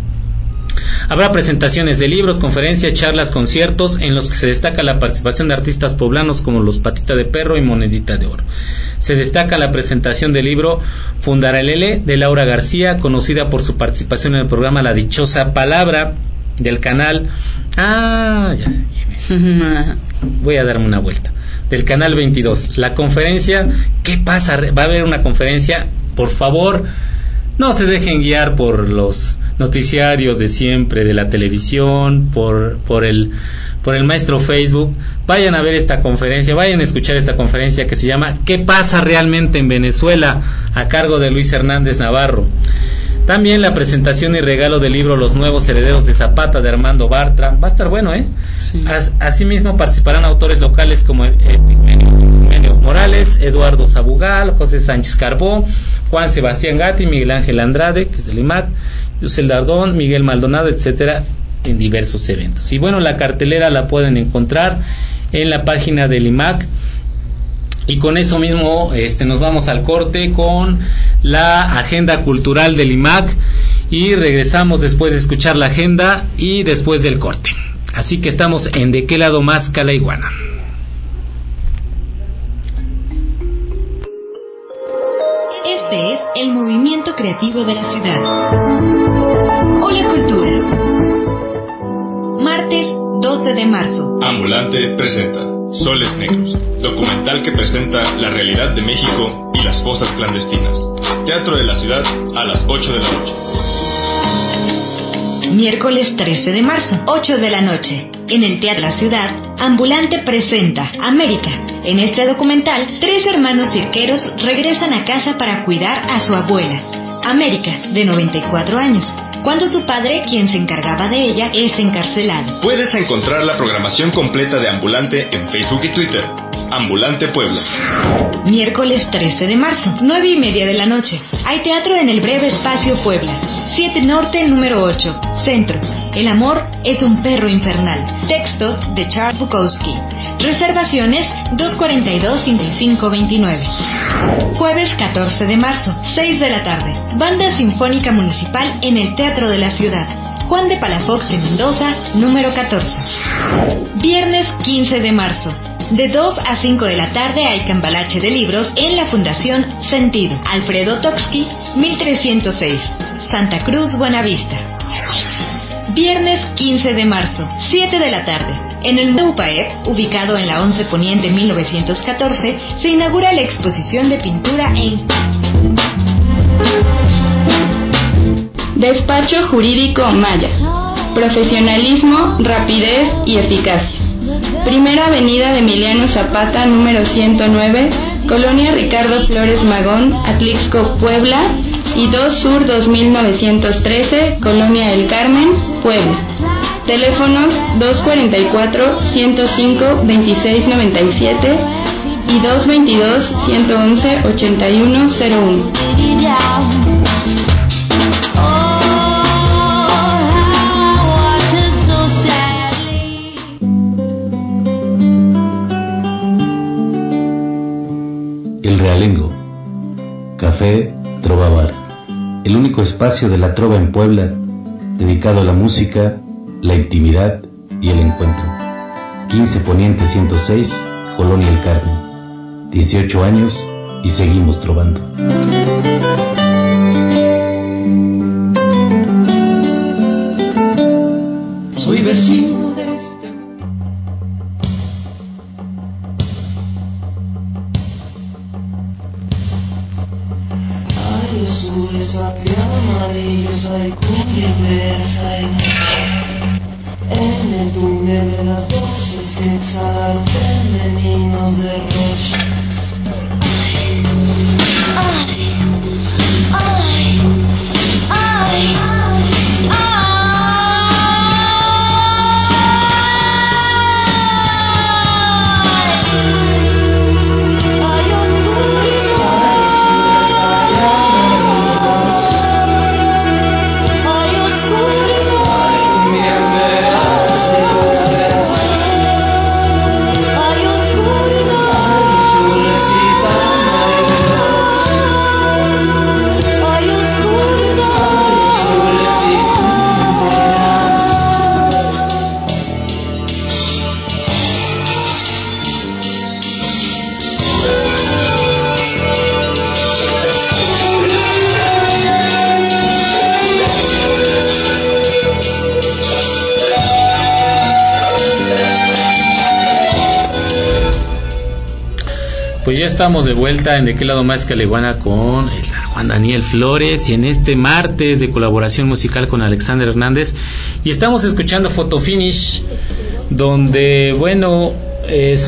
Habrá presentaciones de libros, conferencias, charlas, conciertos, en los que se destaca la participación de artistas poblanos como Los Patita de Perro y Monedita de Oro. Se destaca la presentación del libro Fundarelele de Laura García, conocida por su participación en el programa La Dichosa Palabra del canal. Ya sé. Voy a darme una vuelta. Del canal 22. La conferencia, ¿qué pasa? Va a haber una conferencia, por favor, no se dejen guiar por los noticiarios de siempre de la televisión, por el maestro Facebook. Vayan a ver esta conferencia, vayan a escuchar esta conferencia que se llama ¿Qué pasa realmente en Venezuela?, a cargo de Luis Hernández Navarro. También la presentación y regalo del libro Los Nuevos Herederos de Zapata de Armando Bartra. Va a estar bueno, ¿eh? Sí. Asimismo participarán autores locales como Epigmenio Morales, Eduardo Sabugal, José Sánchez Carbó, Juan Sebastián Gatti, Miguel Ángel Andrade, que es el IMAC, Yusel Dardón, Miguel Maldonado, etcétera, en diversos eventos. Y bueno, la cartelera la pueden encontrar en la página del IMAC. Y con eso mismo nos vamos al corte con la agenda cultural del IMAC y regresamos después de escuchar la agenda y después del corte. Así que estamos en ¿De qué lado más Calaiguana? Este es el movimiento creativo de la ciudad. Hola Cultura. Martes 12 de marzo. Ambulante presenta Soles Negros, documental que presenta la realidad de México y las fosas clandestinas. Teatro de la Ciudad a las 8 de la noche. Miércoles 13 de marzo, 8 de la noche. En el Teatro de la Ciudad, Ambulante presenta América. En este documental, 3 hermanos cirqueros regresan a casa para cuidar a su abuela, América, de 94 años, cuando su padre, quien se encargaba de ella, es encarcelado. Puedes encontrar la programación completa de Ambulante en Facebook y Twitter. Ambulante Puebla. Miércoles 13 de marzo, 9:30 de la noche. Hay teatro en el Breve Espacio Puebla, 7 Norte, número 8, Centro. El amor es un perro infernal. Textos de Charles Bukowski. Reservaciones 242-5529. Jueves 14 de marzo, 6 de la tarde. Banda Sinfónica Municipal en el Teatro de la Ciudad. Juan de Palafox de Mendoza, número 14. Viernes 15 de marzo. De 2 a 5 de la tarde hay cambalache de libros en la Fundación Sentido. Alfredo Toksky, 1306. Santa Cruz, Buenavista. Viernes 15 de marzo, 7 de la tarde. En el Museo UPAEP, ubicado en la 11 Poniente 1914, se inaugura la exposición de pintura Despacho Jurídico Maya. Profesionalismo, rapidez y eficacia. Primera Avenida de Emiliano Zapata, número 109, Colonia Ricardo Flores Magón, Atlixco, Puebla, y 2 Sur 2913, Colonia El Carmen, Puebla. Teléfonos 244-105-2697 y 222-111-8101. El Realengo, Café Trova Bar, el único espacio de la trova en Puebla dedicado a la música, la intimidad y el encuentro. 15 Poniente 106, Colonia El Carmen. 18 años y seguimos trovando. Soy vecino de este. Hay azules, hay amarillos, hay cumbimbers, hay nada. En el túnel de las voces que exhalaron femeninos de roches. Pues ya estamos de vuelta en De qué lado más Caleguana con Juan Daniel Flores y en este martes de colaboración musical con Alexander Hernández, y estamos escuchando Photo Finish, donde bueno, es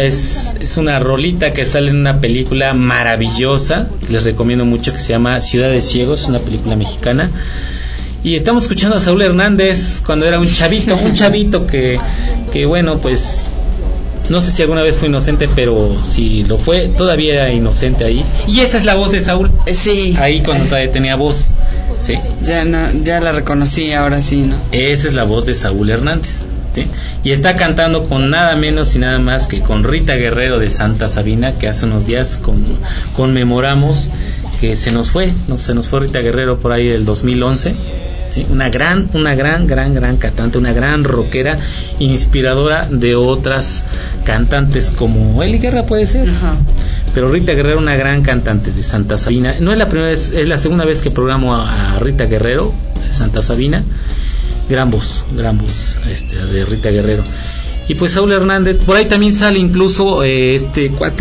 una rolita que sale en una película maravillosa que les recomiendo mucho, que se llama Ciudad de Ciegos, una película mexicana. Y estamos escuchando a Saúl Hernández cuando era un chavito que bueno, pues no sé si alguna vez fue inocente, pero si lo fue, todavía era inocente ahí. Y esa es la voz de Saúl. Sí. Ahí cuando todavía tenía voz. Sí. Ya la reconocí, ahora sí, ¿no? Esa es la voz de Saúl Hernández. ¿Sí? Y está cantando con nada menos y nada más que con Rita Guerrero de Santa Sabina, que hace unos días conmemoramos que se nos fue Rita Guerrero por ahí del 2011. ¿Sí? Una gran cantante, una gran rockera, inspiradora de otras cantantes como Eli Guerra, puede ser. Ajá. Pero Rita Guerrero, una gran cantante de Santa Sabina. No es la primera vez, es la segunda vez que programo a Rita Guerrero de Santa Sabina. Gran voz de Rita Guerrero. Y pues Saúl Hernández, por ahí también sale incluso este cuate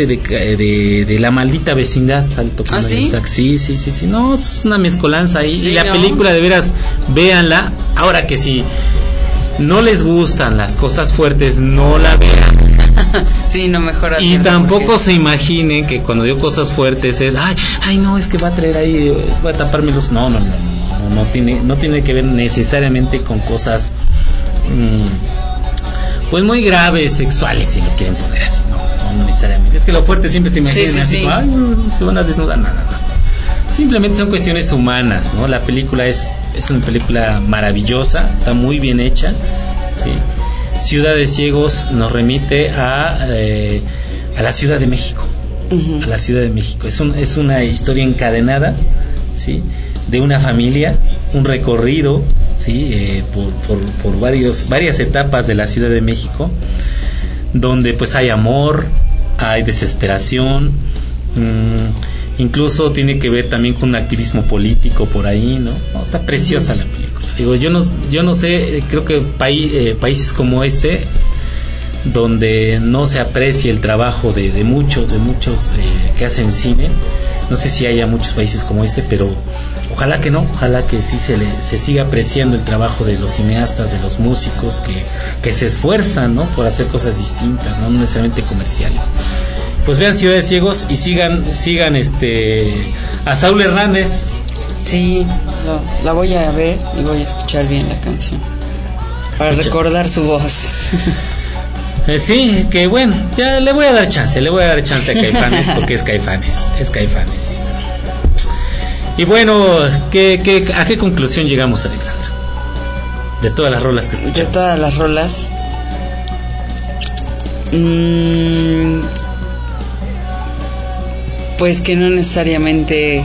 de La Maldita Vecindad, sale tocando. ¿Ah, sí? Sí, no, es una mezcolanza ahí. Sí, y la película, de veras, véanla. Ahora que si no les gustan las cosas fuertes, no la vean. Sí, no, mejor. Y tampoco se imaginen que cuando digo cosas fuertes es, ay no, es que va a traer ahí, va a taparme los... No tiene que ver necesariamente con cosas pues muy graves, sexuales, si lo quieren poner así. No necesariamente. Es que lo fuerte siempre se imagina así, ay, se van a desnudar. No. Simplemente son cuestiones humanas, ¿no? La película es es una película maravillosa, está muy bien hecha, ¿sí? Ciudad de Ciegos nos remite a la Ciudad de México, uh-huh. A la Ciudad de México. Es una historia encadenada, ¿sí? De una familia, un recorrido, ¿sí? Por varias etapas de la Ciudad de México, donde pues hay amor, hay desesperación, incluso tiene que ver también con un activismo político por ahí, ¿no? Está preciosa la película. Digo, yo no sé, creo que países como este, donde no se aprecia el trabajo de muchos que hacen cine, no sé si haya muchos países como este, pero ojalá que no, ojalá que sí se siga apreciando el trabajo de los cineastas, de los músicos que se esfuerzan, ¿no? Por hacer cosas distintas, no necesariamente comerciales. Pues vean Ciudad de Ciegos y sigan a Saúl Hernández. Sí, la voy a ver y voy a escuchar bien la canción para recordar su voz. Sí, que bueno, ya le voy a dar chance a Caifanes porque es Caifanes, sí. Y bueno, ¿a qué conclusión llegamos, Alexandra? De todas las rolas que escuchamos. De todas las rolas, pues que no necesariamente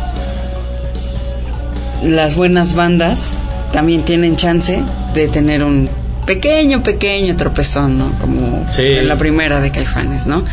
las buenas bandas también tienen chance de tener un pequeño tropezón, ¿no? Como sí. En la primera de Caifanes, ¿no?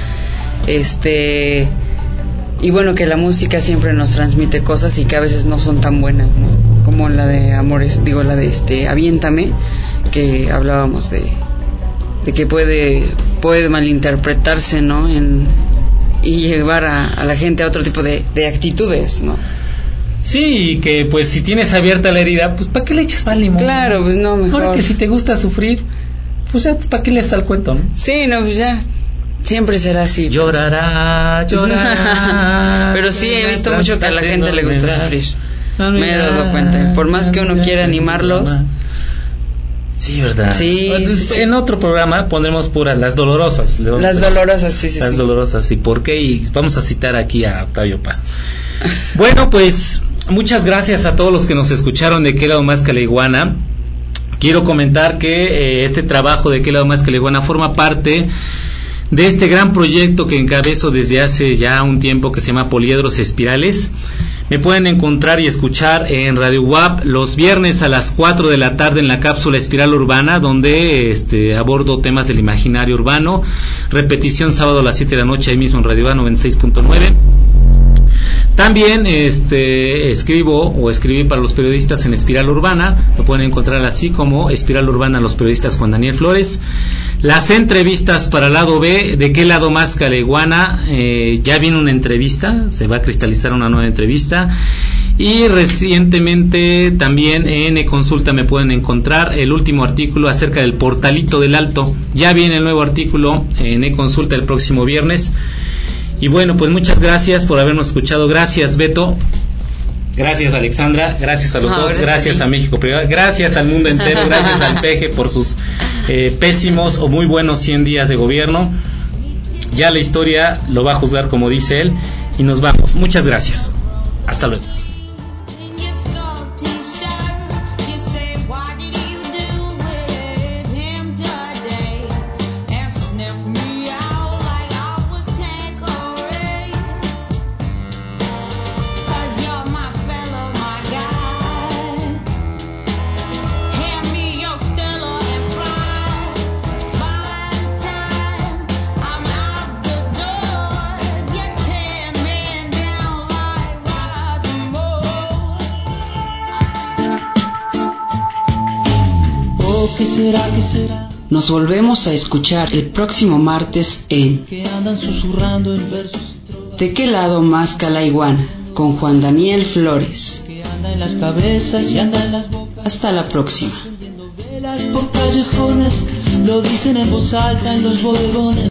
Y bueno, que la música siempre nos transmite cosas y que a veces no son tan buenas, ¿no? Como la de Amores, la de Aviéntame, que hablábamos de que puede malinterpretarse, ¿no? Y llevar a la gente a otro tipo de actitudes, ¿no? Sí, y que pues si tienes abierta la herida, pues ¿para qué le echas más limón? Claro, pues no, mejor. Ahora que si te gusta sufrir, pues ya, ¿para qué le das al cuento, no? Sí, no, pues ya, siempre será así. Llorará. Pero sí, he visto mucho que a la gente le gusta sufrir. Me he dado cuenta. Por más que uno quiera animarlos. Sí, ¿verdad? Sí, sí. En otro programa pondremos puras las dolorosas. Las dolorosas, sí. Las dolorosas, ¿y por qué? Y vamos a citar aquí a Octavio Paz. Bueno, pues muchas gracias a todos los que nos escucharon de Qué lado más Calaiguana. Quiero comentar que este trabajo de Qué lado más Calaiguana forma parte de este gran proyecto que encabezo desde hace ya un tiempo, que se llama Poliedros Espirales. Me pueden encontrar y escuchar en Radio UAP los viernes a las 4 de la tarde en la cápsula Espiral Urbana, donde abordo temas del imaginario urbano. Repetición sábado a las 7 de la noche ahí mismo en Radio UAP 96.9. También escribí para los periodistas en Espiral Urbana. Lo pueden encontrar así como Espiral Urbana, los periodistas Juan Daniel Flores. Las entrevistas para el lado B, de Qué lado más Calaiguana, ya viene una entrevista, se va a cristalizar una nueva entrevista. Y recientemente también en eConsulta me pueden encontrar el último artículo acerca del Portalito del Alto. Ya viene el nuevo artículo en eConsulta el próximo viernes. Y bueno, pues muchas gracias por habernos escuchado. Gracias, Beto. Gracias, Alexandra. Gracias a los dos. Gracias a México Privado. Gracias al mundo entero. Gracias al Peje por sus pésimos o muy buenos 100 días de gobierno. Ya la historia lo va a juzgar como dice él. Y nos vamos. Muchas gracias. Hasta luego. Nos volvemos a escuchar el próximo martes en ¿De qué lado más Calaiguana? Con Juan Daniel Flores. Hasta la próxima. Por callejones, lo dicen en voz alta en los bodegones.